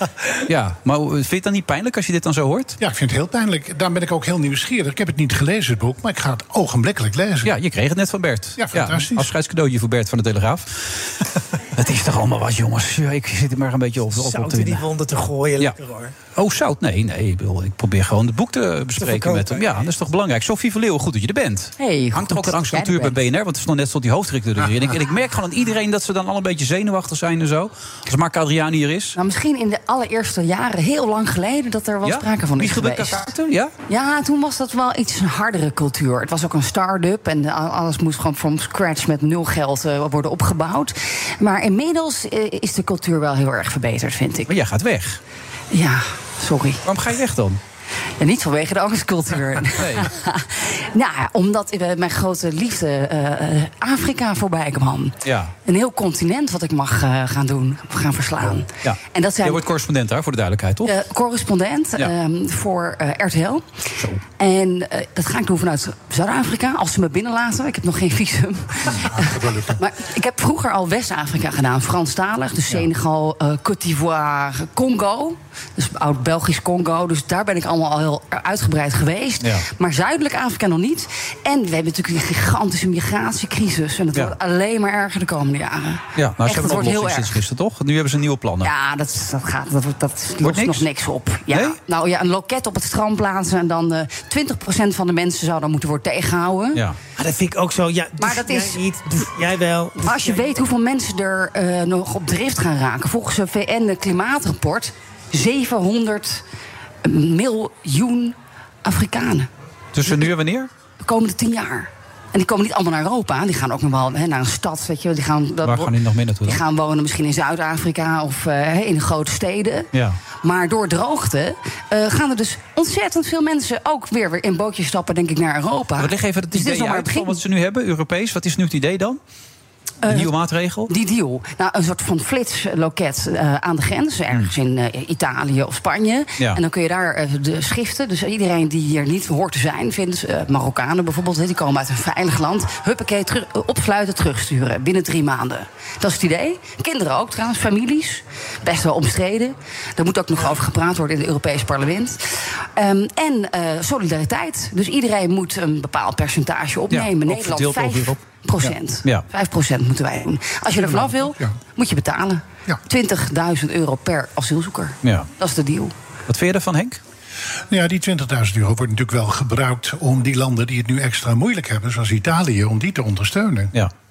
ja, maar vind je het dan niet pijnlijk als je dit dan zo hoort? Ja, ik vind het heel pijnlijk. Daar ben ik ook heel nieuwsgierig. Ik heb het niet gelezen, het boek, maar ik ga het ogenblikkelijk lezen. Ja, je kreeg het net van Bert. Ja, fantastisch. Ja, afscheidscadeautje voor Bert van de Telegraaf. Het is toch allemaal wat, jongens. Ja, ik zit er maar een beetje op, op, op te in die wonden te gooien, ja. Lekker hoor. Oh, zout? Nee, nee. Ik, bedoel, ik probeer gewoon het boek te bespreken te met hem. Ja, dat is toch belangrijk. Sophie Verleeuwen, goed dat je er bent. Hey, hangt er ook een angstcultuur bij B N R? Want er stond net tot die hoofdredacteur erin. En ik, en ik merk gewoon aan iedereen dat ze dan al een beetje zenuwachtig zijn en zo. Als Mark Adriani hier is. Nou, misschien in de allereerste jaren, heel lang geleden, dat er wel ja? sprake van is geweest. Toen, ja? ja, toen was dat wel iets een hardere cultuur. Het was ook een start-up en alles moest gewoon from scratch met nul geld uh, worden opgebouwd. Maar inmiddels uh, is de cultuur wel heel erg verbeterd, vind ik. Maar jij gaat weg. Ja, sorry. Waarom ga je weg dan? Ja, niet vanwege de angstcultuur. Nee. Nou, omdat uh, mijn grote liefde uh, Afrika voorbij kwam. Ja. Een heel continent wat ik mag uh, gaan doen, gaan verslaan. Ja. En dat zijn, je wordt correspondent daar, voor de duidelijkheid, toch? Uh, correspondent ja. um, voor uh, R T L. Zo. En uh, dat ga ik doen vanuit Zuid-Afrika, als ze me binnenlaten. Ik heb nog geen visum. Maar ik heb vroeger al West-Afrika gedaan, Franstalig. Dus ja. Senegal, uh, Côte d'Ivoire, Congo. Dus oud-Belgisch Congo. Dus daar ben ik allemaal al heel uitgebreid geweest. Ja. Maar Zuidelijk Afrika nog niet. En we hebben natuurlijk een gigantische migratiecrisis. En dat ja. wordt alleen maar erger de komende jaren. Ja, nou, ze hebben nog sinds gisteren, toch? Nu hebben ze nieuwe plannen. Ja, dat, dat gaat. Dat, dat lost niks? nog niks op. Ja. Nee? Nou ja, een loket op het strand plaatsen. En dan uh, twintig procent van de mensen zou dan moeten worden tegengehouden. Ja. Maar dat vind ik ook zo. Ja, maar dat is. Jij niet, jij wel. Maar als je weet hoeveel mensen er uh, nog op drift gaan raken. Volgens een V N-klimaatrapport. zevenhonderd miljoen Afrikanen. Tussen nu en wanneer? De komende tien jaar. En die komen niet allemaal naar Europa. Die gaan ook nog wel he, naar een stad. Weet je, die gaan, dat, Waar gaan die nog meer naartoe dan? Die gaan wonen misschien in Zuid-Afrika of uh, in grote steden. Ja. Maar door droogte uh, gaan er dus ontzettend veel mensen ook weer, weer in bootjes stappen, denk ik, naar Europa. Wat leg even het dus idee uit van wat ze nu hebben, Europees. Wat is nu het idee dan? Die uh, nieuwe maatregel? Die deal. Nou, een soort van flitsloket uh, aan de grens. Ergens in uh, Italië of Spanje. Ja. En dan kun je daar uh, de schiften. Dus iedereen die hier niet hoort te zijn, vindt uh, Marokkanen bijvoorbeeld, die komen uit een veilig land. Huppakee, terug, opsluiten, terugsturen. Binnen drie maanden. Dat is het idee. Kinderen ook trouwens, families. Best wel omstreden. Daar moet ook nog over gepraat worden in het Europees Parlement. Um, en uh, solidariteit. Dus iedereen moet een bepaald percentage opnemen. Ja, Nederland vijf procent. Ja. vijf procent moeten wij doen. Als je er vanaf wil, ja. moet je betalen. Ja. twintigduizend euro per asielzoeker. Ja. Dat is de deal. Wat vind je ervan, Henk? Ja, die twintigduizend euro wordt natuurlijk wel gebruikt om die landen die het nu extra moeilijk hebben, zoals Italië, om die te ondersteunen. Ja.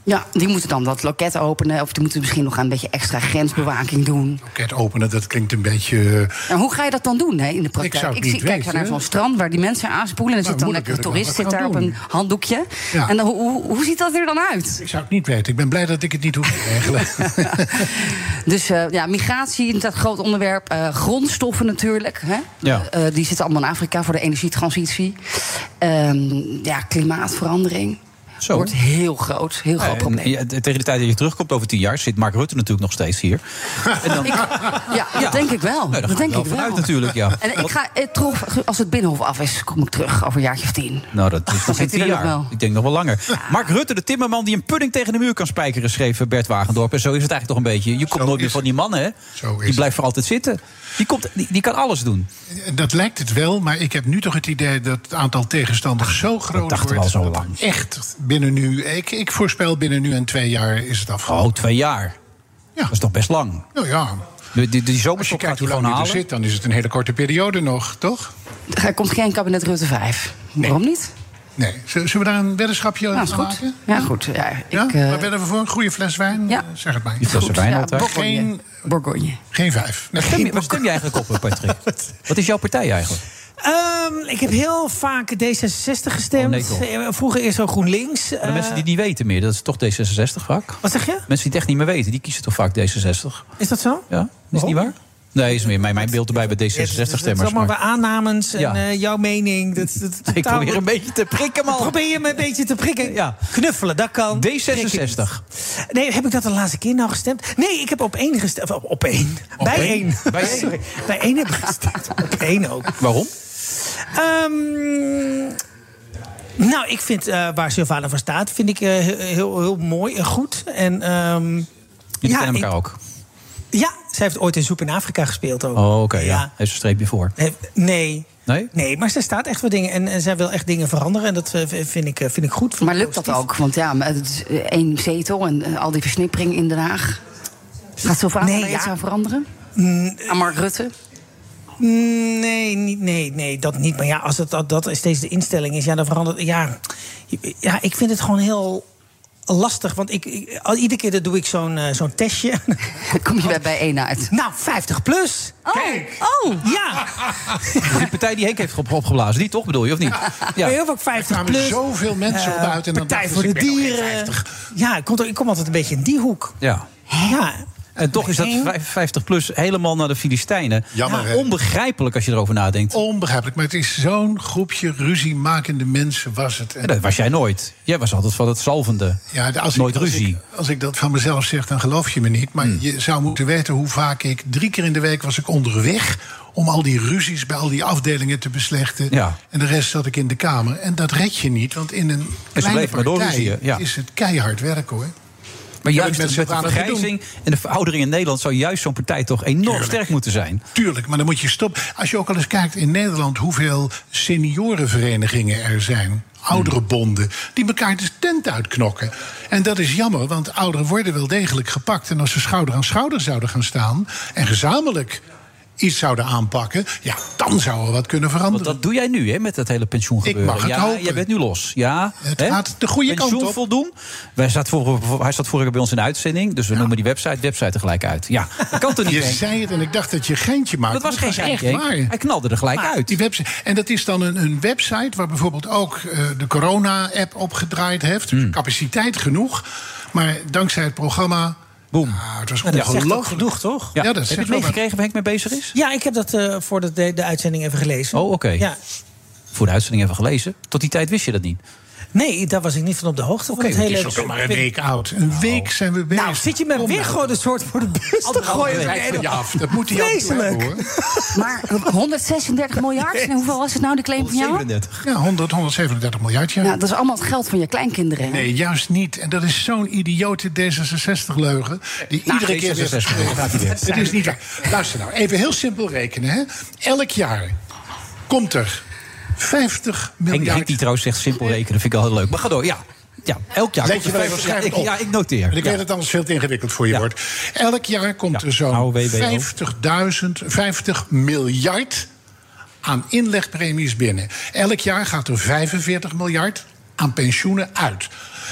Ja, die moeten dan dat loket openen. Of die moeten misschien nog een beetje extra grensbewaking doen. Loket openen, dat klinkt een beetje... Nou, hoe ga je dat dan doen hè, in de praktijk? Ik, zou het Ik niet zie, kijk weten, naar zo'n strand waar die mensen aanspoelen. En dan Nou, zit dan moeilijk lekker een natuurlijk toerist wel. zit Wat daar op gaan een handdoekje. Ja. En dan, hoe, hoe ziet dat er dan uit? Ik zou het niet weten. Ik ben blij dat ik het niet hoef te regelen. Dus uh, ja, migratie is een groot onderwerp. Uh, grondstoffen natuurlijk. Hè? Ja. Uh, die zitten allemaal in Afrika voor de energietransitie. Um, ja, klimaatverandering. Zo. Wordt heel groot, heel groot Ja, probleem. ja, tegen de tijd dat je terugkomt over tien jaar zit Mark Rutte natuurlijk nog steeds hier. En dan, Ik, ja, dat Ja. denk ik wel. Nee, daar dat ga denk ik wel ik wel. vanuit natuurlijk, ja. En ik ga, eh, terug, als het Binnenhof af is, kom ik terug over een jaartje of tien. Nou, dat is nog geen zit hij tien er nog jaar. wel. Ik denk nog wel langer. Mark Rutte, de timmerman die een pudding tegen de muur kan spijkeren, schreef Bert Wagendorp. En zo is het eigenlijk toch een beetje. Je komt nooit meer van die man, hè? Die blijft voor altijd zitten. Die, komt, die, die kan alles doen. Dat lijkt het wel, maar ik heb nu toch het idee dat het aantal tegenstanders zo groot dachten we wordt. al zo lang. Echt binnen nu. Ik, ik voorspel binnen nu en twee jaar is het afgelopen. Oh, twee jaar. Ja. Dat is toch best lang. Nou ja. Die, die, die Als je zomerstop gaat kijkt hij hoe gewoon lang hij er halen. zit, dan is het een hele korte periode nog, toch? Er komt geen kabinet Rutte vijf. Waarom niet? Nee. Zullen we daar een weddenschapje Nou, is van goed. maken? Ja, goed. Ja, ik, Ja? uh, Waar wedden we voor? Een goede fles wijn? Ja. Zeg het maar. Die flessen goed. wijn Ja, altijd. Bourgogne. Geen- Bourgogne. Geen vijf. Nee, Waar stem, je, geen waar stem je eigenlijk op, Patrick? Wat is jouw partij eigenlijk? Um, ik heb heel vaak D zesenzestig gestemd. Oh, nee, toch. Eh, Vroeger eerst zo GroenLinks. Maar de Uh, mensen die het niet weten meer, dat is toch D zesenzestig vaak? Wat zeg je? Mensen die het echt niet meer weten, die kiezen toch vaak D zesenzestig? Is dat zo? Ja, is het niet waar? Nee, is meer mijn, mijn beeld erbij bij D Het zesenzestig-stemmers. is allemaal bij aannames en Ja. uh, jouw mening. Dat, dat, dat, Ik probeer een beetje te prikken, man. Probeer je me een beetje te prikken? Ja. Knuffelen, dat kan. D zesenzestig. Nee, heb ik dat de laatste keer nou gestemd? Nee, ik heb op één gestemd. Op, op één. Bij één? één. Bij één. Sorry. Bij één heb ik gestemd. Op één ook. Waarom? Um, nou, ik vind uh, waar Sylvana voor staat, vind ik uh, heel, heel, heel mooi en goed. En, um, Jullie ja, kennen elkaar ik- ook? Ja, zij heeft ooit in Zoep in Afrika gespeeld ook. Oh, oké, ja. Ja. Heeft ze een streepje voor. Eh, Nee. Nee? Nee, maar zij staat echt voor dingen. En, en zij wil echt dingen veranderen. En dat eh, vind ik, eh, vind ik goed. Vind Maar ik lukt dat positief. ook? Want ja, maar het is eh, één zetel en eh, al die versnippering in Den Haag. Gaat Sylvana Nee, er iets ja. aan veranderen? Aan Mark Rutte? Nee, niet, nee, nee, dat niet. Maar ja, als het, dat, dat steeds de instelling is, ja, dan verandert. Ja, ja, ik vind het gewoon heel lastig. Want ik, ik, al, iedere keer dan doe ik zo'n eh, zo'n testje. Kom je bij bij één uit? Nou, vijftig plus. Kijk! Oh! Ja! Die partij die Henk heeft op, opgeblazen, die toch bedoel je, of niet? Ja. Heel veel vijftig kwamen plus. zoveel mensen op Eh, uit en dan Partij dachten voor ze, de ik ben nog geen dieren. vijftig. Ja, ik kom, ik kom altijd een beetje in die hoek. Ja. Ja. En toch is dat vijfenvijftig plus helemaal naar de Filistijnen. Jammer, Ja, hè? onbegrijpelijk als je erover nadenkt. Onbegrijpelijk, maar het is zo'n groepje ruziemakende mensen was het. Ja, dat was jij nooit. Jij was altijd van het zalvende. Ja, als Nooit ik, als ruzie. Ik, als ik dat van mezelf zeg, dan geloof je me niet. Maar Hmm. je zou moeten weten hoe vaak ik... Drie keer in de week was ik onderweg om al die ruzies bij al die afdelingen te beslechten. Ja. En de rest zat ik in de Kamer. En dat red je niet, want in een kleine bleven maar partij doorruzieën, ja. is het keihard werken, hoor. Maar Ja, juist dat met mensen de het aan het vergrijzing en de veroudering in Nederland zou juist zo'n partij toch enorm Tuurlijk. sterk moeten zijn. Tuurlijk, maar dan moet je stoppen. Als je ook al eens kijkt in Nederland hoeveel seniorenverenigingen er zijn. Ouderenbonden, die elkaar de tent uitknokken. En dat is jammer, want ouderen worden wel degelijk gepakt. En als ze schouder aan schouder zouden gaan staan en gezamenlijk iets zouden aanpakken, ja, dan zou er wat kunnen veranderen. Want dat doe jij nu, hè, met dat hele pensioengebeuren. Ik mag het ja, hopen. jij bent nu los. Ja, Het hè? gaat de goede kant Pensioen op. voldoen. Wij zat vorige, hij zat vorige keer bij ons in de uitzending. Dus we noemen die website, website er gelijk uit. Ja, dat kan toch niet, Je Henk? zei het en ik dacht dat je geintje maakte. Dat was geen echt geintje, Henk. waar. Hij knalde er gelijk Maar uit. Die website, en dat is dan een, een website waar bijvoorbeeld ook uh, de corona-app op gedraaid heeft. Hmm. Dus capaciteit genoeg. Maar dankzij het programma... Boom. Ah, het was Ja, dat zegt ook ongelooflijk. genoeg, toch? Ja. Ja, dat Heb je zegt het wel meegekregen waar Henk mee bezig is? Ja, ik heb dat uh, voor de, de, de uitzending even gelezen. Oh, oké. Ja. Voor de uitzending even gelezen. Tot die tijd wist je dat niet. Nee, daar was ik niet van op de hoogte. Oké, van het het hele Het is ook maar een week oud. Een week zijn we bezig. Nou, zit je met Kom weer nou. gewoon een soort voor de bus te gooien? Kijk van je af. Dat moet hij af en toe Vreselijk. hebben, hoor. Maar honderdzesendertig miljard? En hoeveel was het nou, de claim van jou? zevenendertig. Ja, honderd, honderdzevenendertig miljard, ja. Ja, dat is allemaal het geld van je kleinkinderen. hè? Nee, juist niet. En dat is zo'n idiote D zesenzestig-leugen. Die Nou, iedere keer weer... D zesenzestig, gaat hij weer. Het is niet waar. Luister nou, even heel simpel rekenen. Hè. Elk jaar komt er vijftig Henk, miljard... Henk die trouwens zegt simpel rekenen, vind ik altijd leuk. Maar ga door, ja. Ja, elk jaar. Let komt je er wel even vijftig- scherp ja, op. ik, ja, ik noteer. Want ik Ja. weet dat het anders veel te ingewikkeld voor je Ja. wordt. Elk jaar komt Ja, er zo'n oude W B O. vijftigduizend, vijftig miljard aan inlegpremies binnen. Elk jaar gaat er vijfenveertig miljard aan pensioenen uit.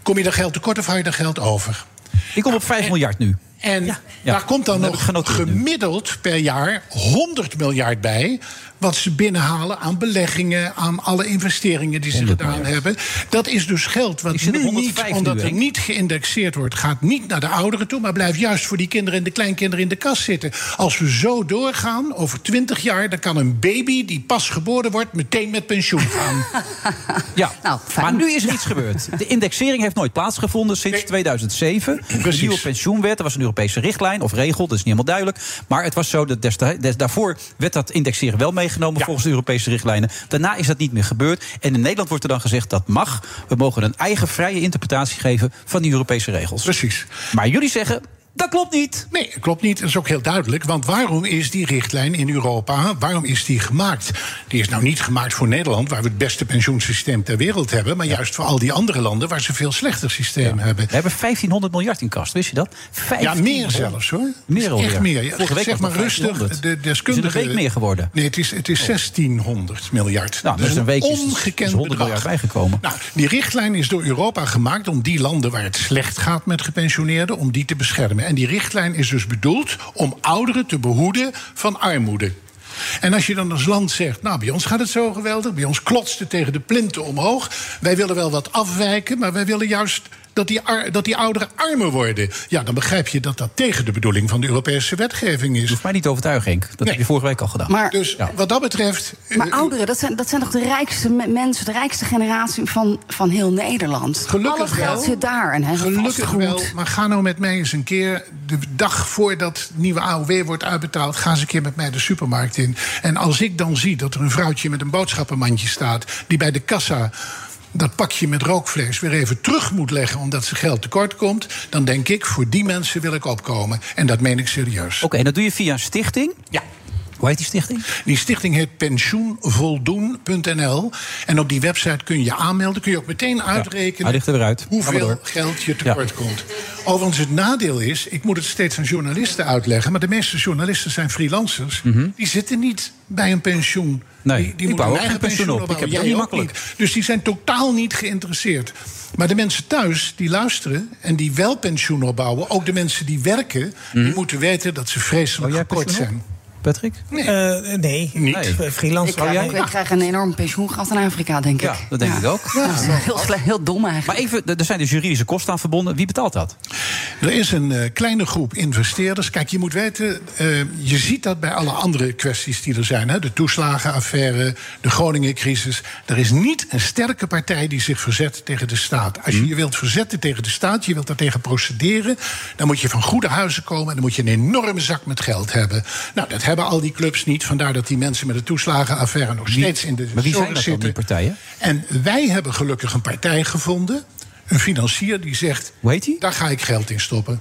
Kom je daar geld tekort of hou je daar geld over? Ik kom op vijf miljard nu. En ja. daar komt dan dat nog gemiddeld per jaar honderd miljard bij, wat ze binnenhalen aan beleggingen, aan alle investeringen die ze gedaan miljard. hebben. Dat is dus geld wat nu niet, omdat er niet geïndexeerd wordt, gaat niet naar de ouderen toe, maar blijft juist voor die kinderen en de kleinkinderen in de kas zitten. Als we zo doorgaan, over twintig jaar, dan kan een baby die pas geboren wordt meteen met pensioen gaan. Ja, nou, maar nu is er iets gebeurd. De indexering heeft nooit plaatsgevonden sinds nee. tweeduizend zeven. De nieuwe pensioenwet, er was een Europese richtlijn of regel, dat is niet helemaal duidelijk. Maar het was zo dat des, des, daarvoor werd dat indexeren wel meegenomen ja. volgens de Europese richtlijnen. Daarna is dat niet meer gebeurd. En in Nederland wordt er dan gezegd dat mag. We mogen een eigen vrije interpretatie geven van die Europese regels. Precies. Maar jullie zeggen, dat klopt niet. Nee, dat klopt niet. Dat is ook heel duidelijk. Want waarom is die richtlijn in Europa, waarom is die gemaakt? Die is nou niet gemaakt voor Nederland, waar we het beste pensioensysteem ter wereld hebben, maar ja. juist voor al die andere landen waar ze een veel slechter systeem ja. hebben. We hebben vijftienhonderd miljard in kast, wist je dat? Ja, meer zelfs hoor. Meer alweer. Echt meer. Ja, Vorige week zeg maar rustig, de deskundigen. Is het een week meer geworden? Nee, het is, het is zestienhonderd miljard. Nou, dus een week is ongekend honderd miljard bijgekomen. Nou, die richtlijn is door Europa gemaakt om die landen waar het slecht gaat met gepensioneerden, om die te beschermen. En die richtlijn is is dus bedoeld om ouderen te behoeden van armoede. En als je dan als land zegt, nou, bij ons gaat het zo geweldig, bij ons klotst het tegen de plinten omhoog, wij willen wel wat afwijken, maar wij willen juist dat die, ar- dat die ouderen armer worden. Ja, dan begrijp je dat dat tegen de bedoeling van de Europese wetgeving is. Dat hoeft mij niet te overtuigen, Henk. Dat nee. heb je vorige week al gedaan. Maar, dus ja. wat dat betreft... Maar uh, ouderen, dat zijn, dat zijn toch de rijkste me- mensen, de rijkste generatie van, van heel Nederland? Gelukkig Alle geld wel. zit daar. En he, gelukkig wel, maar ga nou met mij eens een keer, de dag voordat nieuwe A O W wordt uitbetaald, ga eens een keer met mij de supermarkt in. En als ik dan zie dat er een vrouwtje met een boodschappenmandje staat, die bij de kassa dat pakje met rookvlees weer even terug moet leggen omdat ze geld tekort komt, dan denk ik, voor die mensen wil ik opkomen. En dat meen ik serieus. Oké, okay, en dat doe je via een stichting? Ja. Hoe heet die stichting? Die stichting heet pensioenvoldoen punt n l. En op die website kun je je aanmelden. Kun je ook meteen uitrekenen ja, eruit. hoeveel geld je tekort ja. komt. Overigens, het nadeel is, ik moet het steeds aan journalisten uitleggen, maar de meeste journalisten zijn freelancers. Mm-hmm. Die zitten niet bij een pensioen. Nee, die, die moeten hun eigen pensioen op. Ik heb dat niet makkelijk. Niet. Dus die zijn totaal niet geïnteresseerd. Maar de mensen thuis die luisteren en die wel pensioen opbouwen, ook de mensen die werken, mm. die moeten weten dat ze vreselijk gekort zijn. Patrick? Nee. Uh, nee, niet. Nee. Freelance. Ik, krijg, ik krijg een enorm pensioengeld in Afrika, denk ik. Ja, dat denk ja. ik ook. Ja, dat is heel, heel dom eigenlijk. Maar even, er zijn dus juridische kosten aan verbonden. Wie betaalt dat? Er is een uh, kleine groep investeerders. Kijk, je moet weten, uh, je ziet dat bij alle andere kwesties die er zijn. Hè? De toeslagenaffaire, de Groningen-crisis. Er is niet een sterke partij die zich verzet tegen de staat. Als je je wilt verzetten tegen de staat, je wilt daartegen procederen, dan moet je van goede huizen komen en dan moet je een enorme zak met geld hebben. Nou, dat hebben al die clubs niet. Vandaar dat die mensen met de toeslagenaffaire nog steeds in de maar wie zijn dat zitten. Dan, die partijen? En wij hebben gelukkig een partij gevonden, een financier die zegt, hoe heet die? Daar ga ik geld in stoppen.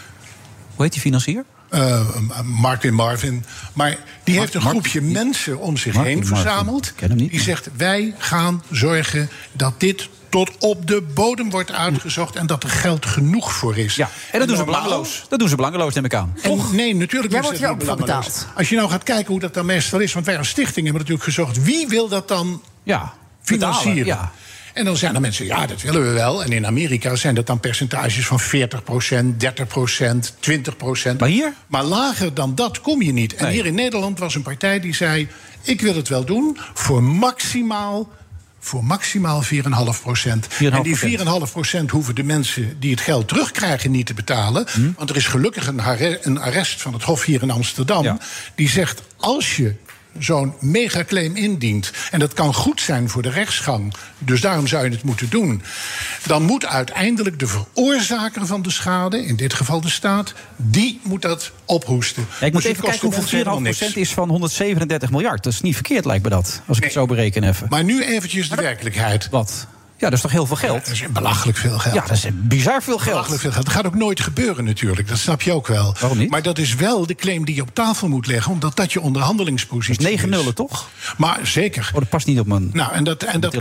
Hoe heet die financier? Uh, Martin Marvin. Maar die Mar- heeft een groepje Mar- mensen om zich Martin heen verzameld. Niet, die zegt, wij gaan zorgen dat dit tot op de bodem wordt uitgezocht en dat er geld genoeg voor is. Ja, en dat doen ze belangeloos. Dat doen ze belangeloos, neem ik aan. En nee, natuurlijk Jij is wordt het hier niet ook voor belangeloos. betaald. Als je nou gaat kijken hoe dat dan meestal is, want wij als stichting hebben natuurlijk gezocht, wie wil dat dan ja, financieren? Ja. En dan zijn er mensen, ja, dat willen we wel. En in Amerika zijn dat dan percentages van veertig procent, dertig procent, twintig procent. Maar hier? Maar lager dan dat kom je niet. En nee. Hier in Nederland was een partij die zei, ik wil het wel doen voor maximaal Voor maximaal vier komma vijf procent. En die vier komma vijf procent hoeven de mensen die het geld terugkrijgen niet te betalen. Hm. Want er is gelukkig een, arre- een arrest van het Hof hier in Amsterdam. Ja. Die zegt, als je zo'n megaclaim indient, en dat kan goed zijn voor de rechtsgang, dus daarom zou je het moeten doen, dan moet uiteindelijk de veroorzaker van de schade, in dit geval de staat, die moet dat ophoesten. Ja, ik moet dus even kijken hoeveel vier komma vijf procent is van honderdzevenendertig miljard. Dat is niet verkeerd, lijkt me dat, als ik nee. het zo bereken even. Maar nu eventjes de maar werkelijkheid. Wat? Ja, dat is toch heel veel geld? Ja, dat is belachelijk veel geld. Ja, dat is bizar veel geld. Belachelijk veel geld. Dat gaat ook nooit gebeuren natuurlijk, dat snap je ook wel. Waarom niet? Maar dat is wel de claim die je op tafel moet leggen, omdat dat je onderhandelingspositie is. negen nullen, is. toch? Maar zeker. Oh, dat past niet op mijn Nou, en dat... En dat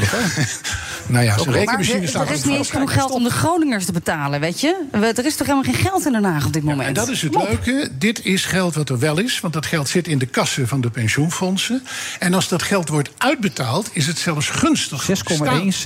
nou ja, zo'n rekenmachine staat... Maar er is niet eens genoeg geld om de Groningers te betalen, weet je? Er is toch helemaal geen geld in Den Haag op dit moment? Ja, en dat is het Lop. leuke. Dit is geld wat er wel is, want dat geld zit in de kassen van de pensioenfondsen. En als dat geld wordt uitbetaald, is het zelfs gunstig. zes komma een zes vijf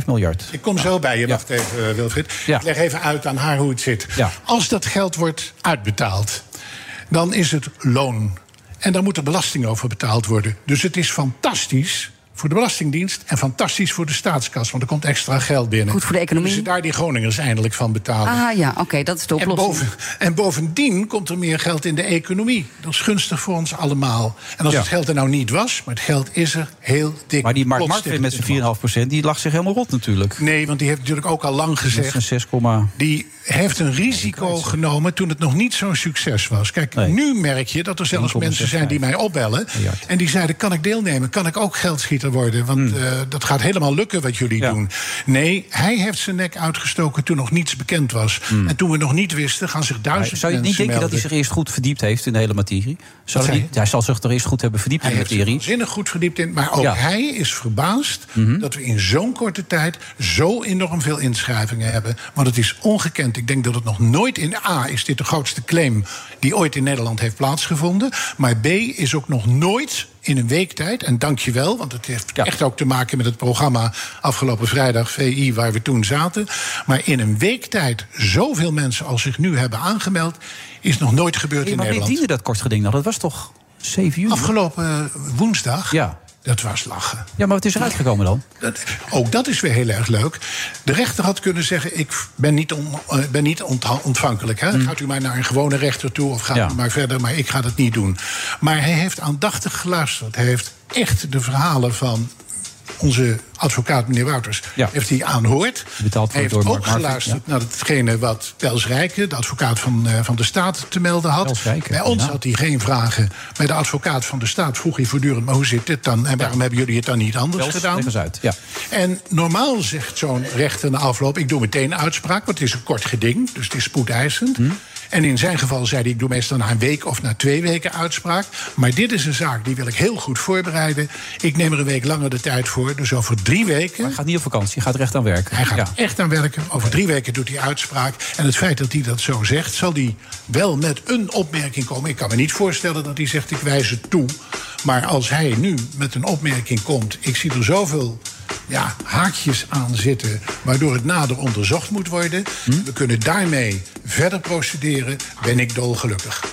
vijf miljard. Ik kom zo bij je, wacht ja. even, uh, Wilfried. Ja. Ik leg even uit aan haar hoe het zit. Ja. Als dat geld wordt uitbetaald, dan is het loon. En dan moet er belasting over betaald worden. Dus het is fantastisch voor de Belastingdienst en fantastisch voor de staatskas. Want er komt extra geld binnen. Goed voor de economie. Dus daar die Groningers eindelijk van betalen. Ah ja, oké, okay, dat is de oplossing. En, boven, en bovendien komt er meer geld in de economie. Dat is gunstig voor ons allemaal. En als ja. het geld er nou niet was, maar het geld is er heel dik. Maar die Mark Markwin met zijn vier komma vijf procent, die lag zich helemaal rot natuurlijk. Nee, want die heeft natuurlijk ook al lang gezegd... zes, die heeft een risico genomen toen het nog niet zo'n succes was. Kijk, nee. nu merk je dat er zelfs mensen zijn die mij opbellen... Miljard. En die zeiden, kan ik deelnemen? Kan ik ook geldschieter worden? Want hmm. uh, dat gaat helemaal lukken wat jullie ja. doen. Nee, hij heeft zijn nek uitgestoken toen nog niets bekend was. Hmm. En toen we nog niet wisten, gaan zich duizend mensen Zou je niet denken melden. dat hij zich eerst goed verdiept heeft in de hele materie? Zou hij, hij zal zich er eerst goed hebben verdiept hij in de materie. Hij heeft zich zinnig goed verdiept in, maar ook ja. hij is verbaasd... Mm-hmm. dat we in zo'n korte tijd zo enorm veel inschrijvingen hebben. Want het is ongekend. Ik denk dat het nog nooit in A is dit de grootste claim die ooit in Nederland heeft plaatsgevonden. Maar B is ook nog nooit in een week tijd, en dank je wel, want het heeft ja. echt ook te maken met het programma afgelopen vrijdag, V I, waar we toen zaten. Maar in een week tijd zoveel mensen als zich nu hebben aangemeld, is nog nooit gebeurd hey, in maar Nederland. Maar wie diende dat kort geding nog? Dat was toch zeven juni? Afgelopen uh, woensdag. Ja. Dat was lachen. Ja, maar wat is eruit gekomen dan? Dat, ook dat is weer heel erg leuk. De rechter had kunnen zeggen, ik ben niet, on, uh, ben niet ontha- ontvankelijk. Hè? Mm. Gaat u maar naar een gewone rechter toe of gaat ja. u maar verder, maar ik ga dat niet doen. Maar hij heeft aandachtig geluisterd. Hij heeft echt de verhalen van onze advocaat, meneer Wouters, ja. heeft hij aanhoord. Hij heeft ook Mark geluisterd ja. naar hetgene wat Pels Rijken, de advocaat van, uh, van de staat, te melden had. Bij ons ja. had hij geen vragen. Bij de advocaat van de staat vroeg hij voortdurend, maar hoe zit dit dan? En waarom ja. hebben jullie het dan niet anders Pels, gedaan? Leg eens uit. Ja. En normaal zegt zo'n rechter na afloop, ik doe meteen uitspraak, want het is een kort geding, dus het is spoedeisend. Hm. En in zijn geval zei hij, ik doe meestal na een week of na twee weken uitspraak. Maar dit is een zaak, die wil ik heel goed voorbereiden. Ik neem er een week langer de tijd voor, dus over drie weken... Maar hij gaat niet op vakantie, hij gaat er echt aan werken. Hij gaat ja. echt aan werken. Over drie weken doet hij uitspraak. En het feit dat hij dat zo zegt, zal hij wel met een opmerking komen. Ik kan me niet voorstellen dat hij zegt, ik wijs het toe. Maar als hij nu met een opmerking komt, ik zie er zoveel... ja, haakjes aan zitten, waardoor het nader onderzocht moet worden. Hm? We kunnen daarmee verder procederen, ben ik dolgelukkig.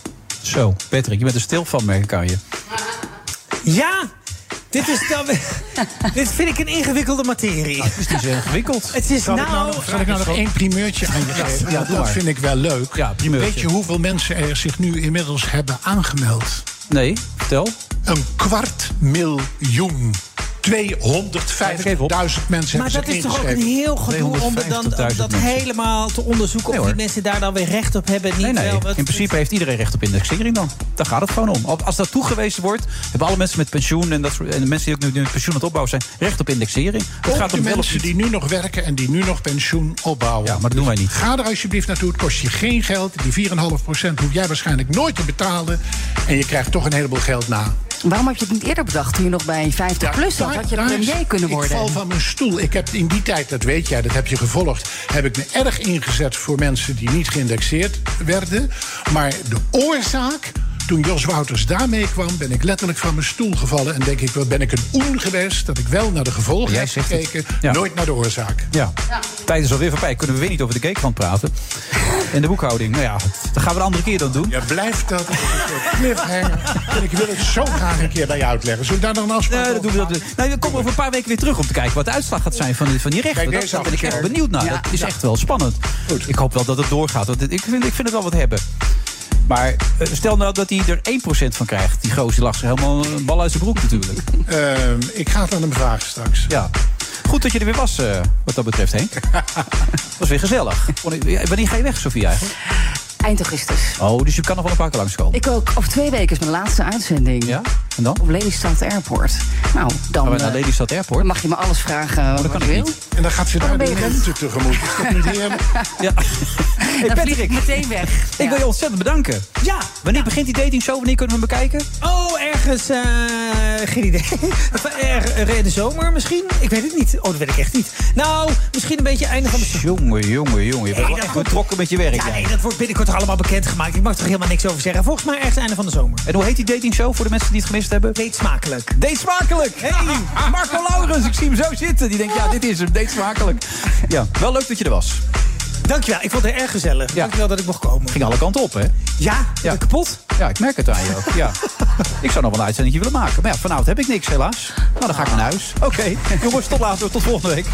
Zo, Patrick, je bent er stil van, merk ik aan je. Ja, dit is dan... dit vind ik een ingewikkelde materie. Nou, het is niet zo ingewikkeld. Het is zal, nou, ik nou nog, zal ik nou nog één primeurtje aan je geven? Ja, dat maar. vind ik wel leuk. Ja, weet je hoeveel mensen er zich nu inmiddels hebben aangemeld? Nee, vertel. Een kwart miljoen. tweehonderdvijftigduizend mensen maar hebben zich Maar dat is toch ook ingeschreven. een heel gedoe om, dan, om dat helemaal te onderzoeken... Nee, of die mensen daar dan weer recht op hebben. Niet nee, nee. Wel, wat, in principe heeft iedereen recht op indexering dan. Daar gaat het gewoon om. Als dat toegewezen wordt, hebben alle mensen met pensioen... en, dat soort, en de mensen die ook nu met pensioen aan het opbouwen zijn... recht op indexering. Het ook gaat de om mensen die nu nog werken en die nu nog pensioen opbouwen. Ja, maar dat doen wij niet. Ga er alsjeblieft naartoe, het kost je geen geld. Die vier komma vijf procent hoef jij waarschijnlijk nooit te betalen. En je krijgt toch een heleboel geld na. Waarom heb je het niet eerder bedacht toen je nog bij vijftig plus zat? Had je de premier kunnen worden? Ik val van mijn stoel. Ik heb in die tijd, dat weet jij, dat heb je gevolgd... heb ik me erg ingezet voor mensen die niet geïndexeerd werden. Maar de oorzaak... Toen Jos Wouters daarmee kwam, ben ik letterlijk van mijn stoel gevallen... en denk ik, wat ben ik een oen geweest... dat ik wel naar de gevolgen heb gekeken, ja. nooit naar de oorzaak. Ja. Ja. Tijd is alweer voorbij. Kunnen we weer niet over de Keekrand praten. En de boekhouding, nou ja, dat gaan we een andere keer dan doen. Ja, blijft dat een soort cliffhanger. En ik wil het zo graag een keer bij je uitleggen. Zullen we daar dan een afspraak nee, dat doen we dat. Nou, we komen over een paar weken weer terug om te kijken... wat de uitslag gaat zijn van die, van die rechter. Daar ben ik echt benieuwd naar. Ja. Dat is echt wel spannend. Goed. Ik hoop wel dat het doorgaat. Want ik vind, ik vind het wel wat hebben. Maar stel nou dat hij er één procent van krijgt. Die gozer lag ze helemaal een bal uit zijn broek natuurlijk. Uh, ik ga het aan hem vragen straks. Ja. Goed dat je er weer was, uh, wat dat betreft, Henk. Dat was weer gezellig. Wanneer ga je weg, Sofie, eigenlijk? Eind augustus. Oh, dus je kan nog wel een paar keer langskomen. Ik ook. Over twee weken is mijn laatste uitzending. Ja? En dan? Op Lelystad Airport. Nou, dan... Gaan we naar Lelystad Airport? Dan mag je me alles vragen oh, wat je wil. En dan gaat ze daar de lente tegemoet. Is dat niet heerlijk? Ja. Hey, dan vlieg ik meteen weg. Ik ja. wil je ontzettend bedanken. Ja. Wanneer ja. begint die datingshow? Wanneer kunnen we hem bekijken? Oh, ergens... Uh, geen idee. In de zomer misschien? Ik weet het niet. Oh, dat weet ik echt niet. Nou, misschien een beetje einde van de zomer. Jongen, jongen, jongen. Je bent nee, wel echt wordt... betrokken met je werk. Ja, nee, dat wordt binnenkort allemaal bekendgemaakt. Ik mag er helemaal niks over zeggen. Volgens mij ergens einde van de zomer. En hoe heet die datingshow voor de mensen die het gemist gemist hebben? Deed smakelijk. Deed smakelijk! Hey, Marco Laurens, ik zie hem zo zitten. Die denkt, ja, dit is hem, deed smakelijk. Ja, wel leuk dat je er was. Dankjewel, ik vond het erg gezellig. Ja. Dankjewel dat ik mocht komen. Ging alle kanten op, hè? Ja, ja. kapot. Ja, ik merk het aan je ook. Ja. Ik zou nog wel een uitzendingje willen maken. Maar ja, vanavond heb ik niks, helaas. Nou, dan ga ik naar huis. Oké, okay. Jongens, tot later. Tot volgende week.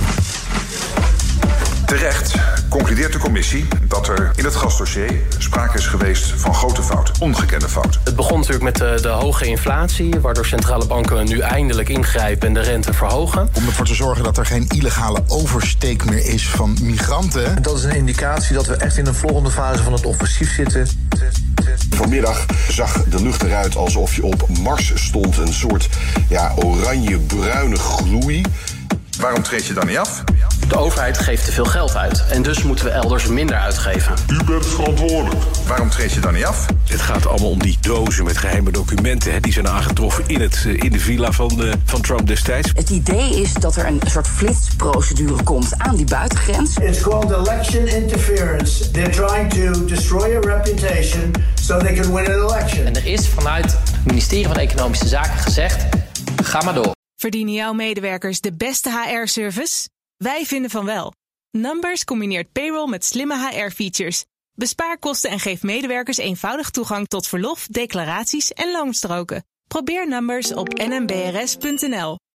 Terecht concludeert de commissie dat er in het gasdossier sprake is geweest van grote fouten, ongekende fouten. Het begon natuurlijk met de, de hoge inflatie, waardoor centrale banken nu eindelijk ingrijpen en de rente verhogen. Om ervoor te zorgen dat er geen illegale oversteek meer is van migranten. Dat is een indicatie dat we echt in een volgende fase van het offensief zitten. Vanmiddag zag de lucht eruit alsof je op Mars stond. Een soort ja, oranje-bruine gloei. Waarom treed je dan niet af? De overheid geeft te veel geld uit en dus moeten we elders minder uitgeven. U bent verantwoordelijk. Waarom treed je dan niet af? Het gaat allemaal om die dozen met geheime documenten. Hè. Die zijn aangetroffen in, het, in de villa van, uh, van Trump destijds. Het idee is dat er een soort flitsprocedure komt aan die buitengrens. It's called election interference. They're trying to destroy your reputation so they can win an election. En er is vanuit het ministerie van Economische Zaken gezegd, ga maar door. Verdienen jouw medewerkers de beste H R-service? Wij vinden van wel. Numbers combineert payroll met slimme H R-features. Bespaar kosten en geef medewerkers eenvoudig toegang tot verlof, declaraties en loonstroken. Probeer Numbers op n m b r s punt n l.